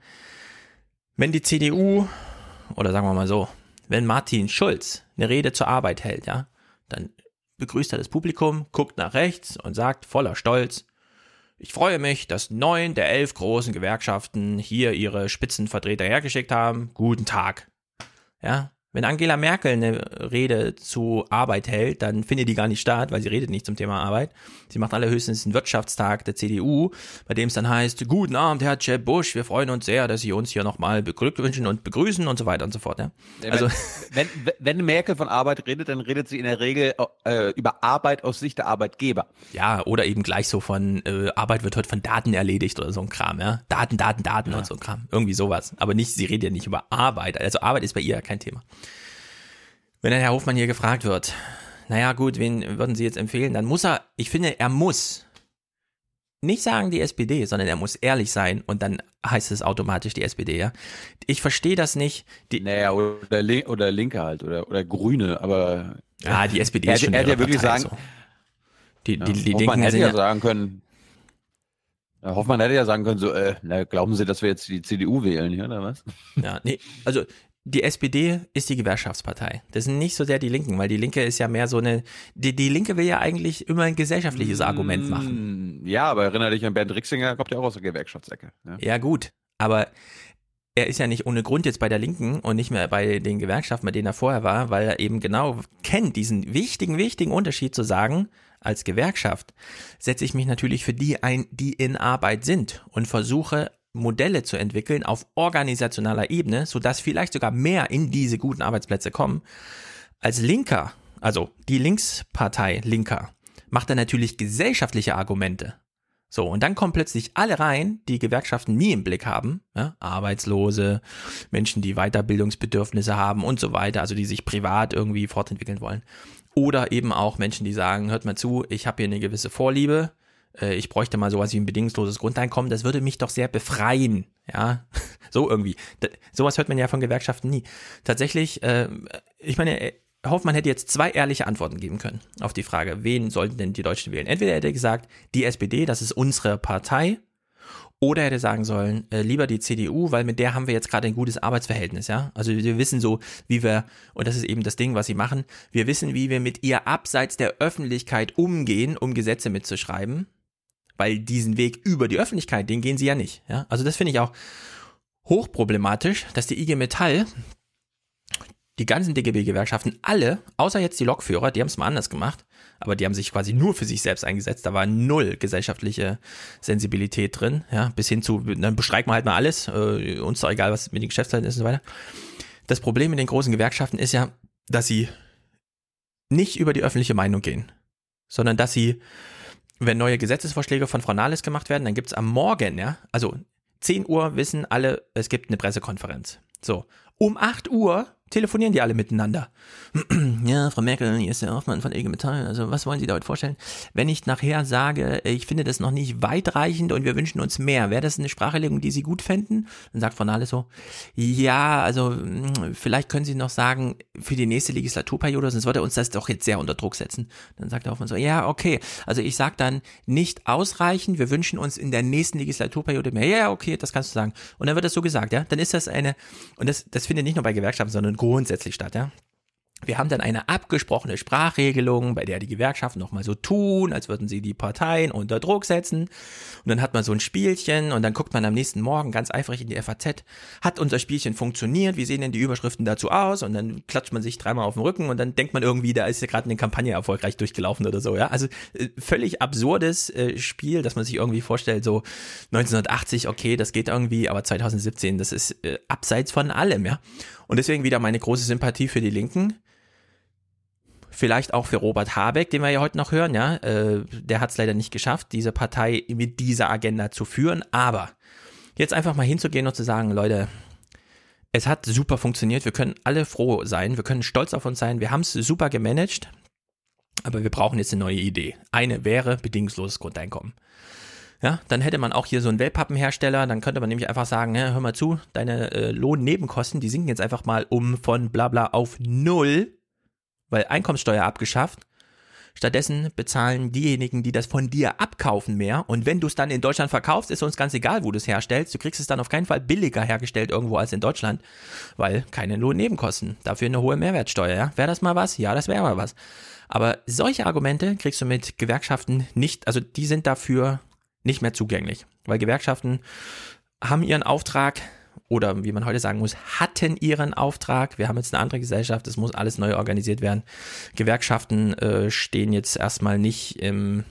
Wenn die CDU, oder sagen wir mal so, wenn Martin Schulz eine Rede zur Arbeit hält, ja, dann begrüßt er das Publikum, guckt nach rechts und sagt voller Stolz, ich freue mich, dass 9 der 11 großen Gewerkschaften hier ihre Spitzenvertreter hergeschickt haben. Guten Tag. Ja, wenn Angela Merkel eine Rede zu Arbeit hält, dann findet die gar nicht statt, weil sie redet nicht zum Thema Arbeit. Sie macht allerhöchstens einen Wirtschaftstag der CDU, bei dem es dann heißt, guten Abend, Herr Jeb Bush, wir freuen uns sehr, dass Sie uns hier nochmal beglückwünschen und begrüßen und so weiter und so fort. Ja? Also wenn Merkel von Arbeit redet, dann redet sie in der Regel über Arbeit aus Sicht der Arbeitgeber. Ja, oder eben gleich so von Arbeit wird heute von Daten erledigt oder so ein Kram, ja. Daten ja. Und so ein Kram. Irgendwie sowas. Aber nicht, sie redet ja nicht über Arbeit. Also Arbeit ist bei ihr kein Thema. Wenn dann Herr Hofmann hier gefragt wird, naja gut, wen würden Sie jetzt empfehlen, dann muss er, ich finde, er muss nicht sagen die SPD, sondern er muss ehrlich sein und dann heißt es automatisch die SPD, ja. Ich verstehe das nicht. Oder Linke halt oder Grüne, aber ja, die SPD ist schon er hätte ja wirklich Partei, sagen, so. Die Hoffmann Linken hätte sind ja sagen können, Hoffmann hätte ja sagen können, so, glauben Sie, dass wir jetzt die CDU wählen hier, oder was? Ja, nee, also die SPD ist die Gewerkschaftspartei. Das sind nicht so sehr die Linken, weil die Linke ist ja mehr so eine, die Linke will ja eigentlich immer ein gesellschaftliches Argument machen. Ja, aber erinnere dich an Bernd Rixinger, kommt ja auch aus der Gewerkschaftsecke. Ja gut, aber er ist ja nicht ohne Grund jetzt bei der Linken und nicht mehr bei den Gewerkschaften, bei denen er vorher war, weil er eben genau kennt, diesen wichtigen Unterschied zu sagen, als Gewerkschaft setze ich mich natürlich für die ein, die in Arbeit sind und versuche Modelle zu entwickeln auf organisationaler Ebene, sodass vielleicht sogar mehr in diese guten Arbeitsplätze kommen. Als Linker, also die Linkspartei Linker, macht er natürlich gesellschaftliche Argumente. So, und dann kommen plötzlich alle rein, die Gewerkschaften nie im Blick haben, ja? Arbeitslose, Menschen, die Weiterbildungsbedürfnisse haben und so weiter, also die sich privat irgendwie fortentwickeln wollen. Oder eben auch Menschen, die sagen, hört mal zu, ich habe hier eine gewisse Vorliebe, ich bräuchte mal sowas wie ein bedingungsloses Grundeinkommen, das würde mich doch sehr befreien, ja, so irgendwie. Sowas hört man ja von Gewerkschaften nie. Tatsächlich, ich meine, Hoffmann hätte jetzt 2 ehrliche Antworten geben können auf die Frage, wen sollten denn die Deutschen wählen? Entweder hätte er gesagt, die SPD, das ist unsere Partei, oder er hätte sagen sollen, lieber die CDU, weil mit der haben wir jetzt gerade ein gutes Arbeitsverhältnis, ja. Also wir wissen so, wie wir, und das ist eben das Ding, was sie machen, wir wissen, wie wir mit ihr abseits der Öffentlichkeit umgehen, um Gesetze mitzuschreiben, weil diesen Weg über die Öffentlichkeit, den gehen sie ja nicht, ja. Also das finde ich auch hochproblematisch, dass die IG Metall, die ganzen DGB-Gewerkschaften, alle, außer jetzt die Lokführer, die haben es mal anders gemacht, aber die haben sich quasi nur für sich selbst eingesetzt, da war 0 gesellschaftliche Sensibilität drin, ja, bis hin zu, dann bestreiken wir halt mal alles, uns doch egal, was mit den Geschäftsleuten ist und so weiter. Das Problem mit den großen Gewerkschaften ist ja, dass sie nicht über die öffentliche Meinung gehen, sondern dass sie, wenn neue Gesetzesvorschläge von Frau Nahles gemacht werden, dann gibt's am Morgen, ja, also 10 Uhr wissen alle, es gibt eine Pressekonferenz. So, um 8 Uhr telefonieren die alle miteinander. Ja, Frau Merkel, hier ist der Hoffmann von IG Metall. Also was wollen Sie da heute vorstellen? Wenn ich nachher sage, ich finde das noch nicht weitreichend und wir wünschen uns mehr, wäre das eine Sprachregelung, die Sie gut fänden? Dann sagt Frau Nahles so, ja, also vielleicht können Sie noch sagen, für die nächste Legislaturperiode, sonst würde uns das doch jetzt sehr unter Druck setzen. Dann sagt der Hoffmann so, ja, okay, also ich sage dann nicht ausreichend, wir wünschen uns in der nächsten Legislaturperiode mehr. Ja, okay, das kannst du sagen. Und dann wird das so gesagt, ja. Dann ist das und das findet nicht nur bei Gewerkschaften, sondern grundsätzlich statt, ja. Wir haben dann eine abgesprochene Sprachregelung, bei der die Gewerkschaften nochmal so tun, als würden sie die Parteien unter Druck setzen. Und dann hat man so ein Spielchen und dann guckt man am nächsten Morgen ganz eifrig in die FAZ. Hat unser Spielchen funktioniert? Wie sehen denn die Überschriften dazu aus? Und dann klatscht man sich 3-mal auf den Rücken und dann denkt man irgendwie, da ist ja gerade eine Kampagne erfolgreich durchgelaufen oder so, ja. Also völlig absurdes Spiel, dass man sich irgendwie vorstellt, so 1980, okay, das geht irgendwie, aber 2017, das ist abseits von allem, ja. Und deswegen wieder meine große Sympathie für die Linken. Vielleicht auch für Robert Habeck, den wir ja heute noch hören, ja. Der hat es leider nicht geschafft, diese Partei mit dieser Agenda zu führen. Aber jetzt einfach mal hinzugehen und zu sagen, Leute, es hat super funktioniert, wir können alle froh sein, wir können stolz auf uns sein, wir haben es super gemanagt, aber wir brauchen jetzt eine neue Idee. Eine wäre bedingungsloses Grundeinkommen. Ja, dann hätte man auch hier so einen Wellpappenhersteller, dann könnte man nämlich einfach sagen, hör mal zu, deine Lohnnebenkosten, die sinken jetzt einfach mal von bla bla auf 0, weil Einkommenssteuer abgeschafft. Stattdessen bezahlen diejenigen, die das von dir abkaufen, mehr. Und wenn du es dann in Deutschland verkaufst, ist uns ganz egal, wo du es herstellst. Du kriegst es dann auf keinen Fall billiger hergestellt irgendwo als in Deutschland, weil keine Lohnnebenkosten. Dafür eine hohe Mehrwertsteuer. Ja? Wäre das mal was? Ja, das wäre mal was. Aber solche Argumente kriegst du mit Gewerkschaften nicht, also die sind dafür nicht mehr zugänglich. Weil Gewerkschaften haben ihren Auftrag, oder wie man heute sagen muss, hatten ihren Auftrag. Wir haben jetzt eine andere Gesellschaft, es muss alles neu organisiert werden. Gewerkschaften stehen jetzt erstmal nicht im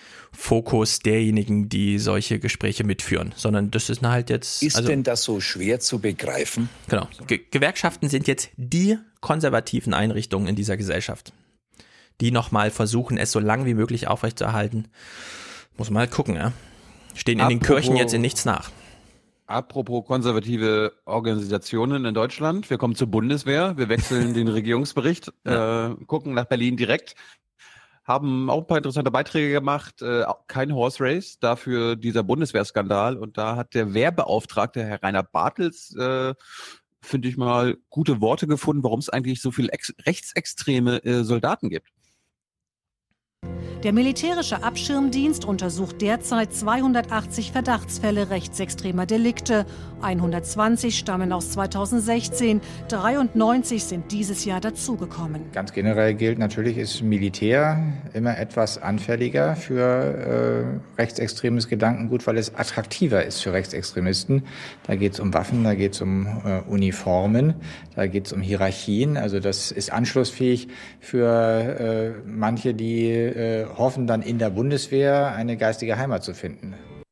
Fokus derjenigen, die solche Gespräche mitführen, sondern das ist halt jetzt... Ist denn das so schwer zu begreifen? Genau. Gewerkschaften sind jetzt die konservativen Einrichtungen in dieser Gesellschaft, die nochmal versuchen, es so lang wie möglich aufrechtzuerhalten. Muss man halt gucken, ja. Stehen in den Kirchen jetzt in nichts nach. Apropos konservative Organisationen in Deutschland, wir kommen zur Bundeswehr, wir wechseln den Regierungsbericht, gucken nach Berlin direkt. haben auch ein paar interessante Beiträge gemacht. Kein Horse Race, dafür dieser Bundeswehrskandal. Und da hat der Wehrbeauftragte, Herr Rainer Bartels, finde ich mal, gute Worte gefunden, warum es eigentlich so viele rechtsextreme Soldaten gibt. Der militärische Abschirmdienst untersucht derzeit 280 Verdachtsfälle rechtsextremer Delikte. 120 stammen aus 2016, 93 sind dieses Jahr dazugekommen. Ganz generell gilt natürlich, ist Militär immer etwas anfälliger für rechtsextremes Gedankengut, weil es attraktiver ist für Rechtsextremisten. Da geht es um Waffen, da geht es um Uniformen, da geht es um Hierarchien. Also das ist anschlussfähig für manche, die hoffen dann in der Bundeswehr eine geistige Heimat zu finden.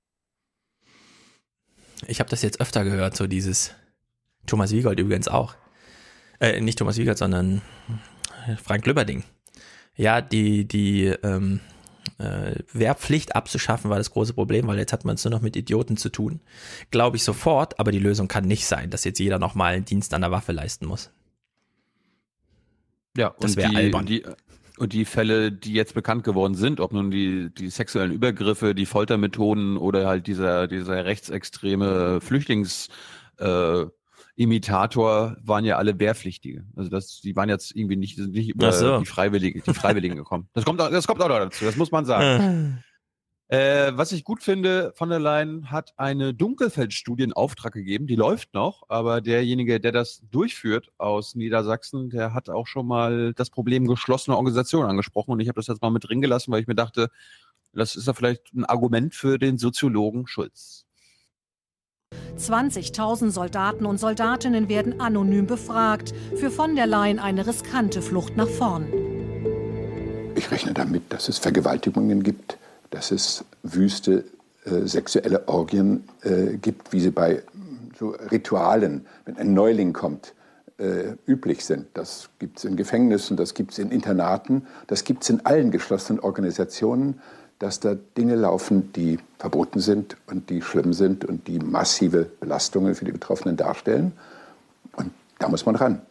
Ich habe das jetzt öfter gehört, so dieses Thomas Wiegold übrigens auch. Nicht Thomas Wiegold, sondern Frank Lübberding. Ja, die Wehrpflicht abzuschaffen war das große Problem, weil jetzt hat man es nur noch mit Idioten zu tun. Glaube ich sofort, aber die Lösung kann nicht sein, dass jetzt jeder nochmal einen Dienst an der Waffe leisten muss. Ja, das wäre albern. Und die Fälle, die jetzt bekannt geworden sind, ob nun die sexuellen Übergriffe, die Foltermethoden oder halt dieser rechtsextreme Flüchtlingsimitator, waren ja alle Wehrpflichtige. Also die waren jetzt irgendwie nicht über die Freiwilligen gekommen. Das kommt auch noch dazu, das muss man sagen. Was ich gut finde, von der Leyen hat eine Dunkelfeldstudie in Auftrag gegeben, die läuft noch, aber derjenige, der das durchführt aus Niedersachsen, der hat auch schon mal das Problem geschlossener Organisationen angesprochen und ich habe das jetzt mal mit drin gelassen, weil ich mir dachte, das ist ja vielleicht ein Argument für den Soziologen Schulz. 20.000 Soldaten und Soldatinnen werden anonym befragt. Für von der Leyen eine riskante Flucht nach vorn. Ich rechne damit, dass es Vergewaltigungen gibt, dass es wüste sexuelle Orgien gibt, wie sie bei so Ritualen, wenn ein Neuling kommt, üblich sind. Das gibt es in Gefängnissen, das gibt es in Internaten, das gibt es in allen geschlossenen Organisationen, dass da Dinge laufen, die verboten sind und die schlimm sind und die massive Belastungen für die Betroffenen darstellen. Und da muss man ran.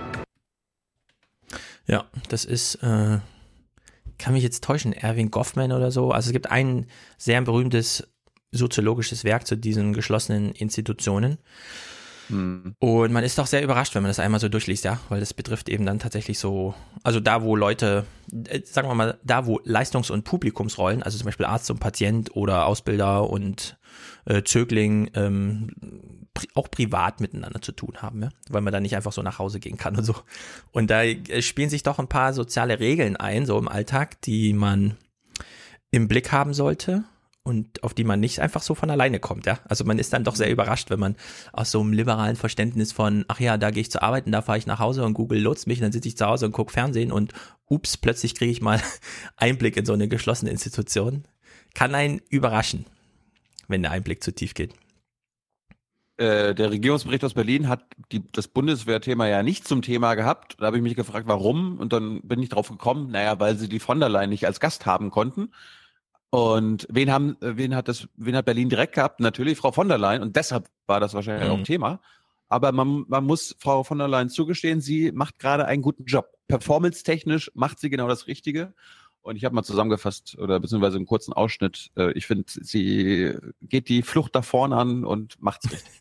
Ja, das ist... kann mich jetzt täuschen, Erwin Goffman oder so. Also es gibt ein sehr berühmtes soziologisches Werk zu diesen geschlossenen Institutionen. Und man ist doch sehr überrascht, wenn man das einmal so durchliest, ja, weil das betrifft eben dann tatsächlich so, also da, wo Leute, sagen wir mal, da, wo Leistungs- und Publikumsrollen, also zum Beispiel Arzt und Patient oder Ausbilder und Zögling auch privat miteinander zu tun haben, ja? Weil man da nicht einfach so nach Hause gehen kann und so. Und da spielen sich doch ein paar soziale Regeln ein, so im Alltag, die man im Blick haben sollte und auf die man nicht einfach so von alleine kommt, ja. Also man ist dann doch sehr überrascht, wenn man aus so einem liberalen Verständnis von, ach ja, da gehe ich zur Arbeit und da fahre ich nach Hause und Google lotst mich und dann sitze ich zu Hause und gucke Fernsehen und ups, plötzlich kriege ich mal Einblick in so eine geschlossene Institution. Kann einen überraschen, wenn der Einblick zu tief geht. Der Regierungsbericht aus Berlin hat das Bundeswehrthema ja nicht zum Thema gehabt. Da habe ich mich gefragt, warum? Und dann bin ich drauf gekommen, naja, weil sie die von der Leyen nicht als Gast haben konnten. Und wen hat Berlin direkt gehabt? Natürlich Frau von der Leyen. Und deshalb war das wahrscheinlich auch Thema. Aber man muss Frau von der Leyen zugestehen, sie macht gerade einen guten Job. Performance-technisch macht sie genau das Richtige. Und ich habe mal zusammengefasst oder beziehungsweise einen kurzen Ausschnitt. Ich finde, sie geht die Flucht da vorne an und macht's richtig.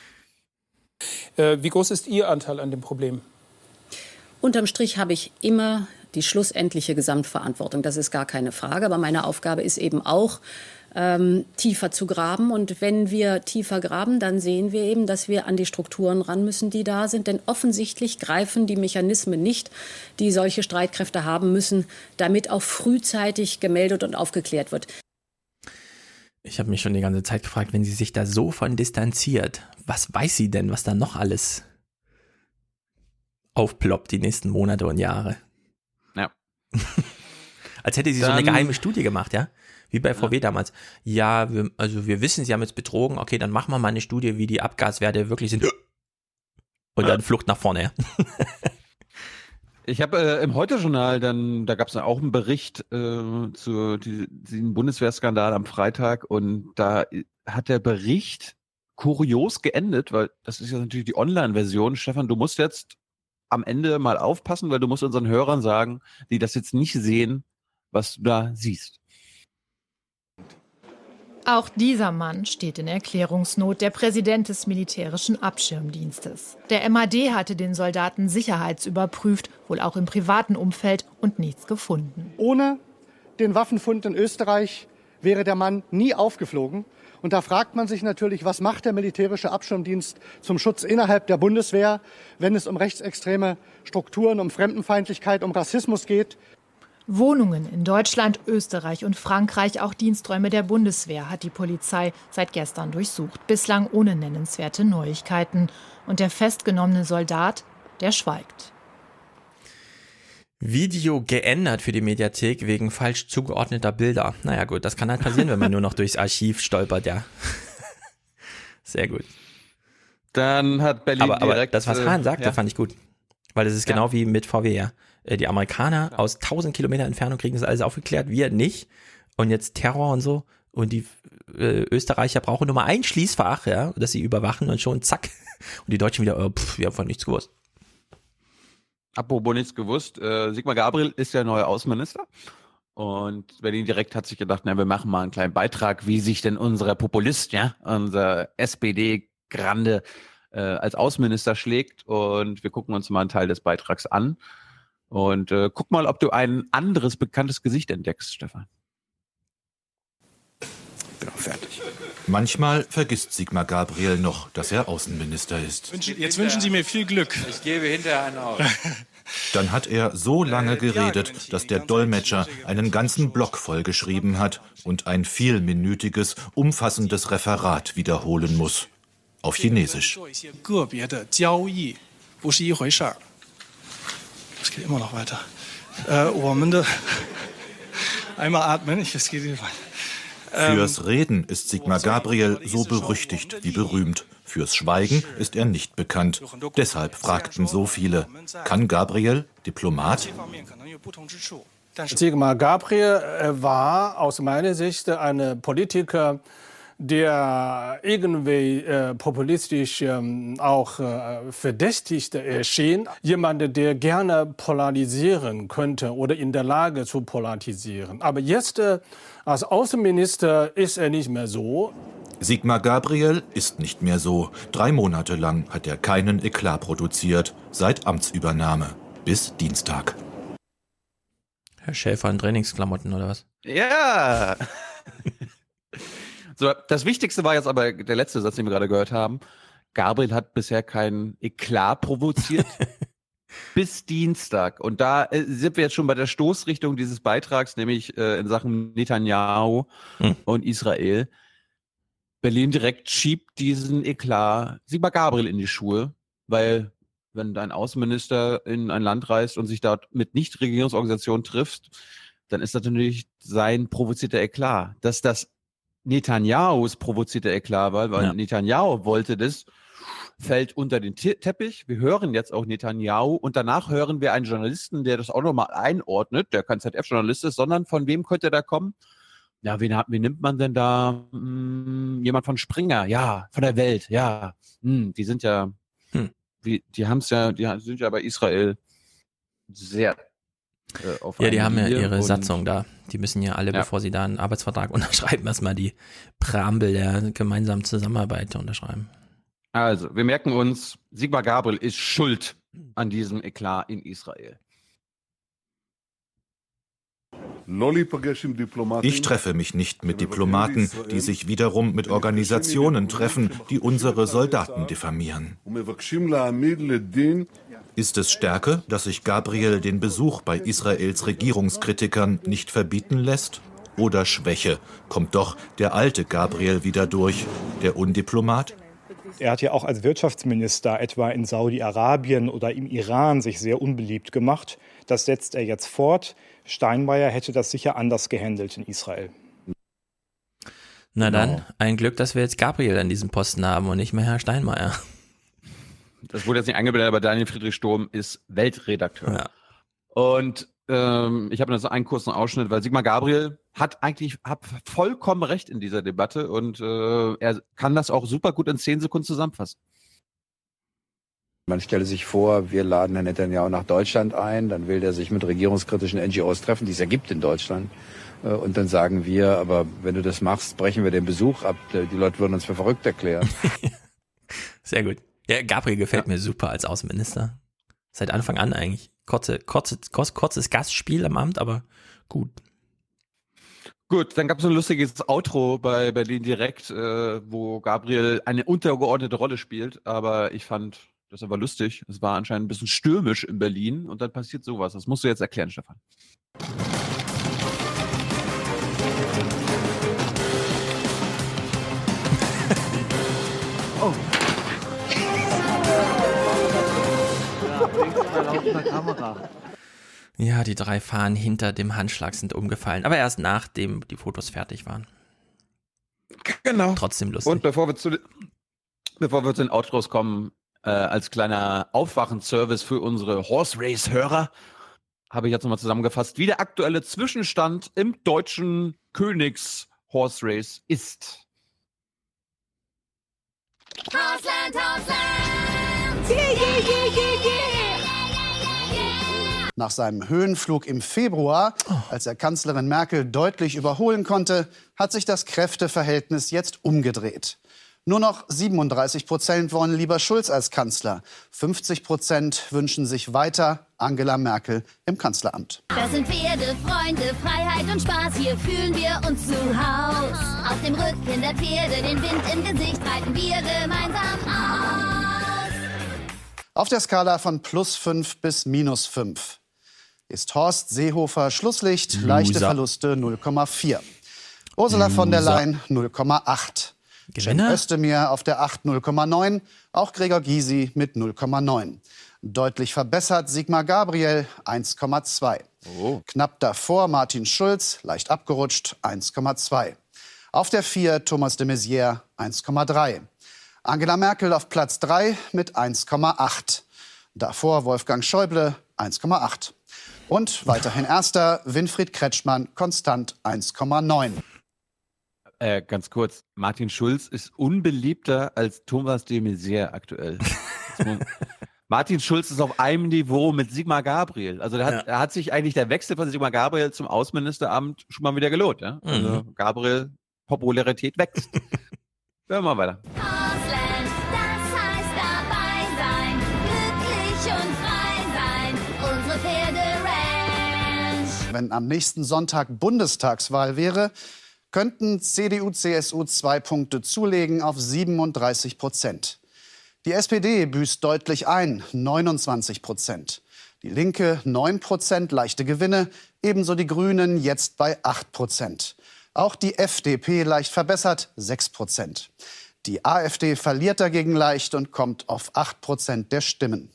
Wie groß ist Ihr Anteil an dem Problem? Unterm Strich habe ich immer die schlussendliche Gesamtverantwortung. Das ist gar keine Frage. Aber meine Aufgabe ist eben auch, tiefer zu graben. Und wenn wir tiefer graben, dann sehen wir eben, dass wir an die Strukturen ran müssen, die da sind. Denn offensichtlich greifen die Mechanismen nicht, die solche Streitkräfte haben müssen, damit auch frühzeitig gemeldet und aufgeklärt wird. Ich habe mich schon die ganze Zeit gefragt, wenn sie sich da so von distanziert, was weiß sie denn, was da noch alles aufploppt die nächsten Monate und Jahre? Ja. Als hätte sie so eine geheime Studie gemacht, ja? Wie bei VW damals. Ja, wir wissen, sie haben jetzt betrogen, okay, dann machen wir mal eine Studie, wie die Abgaswerte wirklich sind. Und dann Flucht nach vorne, ja. Ich habe im Heute-Journal da gab es auch einen Bericht zu diesem Bundeswehrskandal am Freitag und da hat der Bericht kurios geendet, weil das ist ja natürlich die Online-Version. Stefan, du musst jetzt am Ende mal aufpassen, weil du musst unseren Hörern sagen, die das jetzt nicht sehen, was du da siehst. Auch dieser Mann steht in Erklärungsnot, der Präsident des militärischen Abschirmdienstes. Der MAD hatte den Soldaten sicherheitsüberprüft, wohl auch im privaten Umfeld, und nichts gefunden. Ohne den Waffenfund in Österreich wäre der Mann nie aufgeflogen. Und da fragt man sich natürlich, was macht der militärische Abschirmdienst zum Schutz innerhalb der Bundeswehr, wenn es um rechtsextreme Strukturen, um Fremdenfeindlichkeit, um Rassismus geht. Wohnungen in Deutschland, Österreich und Frankreich, auch Diensträume der Bundeswehr hat die Polizei seit gestern durchsucht. Bislang ohne nennenswerte Neuigkeiten. Und der festgenommene Soldat, der schweigt. Video geändert für die Mediathek wegen falsch zugeordneter Bilder. Naja gut, das kann halt passieren, wenn man nur noch durchs Archiv stolpert, ja. Sehr gut. Dann hat Berlin aber das, was Hahn sagte, fand ich gut. Weil es ist genau wie mit VW, ja. Die Amerikaner aus 1000 Kilometer Entfernung kriegen das alles aufgeklärt, wir nicht. Und jetzt Terror und so. Und die Österreicher brauchen nur mal ein Schließfach, ja, das sie überwachen und schon zack. Und die Deutschen wieder, wir haben von nichts gewusst. Apropos nichts gewusst, Sigmar Gabriel ist der neue Außenminister. Und Berlin direkt hat sich gedacht, wir machen mal einen kleinen Beitrag, wie sich denn unser Populist, ja, unser SPD-Grande als Außenminister schlägt. Und wir gucken uns mal einen Teil des Beitrags an. Und guck mal, ob du ein anderes bekanntes Gesicht entdeckst, Stefan. Bin auch fertig. Manchmal vergisst Sigmar Gabriel noch, dass er Außenminister ist. Jetzt wünschen Sie mir viel Glück. Ich gebe hinterher einen auf. Dann hat er so lange geredet, dass der Dolmetscher einen ganzen Block vollgeschrieben hat und ein vielminütiges, umfassendes Referat wiederholen muss. Auf Chinesisch. Es geht immer noch weiter. Einmal atmen, es geht wieder weiter. Fürs Reden ist Sigmar Gabriel so berüchtigt wie berühmt. Fürs Schweigen ist er nicht bekannt. Deshalb fragten so viele, kann Gabriel Diplomat? Sigmar Gabriel war aus meiner Sicht ein Politiker, der irgendwie populistisch auch verdächtigt erschien. Jemand, der gerne polarisieren könnte oder in der Lage zu polarisieren. Aber jetzt als Außenminister ist er nicht mehr so. Sigmar Gabriel ist nicht mehr so. 3 Monate lang hat er keinen Eklat produziert, seit Amtsübernahme. Bis Dienstag. Herr Schäfer in Trainingsklamotten oder was? Ja! So, das Wichtigste war jetzt aber der letzte Satz, den wir gerade gehört haben. Gabriel hat bisher keinen Eklat provoziert. Bis Dienstag. Und da sind wir jetzt schon bei der Stoßrichtung dieses Beitrags, nämlich in Sachen Netanyahu und Israel. Berlin direkt schiebt diesen Eklat Sigmar Gabriel in die Schuhe, weil wenn dein Außenminister in ein Land reist und sich dort mit Nichtregierungsorganisationen trifft, dann ist das natürlich sein provozierter Eklat. Dass das Netanyahus provozierter Eklat war, weil Netanyahu wollte das, fällt unter den Teppich. Wir hören jetzt auch Netanyahu und danach hören wir einen Journalisten, der das auch nochmal einordnet, der kein ZDF-Journalist ist, sondern von wem könnte der kommen? Ja, wen nimmt man denn da? Jemand von Springer, ja, von der Welt, ja. Die sind ja, die sind ja bei Israel sehr auf ja, die haben ja ihre Satzung da. Die müssen ja alle, bevor sie da einen Arbeitsvertrag unterschreiben, erstmal die Präambel der gemeinsamen Zusammenarbeit unterschreiben. Also, wir merken uns, Sigmar Gabriel ist schuld an diesem Eklat in Israel. Ich treffe mich nicht mit Diplomaten, die sich wiederum mit Organisationen treffen, die unsere Soldaten diffamieren. Ist es Stärke, dass sich Gabriel den Besuch bei Israels Regierungskritikern nicht verbieten lässt? Oder Schwäche? Kommt doch der alte Gabriel wieder durch, der Undiplomat? Er hat ja auch als Wirtschaftsminister etwa in Saudi-Arabien oder im Iran sich sehr unbeliebt gemacht. Das setzt er jetzt fort. Steinmeier hätte das sicher anders gehandelt in Israel. Na dann, ein Glück, dass wir jetzt Gabriel an diesem Posten haben und nicht mehr Herr Steinmeier. Das wurde jetzt nicht eingeblendet, aber Daniel Friedrich Sturm ist Weltredakteur. Ja. Und ich habe nur so einen kurzen Ausschnitt, weil Sigmar Gabriel hat vollkommen recht in dieser Debatte und er kann das auch super gut in 10 Sekunden zusammenfassen. Man stelle sich vor, wir laden Herrn Netanyahu nach Deutschland ein, dann will der sich mit regierungskritischen NGOs treffen, die es ja gibt in Deutschland. Und dann sagen wir, aber wenn du das machst, brechen wir den Besuch ab. Die Leute würden uns für verrückt erklären. Sehr gut. Ja, Gabriel gefällt mir super als Außenminister. Seit Anfang an eigentlich. Kurzes Gastspiel am Amt, aber gut. Gut, dann gab es ein lustiges Outro bei Berlin Direkt, wo Gabriel eine untergeordnete Rolle spielt, aber ich fand das aber lustig. Es war anscheinend ein bisschen stürmisch in Berlin und dann passiert sowas. Das musst du jetzt erklären, Stefan. Oh. Ja, laufender Kamera. Ja, die 3 Fahnen hinter dem Handschlag sind umgefallen, aber erst nachdem die Fotos fertig waren. Genau. Trotzdem lustig. Und bevor wir zu den Outros kommen, als kleiner Aufwachenservice für unsere Horse Race-Hörer, habe ich jetzt nochmal zusammengefasst, wie der aktuelle Zwischenstand im deutschen Königs Horse Race ist. Hausland, Hausland! Yeah, yeah, yeah, yeah, yeah! Nach seinem Höhenflug im Februar, als er Kanzlerin Merkel deutlich überholen konnte, hat sich das Kräfteverhältnis jetzt umgedreht. Nur noch 37% wollen lieber Schulz als Kanzler. 50% wünschen sich weiter Angela Merkel im Kanzleramt. Das sind Pferde, Freunde, Freiheit und Spaß. Hier fühlen wir uns zu Haus. Auf dem Rücken der Pferde, den Wind im Gesicht, reiten wir gemeinsam aus. Auf der Skala von +5 bis -5 ist Horst Seehofer Schlusslicht, leichte Verluste 0,4. Ursula von der Leyen 0,8. Cem Özdemir auf der 8 0,9, auch Gregor Gysi mit 0,9. Deutlich verbessert Sigmar Gabriel 1,2. Knapp davor Martin Schulz, leicht abgerutscht 1,2. Auf der 4 Thomas de Maizière 1,3. Angela Merkel auf Platz 3 mit 1,8. Davor Wolfgang Schäuble 1,8. Und weiterhin erster Winfried Kretschmann konstant 1,9. Ganz kurz, Martin Schulz ist unbeliebter als Thomas de Maizière aktuell. Martin Schulz ist auf einem Niveau mit Sigmar Gabriel. Also da hat sich eigentlich der Wechsel von Sigmar Gabriel zum Außenministeramt schon mal wieder gelohnt. Ja? Also Gabriel, Popularität wächst. Hören wir mal weiter. Ausland, das heißt dabei sein, glücklich und frei sein, unsere Pferde-Ranch. Wenn am nächsten Sonntag Bundestagswahl wäre, könnten CDU, CSU 2 Punkte zulegen auf 37%. Die SPD büßt deutlich ein, 29%. Die Linke 9%, leichte Gewinne, ebenso die Grünen jetzt bei 8%. Auch die FDP leicht verbessert, 6%. Die AfD verliert dagegen leicht und kommt auf 8% der Stimmen.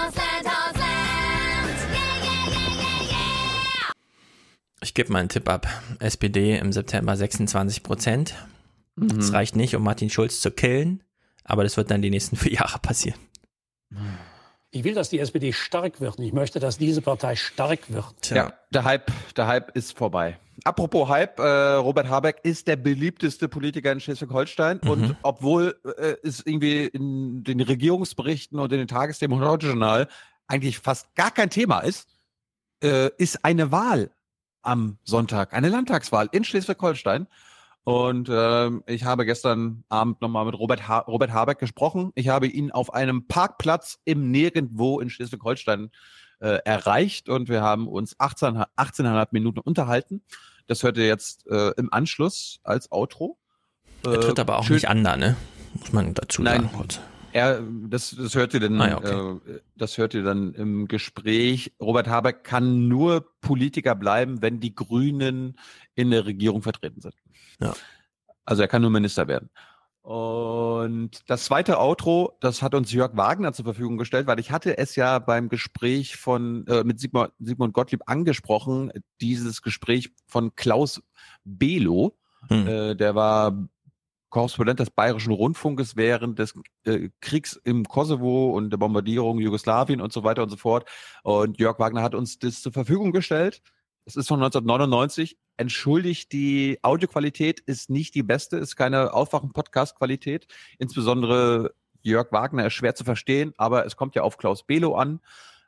Ich gebe mal einen Tipp ab. SPD im September 26%. Das reicht nicht, um Martin Schulz zu killen, aber das wird dann die nächsten 4 Jahre passieren. Ich will, dass die SPD stark wird und ich möchte, dass diese Partei stark wird. Ja, der Hype ist vorbei. Apropos Hype, Robert Habeck ist der beliebteste Politiker in Schleswig-Holstein und obwohl es irgendwie in den Regierungsberichten und in den Tagesthemen und Heute-Journal eigentlich fast gar kein Thema ist eine Wahl am Sonntag, eine Landtagswahl in Schleswig-Holstein. Und ich habe gestern Abend nochmal mit Robert Habeck gesprochen. Ich habe ihn auf einem Parkplatz im Nirgendwo in Schleswig-Holstein erreicht und wir haben uns 18,5 Minuten unterhalten. Das hört ihr jetzt im Anschluss als Outro. Er tritt aber auch nicht an da, ne? Muss man dazu sagen. Das hört ihr dann, das hört ihr dann im Gespräch. Robert Habeck kann nur Politiker bleiben, wenn die Grünen in der Regierung vertreten sind. Ja. Also er kann nur Minister werden. Und das zweite Outro, das hat uns Jörg Wagner zur Verfügung gestellt, weil ich hatte es ja beim Gespräch mit Sigmund Gottlieb angesprochen, dieses Gespräch von Klaus Below, der war Korrespondent des Bayerischen Rundfunkes während des Kriegs im Kosovo und der Bombardierung Jugoslawien und so weiter und so fort. Und Jörg Wagner hat uns das zur Verfügung gestellt. Es ist von 1999. Entschuldigt, die Audioqualität ist nicht die beste, ist keine Aufwachen-Podcast-Qualität. Insbesondere Jörg Wagner ist schwer zu verstehen, aber es kommt ja auf Klaus Below an.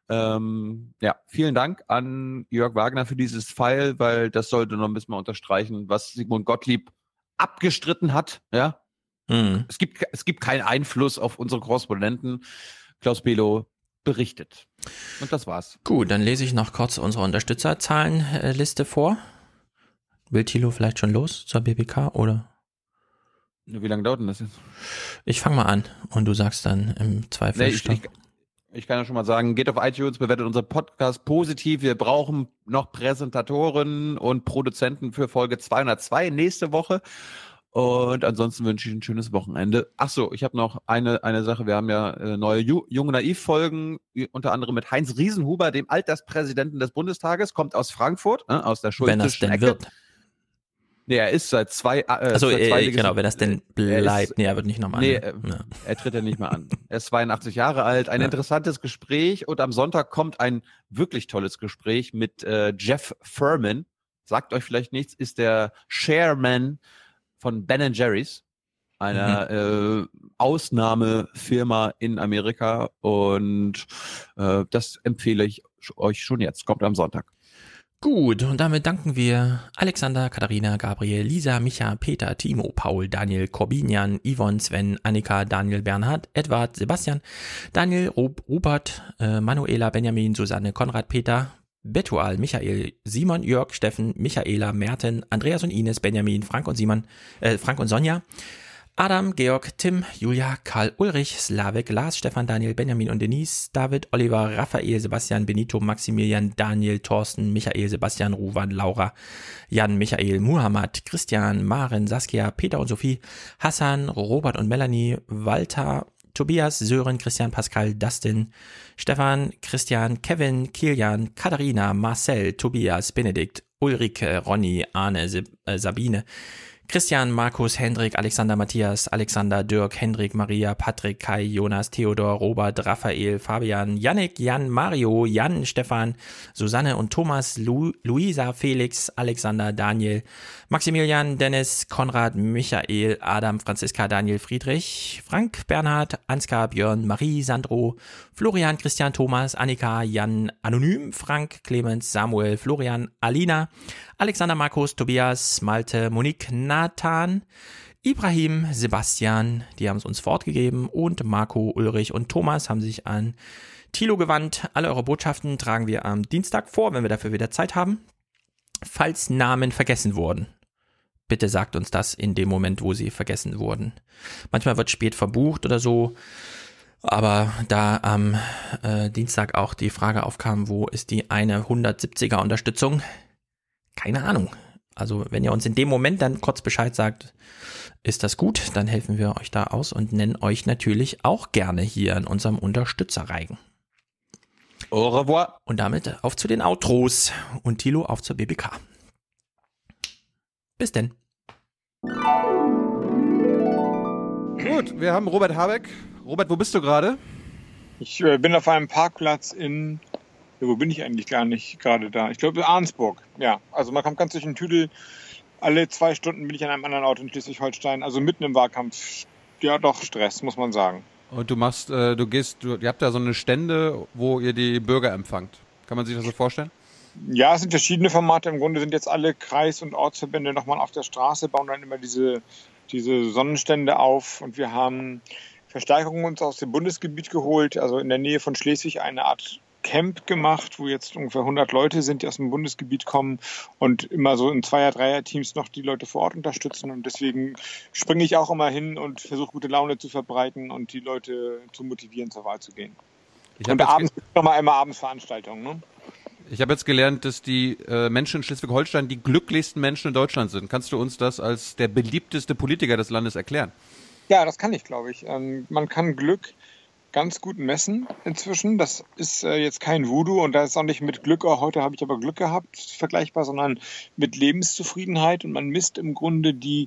Vielen Dank an Jörg Wagner für dieses File, weil das sollte noch ein bisschen mal unterstreichen, was Sigmund Gottlieb abgestritten hat. Ja, es gibt keinen Einfluss auf unsere Korrespondenten. Klaus Below berichtet. Und das war's. Gut, dann lese ich noch kurz unsere Unterstützerzahlenliste vor. Will Thilo vielleicht schon los zur BBK oder? Wie lange dauert denn das jetzt? Ich fange mal an und du sagst dann im Zweifel. Ich kann ja schon mal sagen, geht auf iTunes, bewertet unseren Podcast positiv. Wir brauchen noch Präsentatoren und Produzenten für Folge 202 nächste Woche. Und ansonsten wünsche ich ein schönes Wochenende. Ach so, ich habe noch eine Sache. Wir haben ja neue Junge Naiv-Folgen, unter anderem mit Heinz Riesenhuber, dem Alterspräsidenten des Bundestages, kommt aus Frankfurt, aus der Schulzischen Wenn das denn Ecke. wird. Nee, er ist seit zwei genau, wenn das denn bleibt. Er wird nicht nochmal an. Er tritt ja nicht mehr an. Er ist 82 Jahre alt. Ein interessantes Gespräch und am Sonntag kommt ein wirklich tolles Gespräch mit Jeff Furman. Sagt euch vielleicht nichts, ist der Chairman von Ben & Jerry's, einer Ausnahmefirma in Amerika und das empfehle ich euch schon jetzt. Kommt am Sonntag. Gut, und damit danken wir Alexander, Katharina, Gabriel, Lisa, Micha, Peter, Timo, Paul, Daniel, Corbinian, Yvonne, Sven, Annika, Daniel, Bernhard, Edward, Sebastian, Daniel, Rupert, Manuela, Benjamin, Susanne, Konrad, Peter, Betual, Michael, Simon, Jörg, Steffen, Michaela, Merten, Andreas und Ines, Benjamin, Frank und Sonja, Adam, Georg, Tim, Julia, Karl, Ulrich, Slavek, Lars, Stefan, Daniel, Benjamin und Denise, David, Oliver, Raphael, Sebastian, Benito, Maximilian, Daniel, Thorsten, Michael, Sebastian, Ruwan, Laura, Jan, Michael, Muhammad, Christian, Maren, Saskia, Peter und Sophie, Hassan, Robert und Melanie, Walter, Tobias, Sören, Christian, Pascal, Dustin, Stefan, Christian, Kevin, Kilian, Katharina, Marcel, Tobias, Benedikt, Ulrike, Ronny, Arne, Sabine, Christian, Markus, Hendrik, Alexander, Matthias, Alexander, Dirk, Hendrik, Maria, Patrick, Kai, Jonas, Theodor, Robert, Raphael, Fabian, Yannick, Jan, Mario, Jan, Stefan, Susanne und Thomas, Luisa, Felix, Alexander, Daniel, Maximilian, Dennis, Konrad, Michael, Adam, Franziska, Daniel, Friedrich, Frank, Bernhard, Ansgar, Björn, Marie, Sandro, Florian, Christian, Thomas, Annika, Jan, Anonym, Frank, Clemens, Samuel, Florian, Alina, Alexander, Markus, Tobias, Malte, Monique, Nathan, Ibrahim, Sebastian, die haben es uns fortgegeben und Marco, Ulrich und Thomas haben sich an Thilo gewandt. Alle eure Botschaften tragen wir am Dienstag vor, wenn wir dafür wieder Zeit haben. Falls Namen vergessen wurden, bitte sagt uns das in dem Moment, wo sie vergessen wurden. Manchmal wird spät verbucht oder so, aber da am Dienstag auch die Frage aufkam, wo ist die eine 170er Unterstützung? Keine Ahnung. Also wenn ihr uns in dem Moment dann kurz Bescheid sagt, ist das gut, dann helfen wir euch da aus und nennen euch natürlich auch gerne hier in unserem Unterstützerreigen. Au revoir. Und damit auf zu den Outros und Thilo auf zur BBK. Bis denn. Gut, wir haben Robert Habeck. Robert, wo bist du gerade? Ich bin auf einem Parkplatz in... Wo bin ich eigentlich gar nicht gerade da? Ich glaube Arnsburg. Ja, also man kommt ganz durch den Tüdel. Alle 2 Stunden bin ich an einem anderen Ort in Schleswig-Holstein. Also mitten im Wahlkampf. Ja, doch Stress, muss man sagen. Und ihr habt da so eine Stände, wo ihr die Bürger empfangt. Kann man sich das so vorstellen? Ja, es sind verschiedene Formate. Im Grunde sind jetzt alle Kreis- und Ortsverbände nochmal auf der Straße, bauen dann immer diese Sonnenstände auf. Und wir haben Verstärkungen uns aus dem Bundesgebiet geholt. Also in der Nähe von Schleswig eine Art Camp gemacht, wo jetzt ungefähr 100 Leute sind, die aus dem Bundesgebiet kommen und immer so in 2er-, 3er-Teams noch die Leute vor Ort unterstützen. Und deswegen springe ich auch immer hin und versuche gute Laune zu verbreiten und die Leute zu motivieren, zur Wahl zu gehen. Und abends gibt es nochmal einmal Abendsveranstaltungen. Ne? Ich habe jetzt gelernt, dass die Menschen in Schleswig-Holstein die glücklichsten Menschen in Deutschland sind. Kannst du uns das als der beliebteste Politiker des Landes erklären? Ja, das kann ich, glaube ich. Man kann Glück ganz gut messen inzwischen. Das ist jetzt kein Voodoo und da ist auch nicht mit Glück, heute habe ich aber Glück gehabt, vergleichbar, sondern mit Lebenszufriedenheit und man misst im Grunde die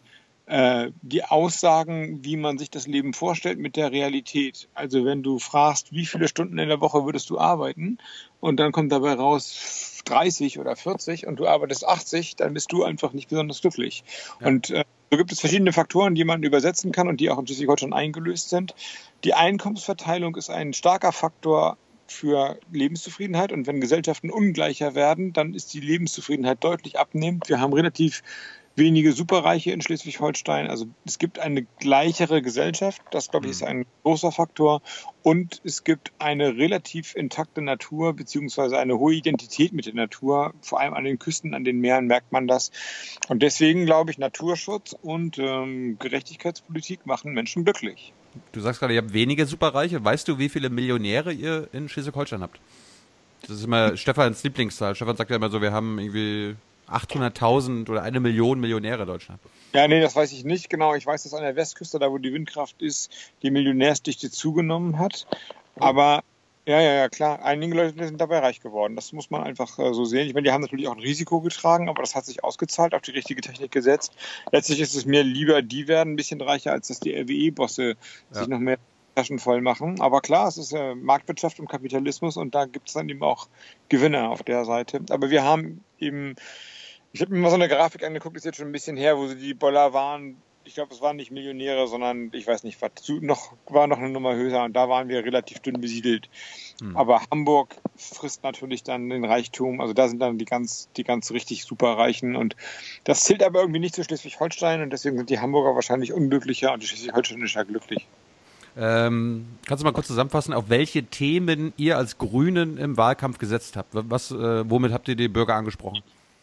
die Aussagen, wie man sich das Leben vorstellt, mit der Realität. Also wenn du fragst, wie viele Stunden in der Woche würdest du arbeiten und dann kommt dabei raus 30 oder 40 und du arbeitest 80, dann bist du einfach nicht besonders glücklich. Ja. Und so gibt es verschiedene Faktoren, die man übersetzen kann und die auch in Schleswig-Holstein eingelöst sind. Die Einkommensverteilung ist ein starker Faktor für Lebenszufriedenheit und wenn Gesellschaften ungleicher werden, dann ist die Lebenszufriedenheit deutlich abnehmend. Wir haben relativ wenige Superreiche in Schleswig-Holstein. Also es gibt eine gleichere Gesellschaft, das glaube ich ist ein großer Faktor. Und es gibt eine relativ intakte Natur beziehungsweise eine hohe Identität mit der Natur. Vor allem an den Küsten, an den Meeren merkt man das. Und deswegen glaube ich, Naturschutz und Gerechtigkeitspolitik machen Menschen glücklich. Du sagst gerade, ihr habt wenige Superreiche. Weißt du, wie viele Millionäre ihr in Schleswig-Holstein habt? Das ist immer Stefans Lieblingszahl. Stefan sagt ja immer so, wir haben irgendwie 800.000 oder 1 Million Millionäre in Deutschland. Ja, nee, das weiß ich nicht genau. Ich weiß, dass an der Westküste, da wo die Windkraft ist, die Millionärsdichte zugenommen hat. Aber ja, klar, einige Leute sind dabei reich geworden. Das muss man einfach so sehen. Ich meine, die haben natürlich auch ein Risiko getragen, aber das hat sich ausgezahlt, auf die richtige Technik gesetzt. Letztlich ist es mir lieber, die werden ein bisschen reicher, als dass die RWE-Bosse sich noch mehr Taschen voll machen. Aber klar, es ist Marktwirtschaft und Kapitalismus und da gibt es dann eben auch Gewinner auf der Seite. Aber wir haben eben, ich habe mir mal so eine Grafik angeguckt, ist jetzt schon ein bisschen her, wo sie die Boller waren. Ich glaube, es waren nicht Millionäre, sondern ich weiß nicht, was war noch eine Nummer höher und da waren wir relativ dünn besiedelt. Aber Hamburg frisst natürlich dann den Reichtum, also da sind dann die ganz richtig Superreichen und das zählt aber irgendwie nicht zu Schleswig-Holstein und deswegen sind die Hamburger wahrscheinlich unglücklicher und die Schleswig-Holsteinischer glücklich. Kannst du mal kurz zusammenfassen, auf welche Themen ihr als Grünen im Wahlkampf gesetzt habt? Womit habt ihr die Bürger angesprochen?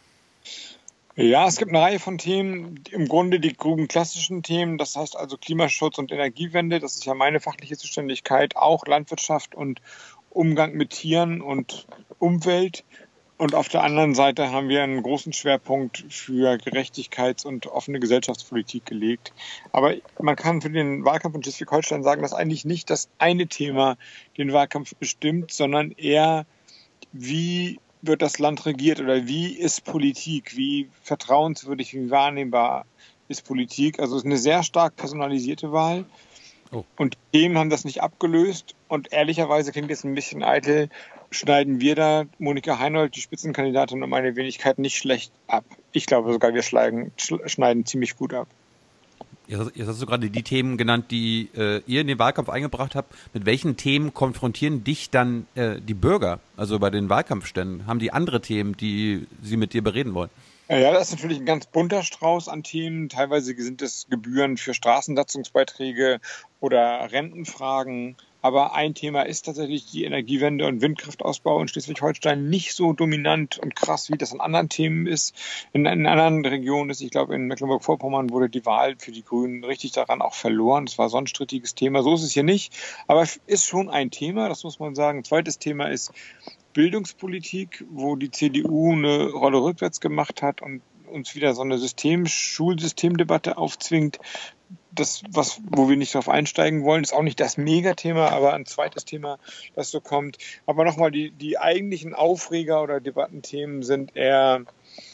Ja, es gibt eine Reihe von Themen, im Grunde die grünen klassischen Themen, das heißt also Klimaschutz und Energiewende, das ist ja meine fachliche Zuständigkeit, auch Landwirtschaft und Umgang mit Tieren und Umwelt. Und auf der anderen Seite haben wir einen großen Schwerpunkt für Gerechtigkeits- und offene Gesellschaftspolitik gelegt. Aber man kann für den Wahlkampf in Schleswig-Holstein sagen, dass eigentlich nicht das eine Thema den Wahlkampf bestimmt, sondern eher, wie wird das Land regiert oder wie ist Politik, wie vertrauenswürdig, wie wahrnehmbar ist Politik. Also es ist eine sehr stark personalisierte Wahl. Und die Themen haben das nicht abgelöst. Und ehrlicherweise klingt jetzt ein bisschen eitel, schneiden wir da Monika Heinold, die Spitzenkandidatin, um meine Wenigkeit nicht schlecht ab. Ich glaube sogar, wir schneiden ziemlich gut ab. Jetzt hast du gerade die Themen genannt, die ihr in den Wahlkampf eingebracht habt. Mit welchen Themen konfrontieren dich dann die Bürger, also bei den Wahlkampfständen? Haben die andere Themen, die sie mit dir bereden wollen? Ja, das ist natürlich ein ganz bunter Strauß an Themen. Teilweise sind es Gebühren für Straßensatzungsbeiträge oder Rentenfragen. Aber ein Thema ist tatsächlich die Energiewende und Windkraftausbau in Schleswig-Holstein nicht so dominant und krass, wie das in anderen Themen ist. In anderen Regionen ist, ich glaube, in Mecklenburg-Vorpommern wurde die Wahl für die Grünen richtig daran auch verloren. Das war so ein strittiges Thema. So ist es hier nicht. Aber es ist schon ein Thema, das muss man sagen. Ein zweites Thema ist Bildungspolitik, wo die CDU eine Rolle rückwärts gemacht hat und uns wieder so eine Schulsystemdebatte aufzwingt. Das, wo wir nicht drauf einsteigen wollen, ist auch nicht das Megathema, aber ein zweites Thema, das so kommt. Aber nochmal, die eigentlichen Aufreger oder Debattenthemen sind eher,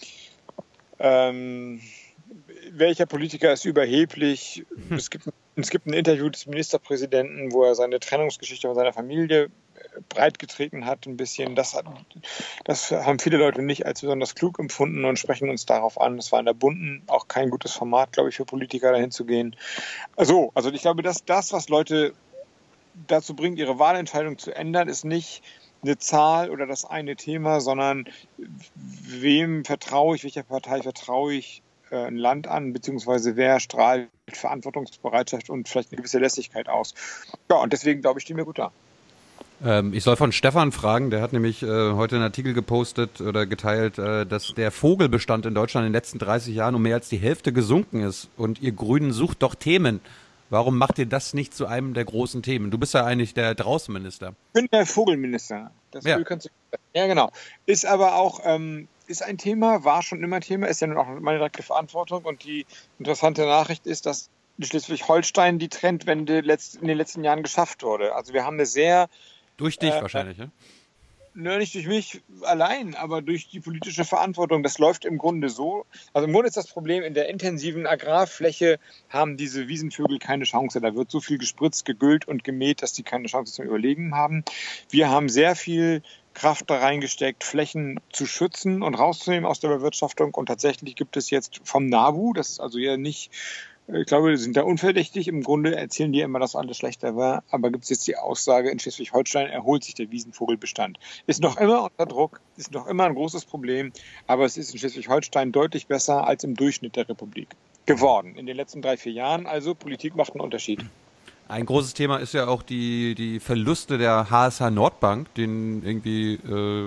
welcher Politiker ist überheblich? Es gibt ein Interview des Ministerpräsidenten, wo er seine Trennungsgeschichte von seiner Familie breitgetreten hat, ein bisschen. Das haben viele Leute nicht als besonders klug empfunden und sprechen uns darauf an. Es war in der Bunten auch kein gutes Format, glaube ich, für Politiker dahin zu gehen. Also ich glaube, dass das, was Leute dazu bringt, ihre Wahlentscheidung zu ändern, ist nicht eine Zahl oder das eine Thema, sondern wem vertraue ich, welcher Partei vertraue ich ein Land an, beziehungsweise wer strahlt Verantwortungsbereitschaft und vielleicht eine gewisse Lässigkeit aus. Ja, und deswegen, glaube ich, stehen wir gut da. Ich soll von Stefan fragen, der hat nämlich heute einen Artikel gepostet oder geteilt, dass der Vogelbestand in Deutschland in den letzten 30 Jahren um mehr als die Hälfte gesunken ist und ihr Grünen sucht doch Themen. Warum macht ihr das nicht zu einem der großen Themen? Du bist ja eigentlich der Draußenminister. Ich bin der Vogelminister. Ja, genau. Ist aber auch ist ein Thema, war schon immer Thema, ist ja nun auch meine direkte Verantwortung und die interessante Nachricht ist, dass in Schleswig-Holstein die Trendwende in den letzten Jahren geschafft wurde. Also wir haben eine sehr durch dich wahrscheinlich, ja? Nicht durch mich allein, aber durch die politische Verantwortung. Das läuft im Grunde so. Also im Grunde ist das Problem, in der intensiven Agrarfläche haben diese Wiesenvögel keine Chance. Da wird so viel gespritzt, gegüllt und gemäht, dass die keine Chance zum Überleben haben. Wir haben sehr viel Kraft da reingesteckt, Flächen zu schützen und rauszunehmen aus der Bewirtschaftung. Und tatsächlich gibt es jetzt vom NABU, das ist also ja nicht... Ich glaube, die sind da unverdächtig. Im Grunde erzählen die immer, dass alles schlechter war. Aber gibt es jetzt die Aussage, in Schleswig-Holstein erholt sich der Wiesenvogelbestand. Ist noch immer unter Druck, ist noch immer ein großes Problem. Aber es ist in Schleswig-Holstein deutlich besser als im Durchschnitt der Republik geworden. In den letzten 3-4 Jahren. Also Politik macht einen Unterschied. Ein großes Thema ist ja auch die Verluste der HSH Nordbank, den irgendwie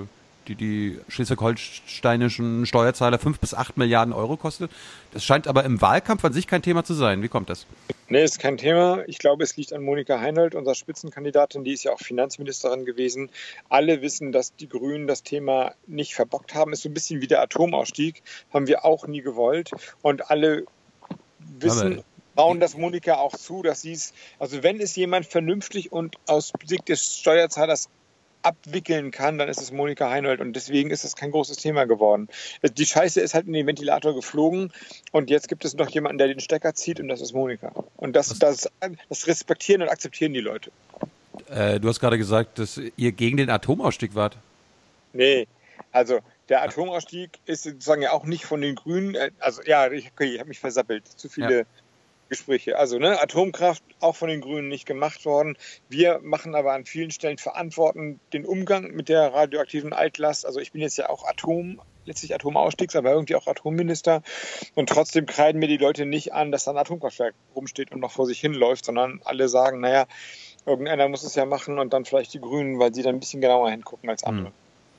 die schleswig-holsteinischen Steuerzahler 5 bis 8 Milliarden Euro kostet. Das scheint aber im Wahlkampf an sich kein Thema zu sein. Wie kommt das? Nee, ist kein Thema. Ich glaube, es liegt an Monika Heinold, unserer Spitzenkandidatin. Die ist ja auch Finanzministerin gewesen. Alle wissen, dass die Grünen das Thema nicht verbockt haben. Ist so ein bisschen wie der Atomausstieg. Haben wir auch nie gewollt. Und alle wissen... trauen das Monika auch zu, dass sie es, also wenn es jemand vernünftig und aus Sicht des Steuerzahlers abwickeln kann, dann ist es Monika Heinold und deswegen ist das kein großes Thema geworden. Die Scheiße ist halt in den Ventilator geflogen und jetzt gibt es noch jemanden, der den Stecker zieht und das ist Monika. Und das respektieren und akzeptieren die Leute. Du hast gerade gesagt, dass ihr gegen den Atomausstieg wart. Nee, also der Atomausstieg ist sozusagen ja auch nicht von den Grünen, also ja, ich habe mich versappelt, zu viele Gespräche. Also Atomkraft auch von den Grünen nicht gemacht worden. Wir machen aber an vielen Stellen verantworten den Umgang mit der radioaktiven Altlast. Also ich bin jetzt ja auch letztlich Atomausstiegs, aber irgendwie auch Atomminister. Und trotzdem kreiden mir die Leute nicht an, dass da ein Atomkraftwerk rumsteht und noch vor sich hinläuft, sondern alle sagen, naja, irgendeiner muss es ja machen und dann vielleicht die Grünen, weil sie dann ein bisschen genauer hingucken als andere.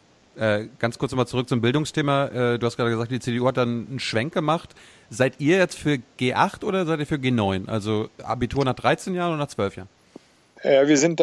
Ganz kurz nochmal zurück zum Bildungsthema. Du hast gerade gesagt, die CDU hat dann einen Schwenk gemacht. Seid ihr jetzt für G8 oder seid ihr für G9? Also Abitur nach 13 Jahren oder nach 12 Jahren? Wir sind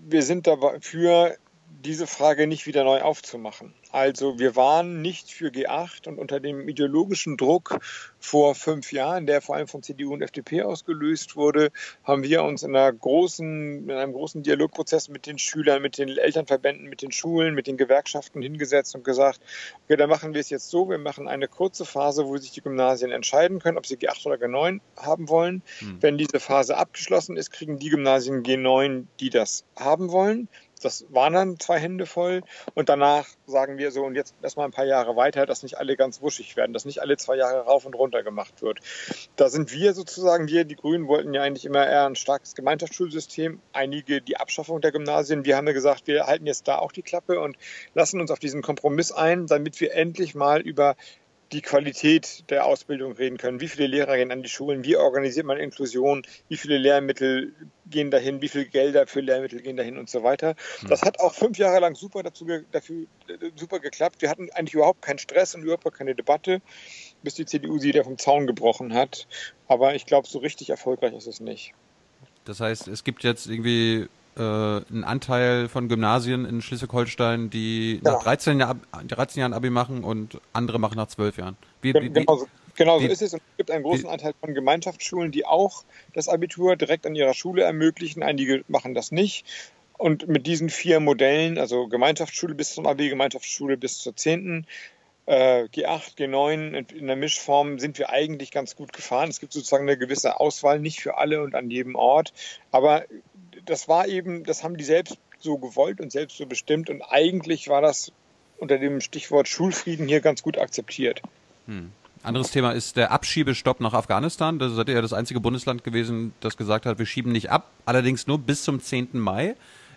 dafür, diese Frage nicht wieder neu aufzumachen. Also wir waren nicht für G8 und unter dem ideologischen Druck vor 5 Jahren, der vor allem von CDU und FDP ausgelöst wurde, haben wir uns in einem großen Dialogprozess mit den Schülern, mit den Elternverbänden, mit den Schulen, mit den Gewerkschaften hingesetzt und gesagt, okay, dann machen wir es jetzt so, wir machen eine kurze Phase, wo sich die Gymnasien entscheiden können, ob sie G8 oder G9 haben wollen. Wenn diese Phase abgeschlossen ist, kriegen die Gymnasien G9, die das haben wollen. Das waren dann 2 Hände voll und danach sagen wir so, und jetzt erstmal ein paar Jahre weiter, dass nicht alle ganz wuschig werden, dass nicht alle 2 Jahre rauf und runter gemacht wird. Da sind wir sozusagen, die Grünen wollten ja eigentlich immer eher ein starkes Gemeinschaftsschulsystem, einige die Abschaffung der Gymnasien. Wir haben ja gesagt, wir halten jetzt da auch die Klappe und lassen uns auf diesen Kompromiss ein, damit wir endlich mal über die Qualität der Ausbildung reden können. Wie viele Lehrer gehen an die Schulen? Wie organisiert man Inklusion? Wie viele Lehrmittel gehen dahin? Wie viele Gelder für Lehrmittel gehen dahin und so weiter? Das hat auch 5 Jahre lang super geklappt. Wir hatten eigentlich überhaupt keinen Stress und überhaupt keine Debatte, bis die CDU sie wieder vom Zaun gebrochen hat. Aber ich glaube, so richtig erfolgreich ist es nicht. Das heißt, es gibt jetzt irgendwie einen Anteil von Gymnasien in Schleswig-Holstein, die nach 13 Jahren Abi machen und andere machen nach 12 Jahren. Genau so ist es. Und es gibt einen großen Anteil von Gemeinschaftsschulen, die auch das Abitur direkt an ihrer Schule ermöglichen. Einige machen das nicht. Und mit diesen 4 Modellen, also Gemeinschaftsschule bis zum Abi, Gemeinschaftsschule bis zur 10., G8, G9 in der Mischform sind wir eigentlich ganz gut gefahren. Es gibt sozusagen eine gewisse Auswahl, nicht für alle und an jedem Ort. Aber das haben die selbst so gewollt und selbst so bestimmt. Und eigentlich war das unter dem Stichwort Schulfrieden hier ganz gut akzeptiert. Anderes Thema ist der Abschiebestopp nach Afghanistan. Das seid ihr ja das einzige Bundesland gewesen, das gesagt hat, wir schieben nicht ab. Allerdings nur bis zum 10. Mai.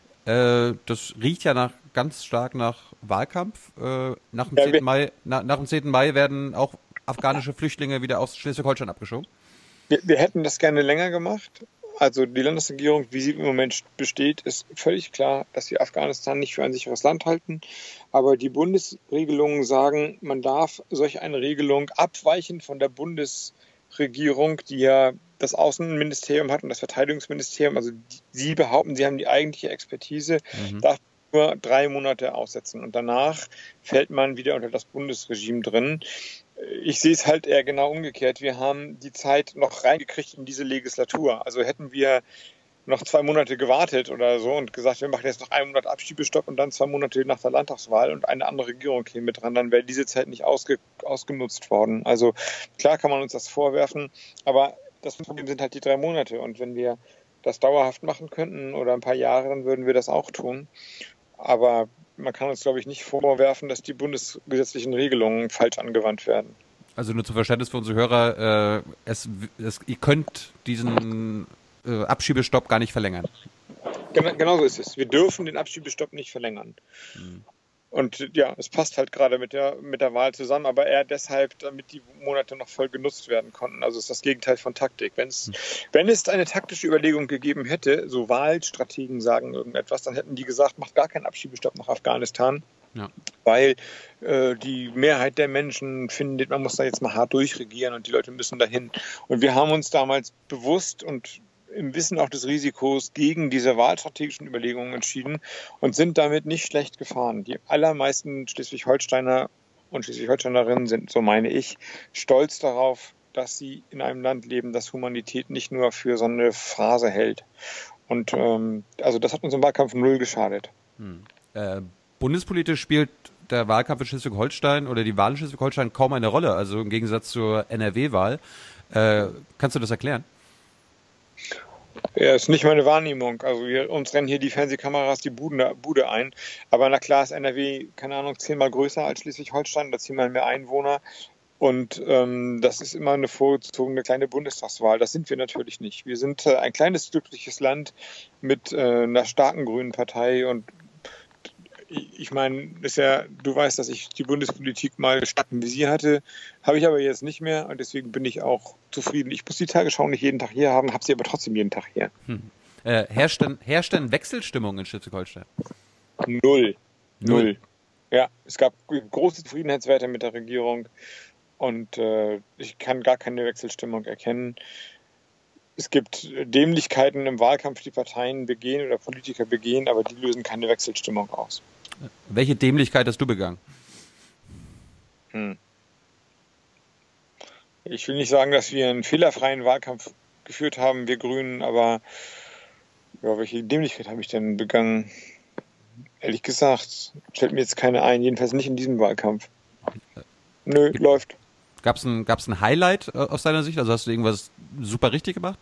Das riecht ja ganz stark nach Wahlkampf. Nach dem 10. Mai werden auch afghanische Flüchtlinge wieder aus Schleswig-Holstein abgeschoben. Wir hätten das gerne länger gemacht. Also die Landesregierung, wie sie im Moment besteht, ist völlig klar, dass wir Afghanistan nicht für ein sicheres Land halten. Aber die Bundesregelungen sagen, man darf solch eine Regelung abweichend von der Bundesregierung, die ja das Außenministerium hat und das Verteidigungsministerium, also sie behaupten, sie haben die eigentliche Expertise, darf nur 3 Monate aussetzen. Und danach fällt man wieder unter das Bundesregime drin. Ich sehe es halt eher genau umgekehrt. Wir haben die Zeit noch reingekriegt in diese Legislatur. Also hätten wir noch 2 Monate gewartet oder so und gesagt, wir machen jetzt noch 1 Monat Abschiebestopp und dann 2 Monate nach der Landtagswahl und eine andere Regierung käme mit dran, dann wäre diese Zeit nicht ausgenutzt worden. Also klar kann man uns das vorwerfen, aber das Problem sind halt die 3 Monate. Und wenn wir das dauerhaft machen könnten oder ein paar Jahre, dann würden wir das auch tun. Aber man kann uns, glaube ich, nicht vorwerfen, dass die bundesgesetzlichen Regelungen falsch angewandt werden. Also nur zum Verständnis für unsere Hörer, ihr könnt diesen Abschiebestopp gar nicht verlängern. Genau so ist es. Wir dürfen den Abschiebestopp nicht verlängern. Und ja, es passt halt gerade mit der Wahl zusammen, aber eher deshalb, damit die Monate noch voll genutzt werden konnten. Also es ist das Gegenteil von Taktik. Wenn es eine taktische Überlegung gegeben hätte, so Wahlstrategen sagen irgendetwas, dann hätten die gesagt, macht gar keinen Abschiebestopp nach Afghanistan. Ja. Weil die Mehrheit der Menschen findet, man muss da jetzt mal hart durchregieren und die Leute müssen dahin. Und wir haben uns damals bewusst und im Wissen auch des Risikos gegen diese wahlstrategischen Überlegungen entschieden und sind damit nicht schlecht gefahren. Die allermeisten Schleswig-Holsteiner und Schleswig-Holsteinerinnen sind, so meine ich, stolz darauf, dass sie in einem Land leben, das Humanität nicht nur für so eine Phrase hält. Und also das hat uns im Wahlkampf 0 geschadet. Bundespolitisch spielt der Wahlkampf in Schleswig-Holstein oder die Wahl in Schleswig-Holstein kaum eine Rolle, also im Gegensatz zur NRW-Wahl. Kannst du das erklären? Ja, ist nicht meine Wahrnehmung. Also uns rennen hier die Fernsehkameras die Bude ein. Aber na klar ist NRW, keine Ahnung, 10-mal größer als Schleswig-Holstein, da 10-mal mehr Einwohner. Und das ist immer eine vorgezogene kleine Bundestagswahl. Das sind wir natürlich nicht. Wir sind ein kleines, glückliches Land mit einer starken grünen Partei. Und ich meine, du weißt, dass ich die Bundespolitik mal stark im Visier hatte, habe ich aber jetzt nicht mehr und deswegen bin ich auch zufrieden. Ich muss die Tagesschau nicht jeden Tag hier haben, habe sie aber trotzdem jeden Tag hier. Herrscht denn Wechselstimmung in Schleswig-Holstein? 0. Ja, es gab große Zufriedenheitswerte mit der Regierung und ich kann gar keine Wechselstimmung erkennen. Es gibt Dämlichkeiten im Wahlkampf, die Parteien begehen oder Politiker begehen, aber die lösen keine Wechselstimmung aus. Welche Dämlichkeit hast du begangen? Ich will nicht sagen, dass wir einen fehlerfreien Wahlkampf geführt haben, wir Grünen, aber ja, welche Dämlichkeit habe ich denn begangen? Ehrlich gesagt, fällt mir jetzt keine ein, jedenfalls nicht in diesem Wahlkampf. Nö, läuft. Gab's ein Highlight aus deiner Sicht? Also hast du irgendwas super richtig gemacht?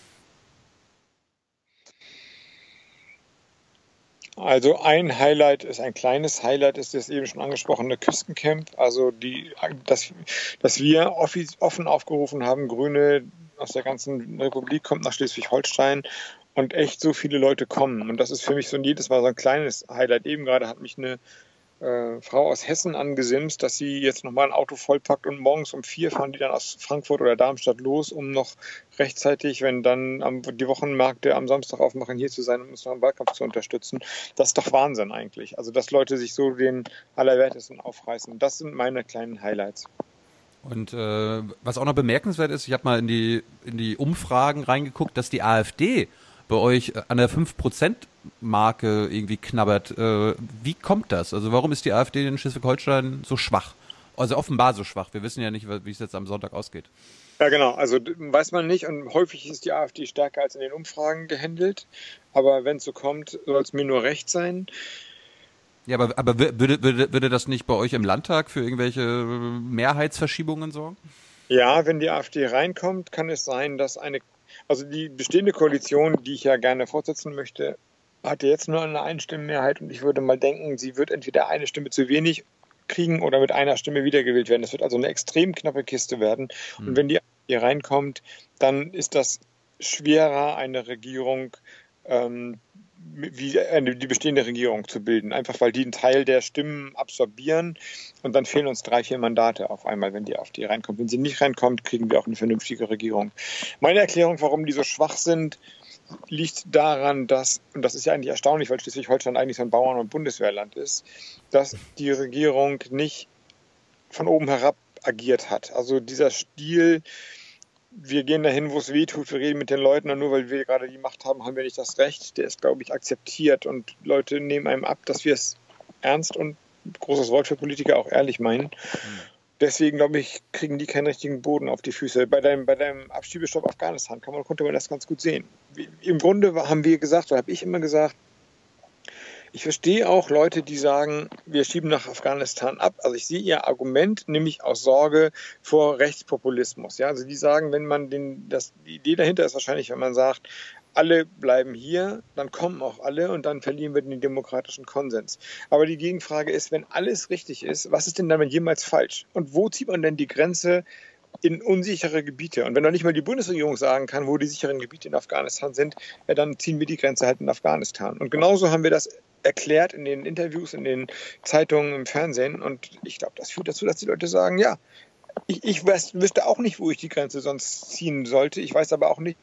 Also ein kleines Highlight ist das eben schon angesprochene Küstencamp. Also dass wir offen aufgerufen haben, Grüne aus der ganzen Republik kommt nach Schleswig-Holstein und echt so viele Leute kommen. Und das ist für mich jedes Mal so ein kleines Highlight. Eben gerade hat mich eine Frau aus Hessen angesimst, dass sie jetzt nochmal ein Auto vollpackt und morgens um 4 fahren die dann aus Frankfurt oder Darmstadt los, um noch rechtzeitig, wenn dann die Wochenmärkte am Samstag aufmachen, hier zu sein und uns noch im Wahlkampf zu unterstützen. Das ist doch Wahnsinn eigentlich. Also, dass Leute sich so den Allerwertesten aufreißen. Das sind meine kleinen Highlights. Und was auch noch bemerkenswert ist, ich habe mal in die Umfragen reingeguckt, dass die AfD bei euch an der 5%-Marke irgendwie knabbert. Wie kommt das? Also warum ist die AfD in Schleswig-Holstein so schwach? Also offenbar so schwach. Wir wissen ja nicht, wie es jetzt am Sonntag ausgeht. Ja, genau. Also weiß man nicht. Und häufig ist die AfD stärker als in den Umfragen gehandelt. Aber wenn es so kommt, soll es mir nur recht sein. Ja, aber würde das nicht bei euch im Landtag für irgendwelche Mehrheitsverschiebungen sorgen? Ja, wenn die AfD reinkommt, kann es sein, dass also die bestehende Koalition, die ich ja gerne fortsetzen möchte, hat jetzt nur eine Einstimmenmehrheit und ich würde mal denken, sie wird entweder eine Stimme zu wenig kriegen oder mit einer Stimme wiedergewählt werden. Das wird also eine extrem knappe Kiste werden. Und wenn die AfD reinkommt, dann ist das schwerer, eine Regierung wie die bestehende Regierung zu bilden. Einfach weil die einen Teil der Stimmen absorbieren und dann fehlen uns 3-4 Mandate auf einmal, wenn die AfD reinkommt. Wenn sie nicht reinkommt, kriegen wir auch eine vernünftige Regierung. Meine Erklärung, warum die so schwach sind, liegt daran, dass, und das ist ja eigentlich erstaunlich, weil Schleswig-Holstein eigentlich so ein Bauern- und Bundeswehrland ist, dass die Regierung nicht von oben herab agiert hat. Also dieser Stil, wir gehen dahin, wo es weh tut, wir reden mit den Leuten und nur weil wir gerade die Macht haben, haben wir nicht das Recht. Der ist, glaube ich, akzeptiert und Leute nehmen einem ab, dass wir es ernst und, großes Wort für Politiker, auch ehrlich meinen. deswegen, glaube ich, kriegen die keinen richtigen Boden auf die Füße. Bei deinem Abschiebestopp Afghanistan konnte man das ganz gut sehen. Im Grunde haben wir gesagt, oder habe ich immer gesagt, ich verstehe auch Leute, die sagen, wir schieben nach Afghanistan ab. Also ich sehe ihr Argument, nämlich aus Sorge vor Rechtspopulismus. Ja, also die sagen, wenn man die Idee dahinter ist wahrscheinlich, wenn man sagt, alle bleiben hier, dann kommen auch alle und dann verlieren wir den demokratischen Konsens. Aber die Gegenfrage ist, wenn alles richtig ist, was ist denn dann jemals falsch? Und wo zieht man denn die Grenze in unsichere Gebiete? Und wenn noch nicht mal die Bundesregierung sagen kann, wo die sicheren Gebiete in Afghanistan sind, ja, dann ziehen wir die Grenze halt in Afghanistan. Und genauso haben wir das erklärt in den Interviews, in den Zeitungen, im Fernsehen. Und ich glaube, das führt dazu, dass die Leute sagen, ja, ich wüsste auch nicht, wo ich die Grenze sonst ziehen sollte. Ich weiß aber auch nicht,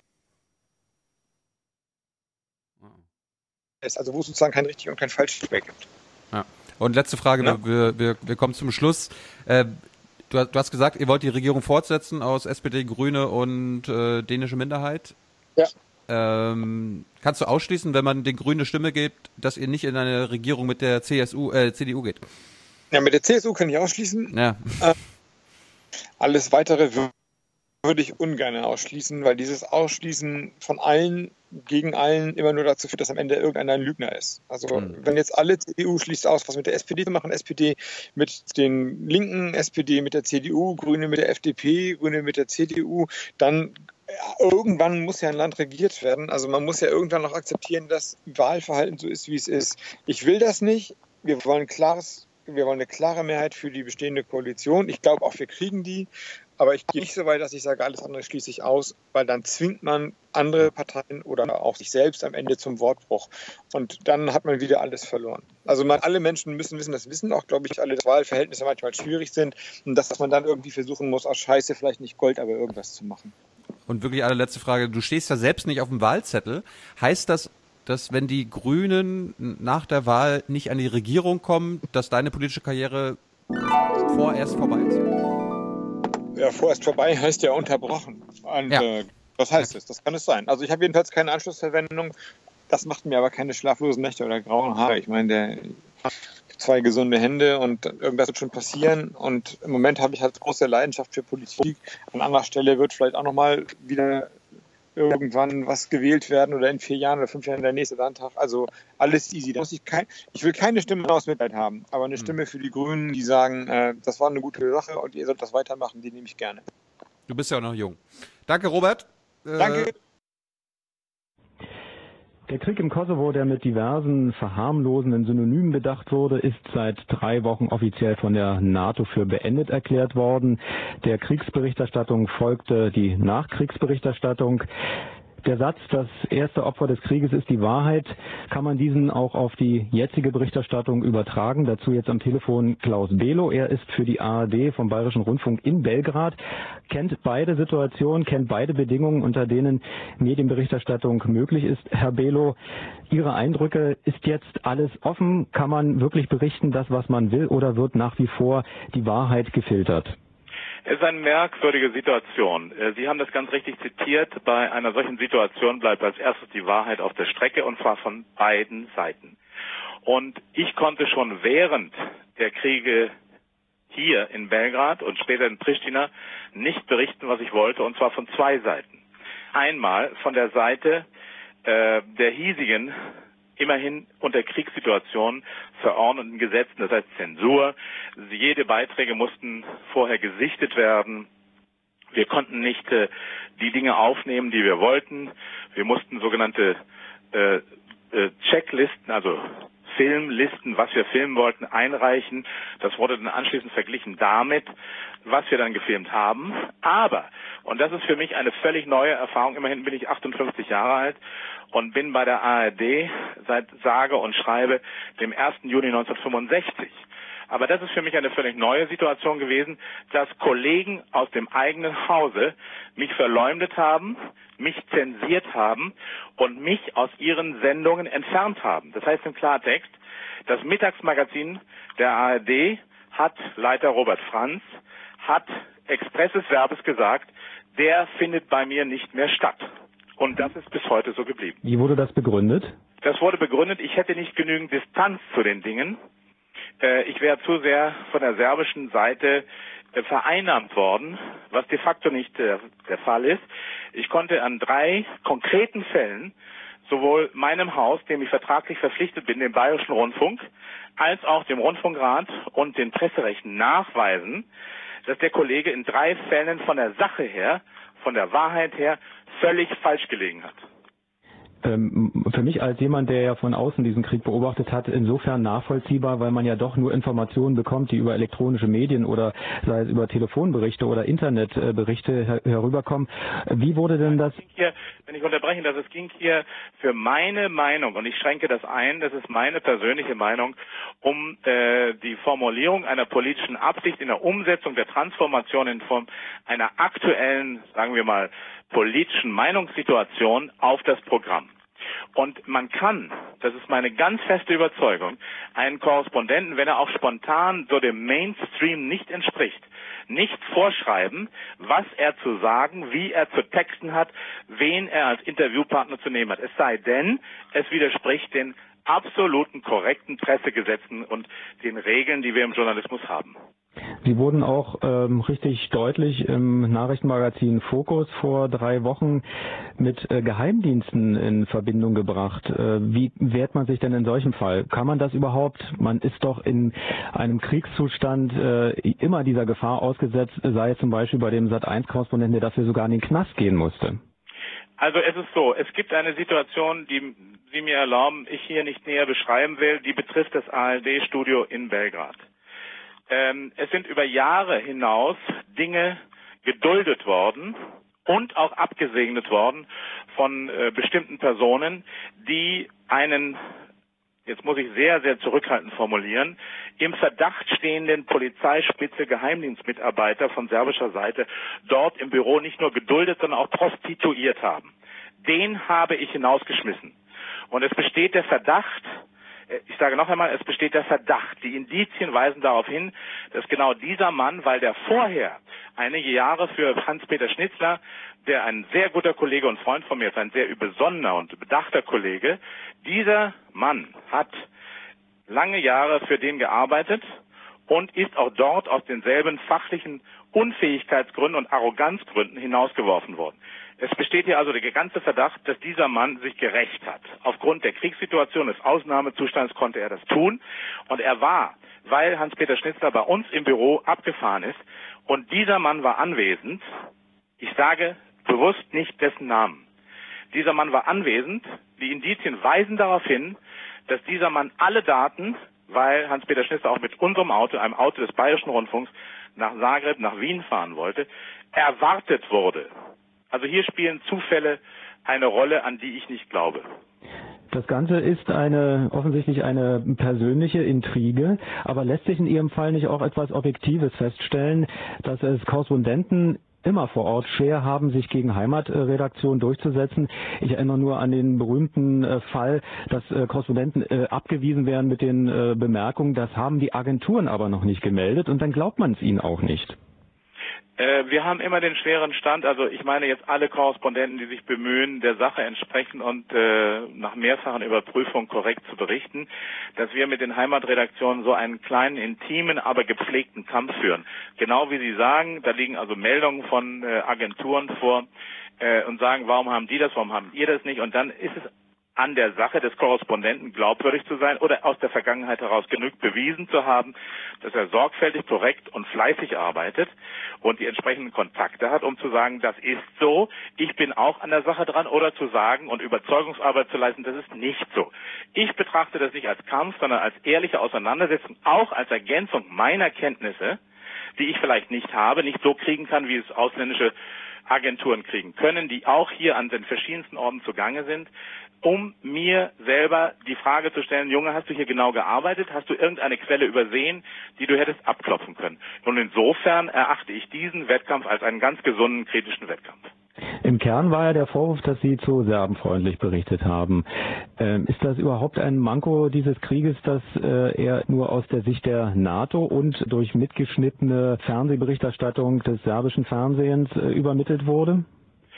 also wo es sozusagen kein richtig und kein falsch mehr gibt. Ja. Und letzte Frage, ja. wir kommen zum Schluss. Du hast gesagt, ihr wollt die Regierung fortsetzen aus SPD, Grüne und dänische Minderheit. Ja. Kannst du ausschließen, wenn man den Grünen eine Stimme gibt, dass ihr nicht in eine Regierung mit der CDU geht? Ja, mit der CSU kann ich ausschließen. Ja. Alles Weitere würde ich ungern ausschließen, weil dieses Ausschließen von allen gegen allen immer nur dazu führt, dass am Ende irgendeiner ein Lügner ist. Also wenn jetzt alle CDU schließt aus, was mit der SPD zu machen, SPD mit den Linken, SPD mit der CDU, Grüne mit der FDP, Grüne mit der CDU, dann irgendwann muss ja ein Land regiert werden. Also man muss ja irgendwann noch akzeptieren, dass Wahlverhalten so ist, wie es ist. Ich will das nicht. Wir wollen eine klare Mehrheit für die bestehende Koalition. Ich glaube auch, wir kriegen die. Aber ich gehe nicht so weit, dass ich sage, alles andere schließe ich aus, weil dann zwingt man andere Parteien oder auch sich selbst am Ende zum Wortbruch. Und dann hat man wieder alles verloren. Also alle Menschen müssen wissen, das wissen auch, glaube ich, alle, dass Wahlverhältnisse manchmal schwierig sind und dass man dann irgendwie versuchen muss, aus Scheiße vielleicht nicht Gold, aber irgendwas zu machen. Und wirklich allerletzte Frage, du stehst ja selbst nicht auf dem Wahlzettel. Heißt das, dass wenn die Grünen nach der Wahl nicht an die Regierung kommen, dass deine politische Karriere vorerst vorbei ist? Ja, vorerst vorbei heißt ja unterbrochen. Und was heißt das? Das kann es sein. Also ich habe jedenfalls keine Anschlussverwendung. Das macht mir aber keine schlaflosen Nächte oder grauen Haare. Ich meine, zwei gesunde Hände und irgendwas wird schon passieren. Und im Moment habe ich halt große Leidenschaft für Politik. An anderer Stelle wird vielleicht auch nochmal wieder irgendwann was gewählt werden oder in 4 Jahren oder 5 Jahren der nächste Landtag. Also alles easy. Da muss ich will keine Stimme aus Mitleid haben, aber eine Stimme für die Grünen, die sagen, das war eine gute Sache und ihr sollt das weitermachen, die nehme ich gerne. Du bist ja auch noch jung. Danke, Robert. Danke. Der Krieg im Kosovo, der mit diversen verharmlosenden Synonymen bedacht wurde, ist seit 3 Wochen offiziell von der NATO für beendet erklärt worden. Der Kriegsberichterstattung folgte die Nachkriegsberichterstattung. Der Satz, das erste Opfer des Krieges ist die Wahrheit, kann man diesen auch auf die jetzige Berichterstattung übertragen. Dazu jetzt am Telefon Klaus Below. Er ist für die ARD vom Bayerischen Rundfunk in Belgrad, kennt beide Situationen, kennt beide Bedingungen, unter denen Medienberichterstattung möglich ist. Herr Below, Ihre Eindrücke, ist jetzt alles offen? Kann man wirklich berichten, das, was man will, oder wird nach wie vor die Wahrheit gefiltert? Es ist eine merkwürdige Situation. Sie haben das ganz richtig zitiert. Bei einer solchen Situation bleibt als erstes die Wahrheit auf der Strecke, und zwar von beiden Seiten. Und ich konnte schon während der Kriege hier in Belgrad und später in Pristina nicht berichten, was ich wollte, und zwar von 2 Seiten. Einmal von der Seite der hiesigen, immerhin unter Kriegssituationen verordneten Gesetzen, das heißt Zensur. Jede Beiträge mussten vorher gesichtet werden. Wir konnten nicht die Dinge aufnehmen, die wir wollten. Wir mussten sogenannte Checklisten, also Filmlisten, was wir filmen wollten, einreichen. Das wurde dann anschließend verglichen damit, was wir dann gefilmt haben. Aber, und das ist für mich eine völlig neue Erfahrung, immerhin bin ich 58 Jahre alt und bin bei der ARD seit sage und schreibe dem 1. Juni 1965. Aber das ist für mich eine völlig neue Situation gewesen, dass Kollegen aus dem eigenen Hause mich verleumdet haben, mich zensiert haben und mich aus ihren Sendungen entfernt haben. Das heißt im Klartext, das Mittagsmagazin der ARD hat Leiter Robert Franz, hat expresses Verbes gesagt, der findet bei mir nicht mehr statt. Und das ist bis heute so geblieben. Wie wurde das begründet? Das wurde begründet, ich hätte nicht genügend Distanz zu den Dingen. Ich wäre zu sehr von der serbischen Seite vereinnahmt worden, was de facto nicht der Fall ist. Ich konnte an 3 konkreten Fällen sowohl meinem Haus, dem ich vertraglich verpflichtet bin, dem Bayerischen Rundfunk, als auch dem Rundfunkrat und den Presserechten nachweisen, dass der Kollege in 3 Fällen von der Sache her, von der Wahrheit her, völlig falsch gelegen hat. Für mich als jemand, der ja von außen diesen Krieg beobachtet hat, insofern nachvollziehbar, weil man ja doch nur Informationen bekommt, die über elektronische Medien oder sei es über Telefonberichte oder Internetberichte herüberkommen. Wie wurde denn das? Wenn ich unterbrechen darf, es ging hier für meine Meinung, und ich schränke das ein, das ist meine persönliche Meinung, um die Formulierung einer politischen Absicht in der Umsetzung der Transformation in Form einer aktuellen, sagen wir mal, politischen Meinungssituation auf das Programm. Und man kann, das ist meine ganz feste Überzeugung, einen Korrespondenten, wenn er auch spontan so dem Mainstream nicht entspricht, nicht vorschreiben, was er zu sagen, wie er zu texten hat, wen er als Interviewpartner zu nehmen hat. Es sei denn, es widerspricht den absoluten korrekten Pressegesetzen und den Regeln, die wir im Journalismus haben. Sie wurden auch richtig deutlich im Nachrichtenmagazin Focus vor 3 Wochen mit Geheimdiensten in Verbindung gebracht. Wie wehrt man sich denn in solchem Fall? Kann man das überhaupt? Man ist doch in einem Kriegszustand immer dieser Gefahr ausgesetzt, sei es zum Beispiel bei dem Sat.1-Korrespondenten, der dafür sogar in den Knast gehen musste. Also es ist so, es gibt eine Situation, die Sie mir erlauben, ich hier nicht näher beschreiben will, die betrifft das ARD-Studio in Belgrad. Es sind über Jahre hinaus Dinge geduldet worden und auch abgesegnet worden von bestimmten Personen, die einen, jetzt muss ich sehr, sehr zurückhaltend formulieren, im Verdacht stehenden Polizeispitze Geheimdienstmitarbeiter von serbischer Seite dort im Büro nicht nur geduldet, sondern auch prostituiert haben. Den habe ich hinausgeschmissen. Und es besteht der Verdacht, ich sage noch einmal, es besteht der Verdacht. Die Indizien weisen darauf hin, dass genau dieser Mann, weil der vorher einige Jahre für Hans-Peter Schnitzler, der ein sehr guter Kollege und Freund von mir ist, ein sehr besonnener und bedachter Kollege, dieser Mann hat lange Jahre für den gearbeitet und ist auch dort aus denselben fachlichen Unfähigkeitsgründen und Arroganzgründen hinausgeworfen worden. Es besteht hier also der ganze Verdacht, dass dieser Mann sich gerächt hat. Aufgrund der Kriegssituation des Ausnahmezustands konnte er das tun. Und er war, weil Hans-Peter Schnitzler bei uns im Büro abgefahren ist und dieser Mann war anwesend, ich sage bewusst nicht dessen Namen. Dieser Mann war anwesend, die Indizien weisen darauf hin, dass dieser Mann alle Daten, weil Hans-Peter Schnitzler auch mit unserem Auto, einem Auto des Bayerischen Rundfunks, nach Zagreb, nach Wien fahren wollte, erwartet wurde. Also hier spielen Zufälle eine Rolle, an die ich nicht glaube. Das Ganze ist offensichtlich eine persönliche Intrige, aber lässt sich in Ihrem Fall nicht auch etwas Objektives feststellen, dass es Korrespondenten immer vor Ort schwer haben, sich gegen Heimatredaktionen durchzusetzen. Ich erinnere nur an den berühmten Fall, dass Korrespondenten abgewiesen werden mit den Bemerkungen, das haben die Agenturen aber noch nicht gemeldet und dann glaubt man es ihnen auch nicht. Wir haben immer den schweren Stand, also ich meine jetzt alle Korrespondenten, die sich bemühen, der Sache entsprechend und nach mehrfachen Überprüfungen korrekt zu berichten, dass wir mit den Heimatredaktionen so einen kleinen, intimen, aber gepflegten Kampf führen. Genau wie Sie sagen, da liegen also Meldungen von Agenturen vor und sagen, warum haben die das, warum haben ihr das nicht? Und dann ist es an der Sache des Korrespondenten glaubwürdig zu sein oder aus der Vergangenheit heraus genug bewiesen zu haben, dass er sorgfältig, korrekt und fleißig arbeitet und die entsprechenden Kontakte hat, um zu sagen, das ist so, ich bin auch an der Sache dran, oder zu sagen und Überzeugungsarbeit zu leisten, das ist nicht so. Ich betrachte das nicht als Kampf, sondern als ehrliche Auseinandersetzung, auch als Ergänzung meiner Kenntnisse, die ich vielleicht nicht habe, nicht so kriegen kann, wie es ausländische Agenturen kriegen können, die auch hier an den verschiedensten Orten zugange sind, um mir selber die Frage zu stellen, Junge, hast du hier genau gearbeitet? Hast du irgendeine Quelle übersehen, die du hättest abklopfen können? Und insofern erachte ich diesen Wettkampf als einen ganz gesunden, kritischen Wettkampf. Im Kern war ja der Vorwurf, dass Sie zu serbenfreundlich berichtet haben. Ist das überhaupt ein Manko dieses Krieges, dass er nur aus der Sicht der NATO und durch mitgeschnittene Fernsehberichterstattung des serbischen Fernsehens übermittelt wurde?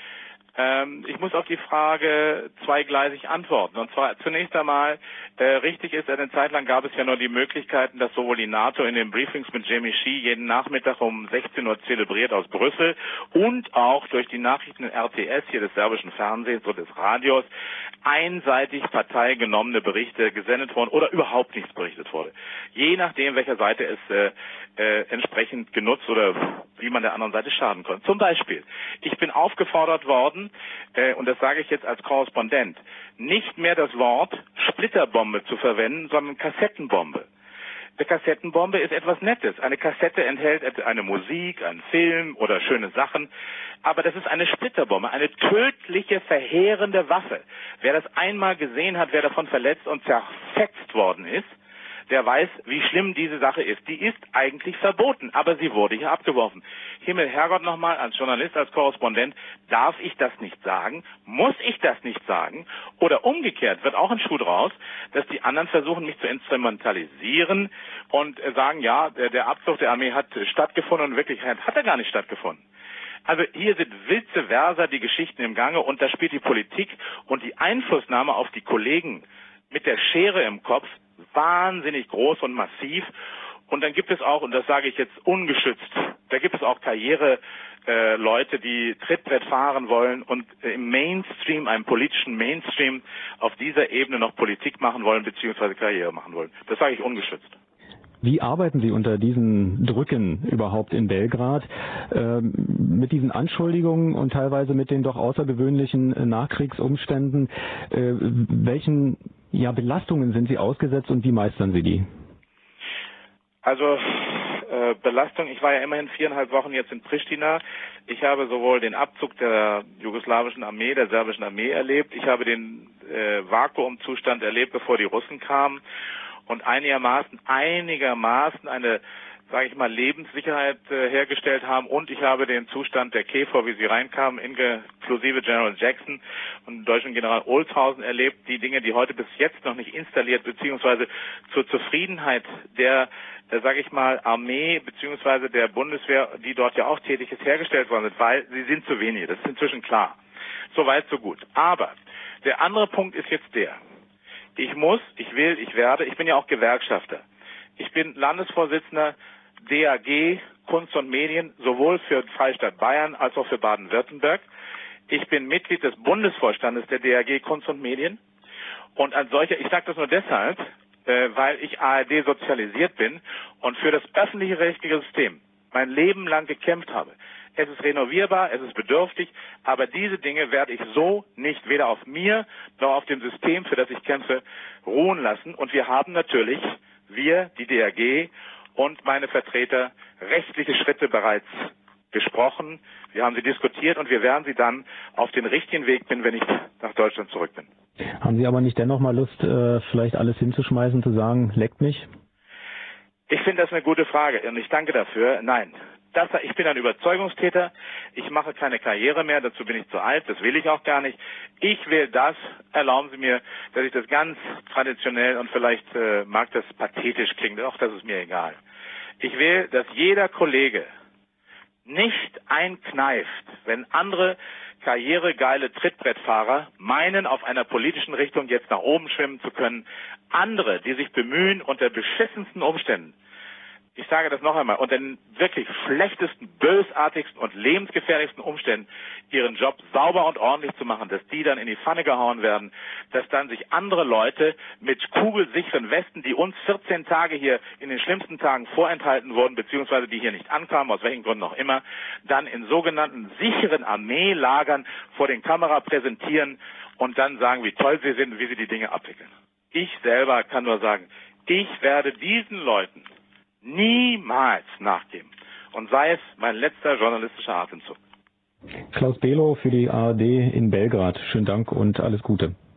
Ich muss auf die Frage zweigleisig antworten. Und zwar zunächst einmal, richtig ist, eine Zeit lang gab es ja nur die Möglichkeiten, dass sowohl die NATO in den Briefings mit Jamie Shee jeden Nachmittag um 16 Uhr zelebriert aus Brüssel und auch durch die Nachrichten RTS hier des serbischen Fernsehens und des Radios einseitig parteigenommene Berichte gesendet wurden oder überhaupt nichts berichtet wurde. Je nachdem, welcher Seite es entsprechend genutzt oder wie man der anderen Seite schaden konnte. Zum Beispiel, ich bin aufgefordert worden, und das sage ich jetzt als Korrespondent, nicht mehr das Wort Splitterbombe zu verwenden, sondern Kassettenbombe. Eine Kassettenbombe ist etwas Nettes. Eine Kassette enthält eine Musik, einen Film oder schöne Sachen. Aber das ist eine Splitterbombe, eine tödliche, verheerende Waffe. Wer das einmal gesehen hat, wer davon verletzt und zerfetzt worden ist, der weiß, wie schlimm diese Sache ist. Die ist eigentlich verboten, aber sie wurde hier abgeworfen. Himmel, Herrgott nochmal, als Journalist, als Korrespondent, darf ich das nicht sagen? Muss ich das nicht sagen? Oder umgekehrt, wird auch ein Schuh draus, dass die anderen versuchen, mich zu instrumentalisieren und sagen, ja, der Abzug der Armee hat stattgefunden und in Wirklichkeit hat er gar nicht stattgefunden. Also hier sind vice versa die Geschichten im Gange und da spielt die Politik und die Einflussnahme auf die Kollegen mit der Schere im Kopf wahnsinnig groß und massiv. Und dann gibt es auch, und das sage ich jetzt ungeschützt, da gibt es auch Leute, die Trittbrett fahren wollen und im Mainstream, einem politischen Mainstream, auf dieser Ebene noch Politik machen wollen, beziehungsweise Karriere machen wollen. Das sage ich ungeschützt. Wie arbeiten Sie unter diesen Drücken überhaupt in Belgrad? Mit diesen Anschuldigungen und teilweise mit den doch außergewöhnlichen Nachkriegsumständen, welchen Belastungen sind Sie ausgesetzt und wie meistern Sie die? Also Belastung, ich war ja immerhin 4,5 Wochen jetzt in Pristina. Ich habe sowohl den Abzug der jugoslawischen Armee, der serbischen Armee erlebt. Ich habe den Vakuumzustand erlebt, bevor die Russen kamen. Und einigermaßen eine, sage ich mal, Lebenssicherheit hergestellt haben. Und ich habe den Zustand der KFOR, wie sie reinkamen, inklusive General Jackson und deutschen General Olshausen erlebt. Die Dinge, die heute bis jetzt noch nicht installiert, beziehungsweise zur Zufriedenheit der, sage ich mal, Armee, beziehungsweise der Bundeswehr, die dort ja auch tätig ist, hergestellt worden sind, weil sie sind zu wenige. Das ist inzwischen klar. So weit, so gut. Aber der andere Punkt ist jetzt der. Ich bin ja auch Gewerkschafter. Ich bin Landesvorsitzender DAG Kunst und Medien, sowohl für Freistaat Bayern als auch für Baden-Württemberg. Ich bin Mitglied des Bundesvorstandes der DAG Kunst und Medien. Und als solcher, ich sage das nur deshalb, weil ich ARD sozialisiert bin und für das öffentliche rechtliche System mein Leben lang gekämpft habe. Es ist renovierbar, es ist bedürftig, aber diese Dinge werde ich so nicht weder auf mir noch auf dem System, für das ich kämpfe, ruhen lassen. Und wir haben natürlich, die DAG und meine Vertreter, rechtliche Schritte bereits gesprochen. Wir haben sie diskutiert und wir werden sie dann auf den richtigen Weg bringen, wenn ich nach Deutschland zurück bin. Haben Sie aber nicht dennoch mal Lust, vielleicht alles hinzuschmeißen, zu sagen, leckt mich? Ich finde das eine gute Frage und ich danke dafür. Nein. Ich bin ein Überzeugungstäter, ich mache keine Karriere mehr, dazu bin ich zu alt, das will ich auch gar nicht. Ich will das, erlauben Sie mir, dass ich das ganz traditionell und vielleicht mag das pathetisch klingen, auch das ist mir egal. Ich will, dass jeder Kollege nicht einkneift, wenn andere karrieregeile Trittbrettfahrer meinen, auf einer politischen Richtung jetzt nach oben schwimmen zu können. Andere, die sich bemühen, unter beschissensten Umständen, ich sage das noch einmal, unter den wirklich schlechtesten, bösartigsten und lebensgefährlichsten Umständen ihren Job sauber und ordentlich zu machen, dass die dann in die Pfanne gehauen werden, dass dann sich andere Leute mit kugelsicheren Westen, die uns 14 Tage hier in den schlimmsten Tagen vorenthalten wurden, beziehungsweise die hier nicht ankamen, aus welchen Gründen auch immer, dann in sogenannten sicheren Armeelagern vor den Kamera präsentieren und dann sagen, wie toll sie sind und wie sie die Dinge abwickeln. Ich selber kann nur sagen, ich werde diesen Leuten niemals nachgeben. Und sei es mein letzter journalistischer Atemzug. Klaus Below für die ARD in Belgrad. Schönen Dank und alles Gute.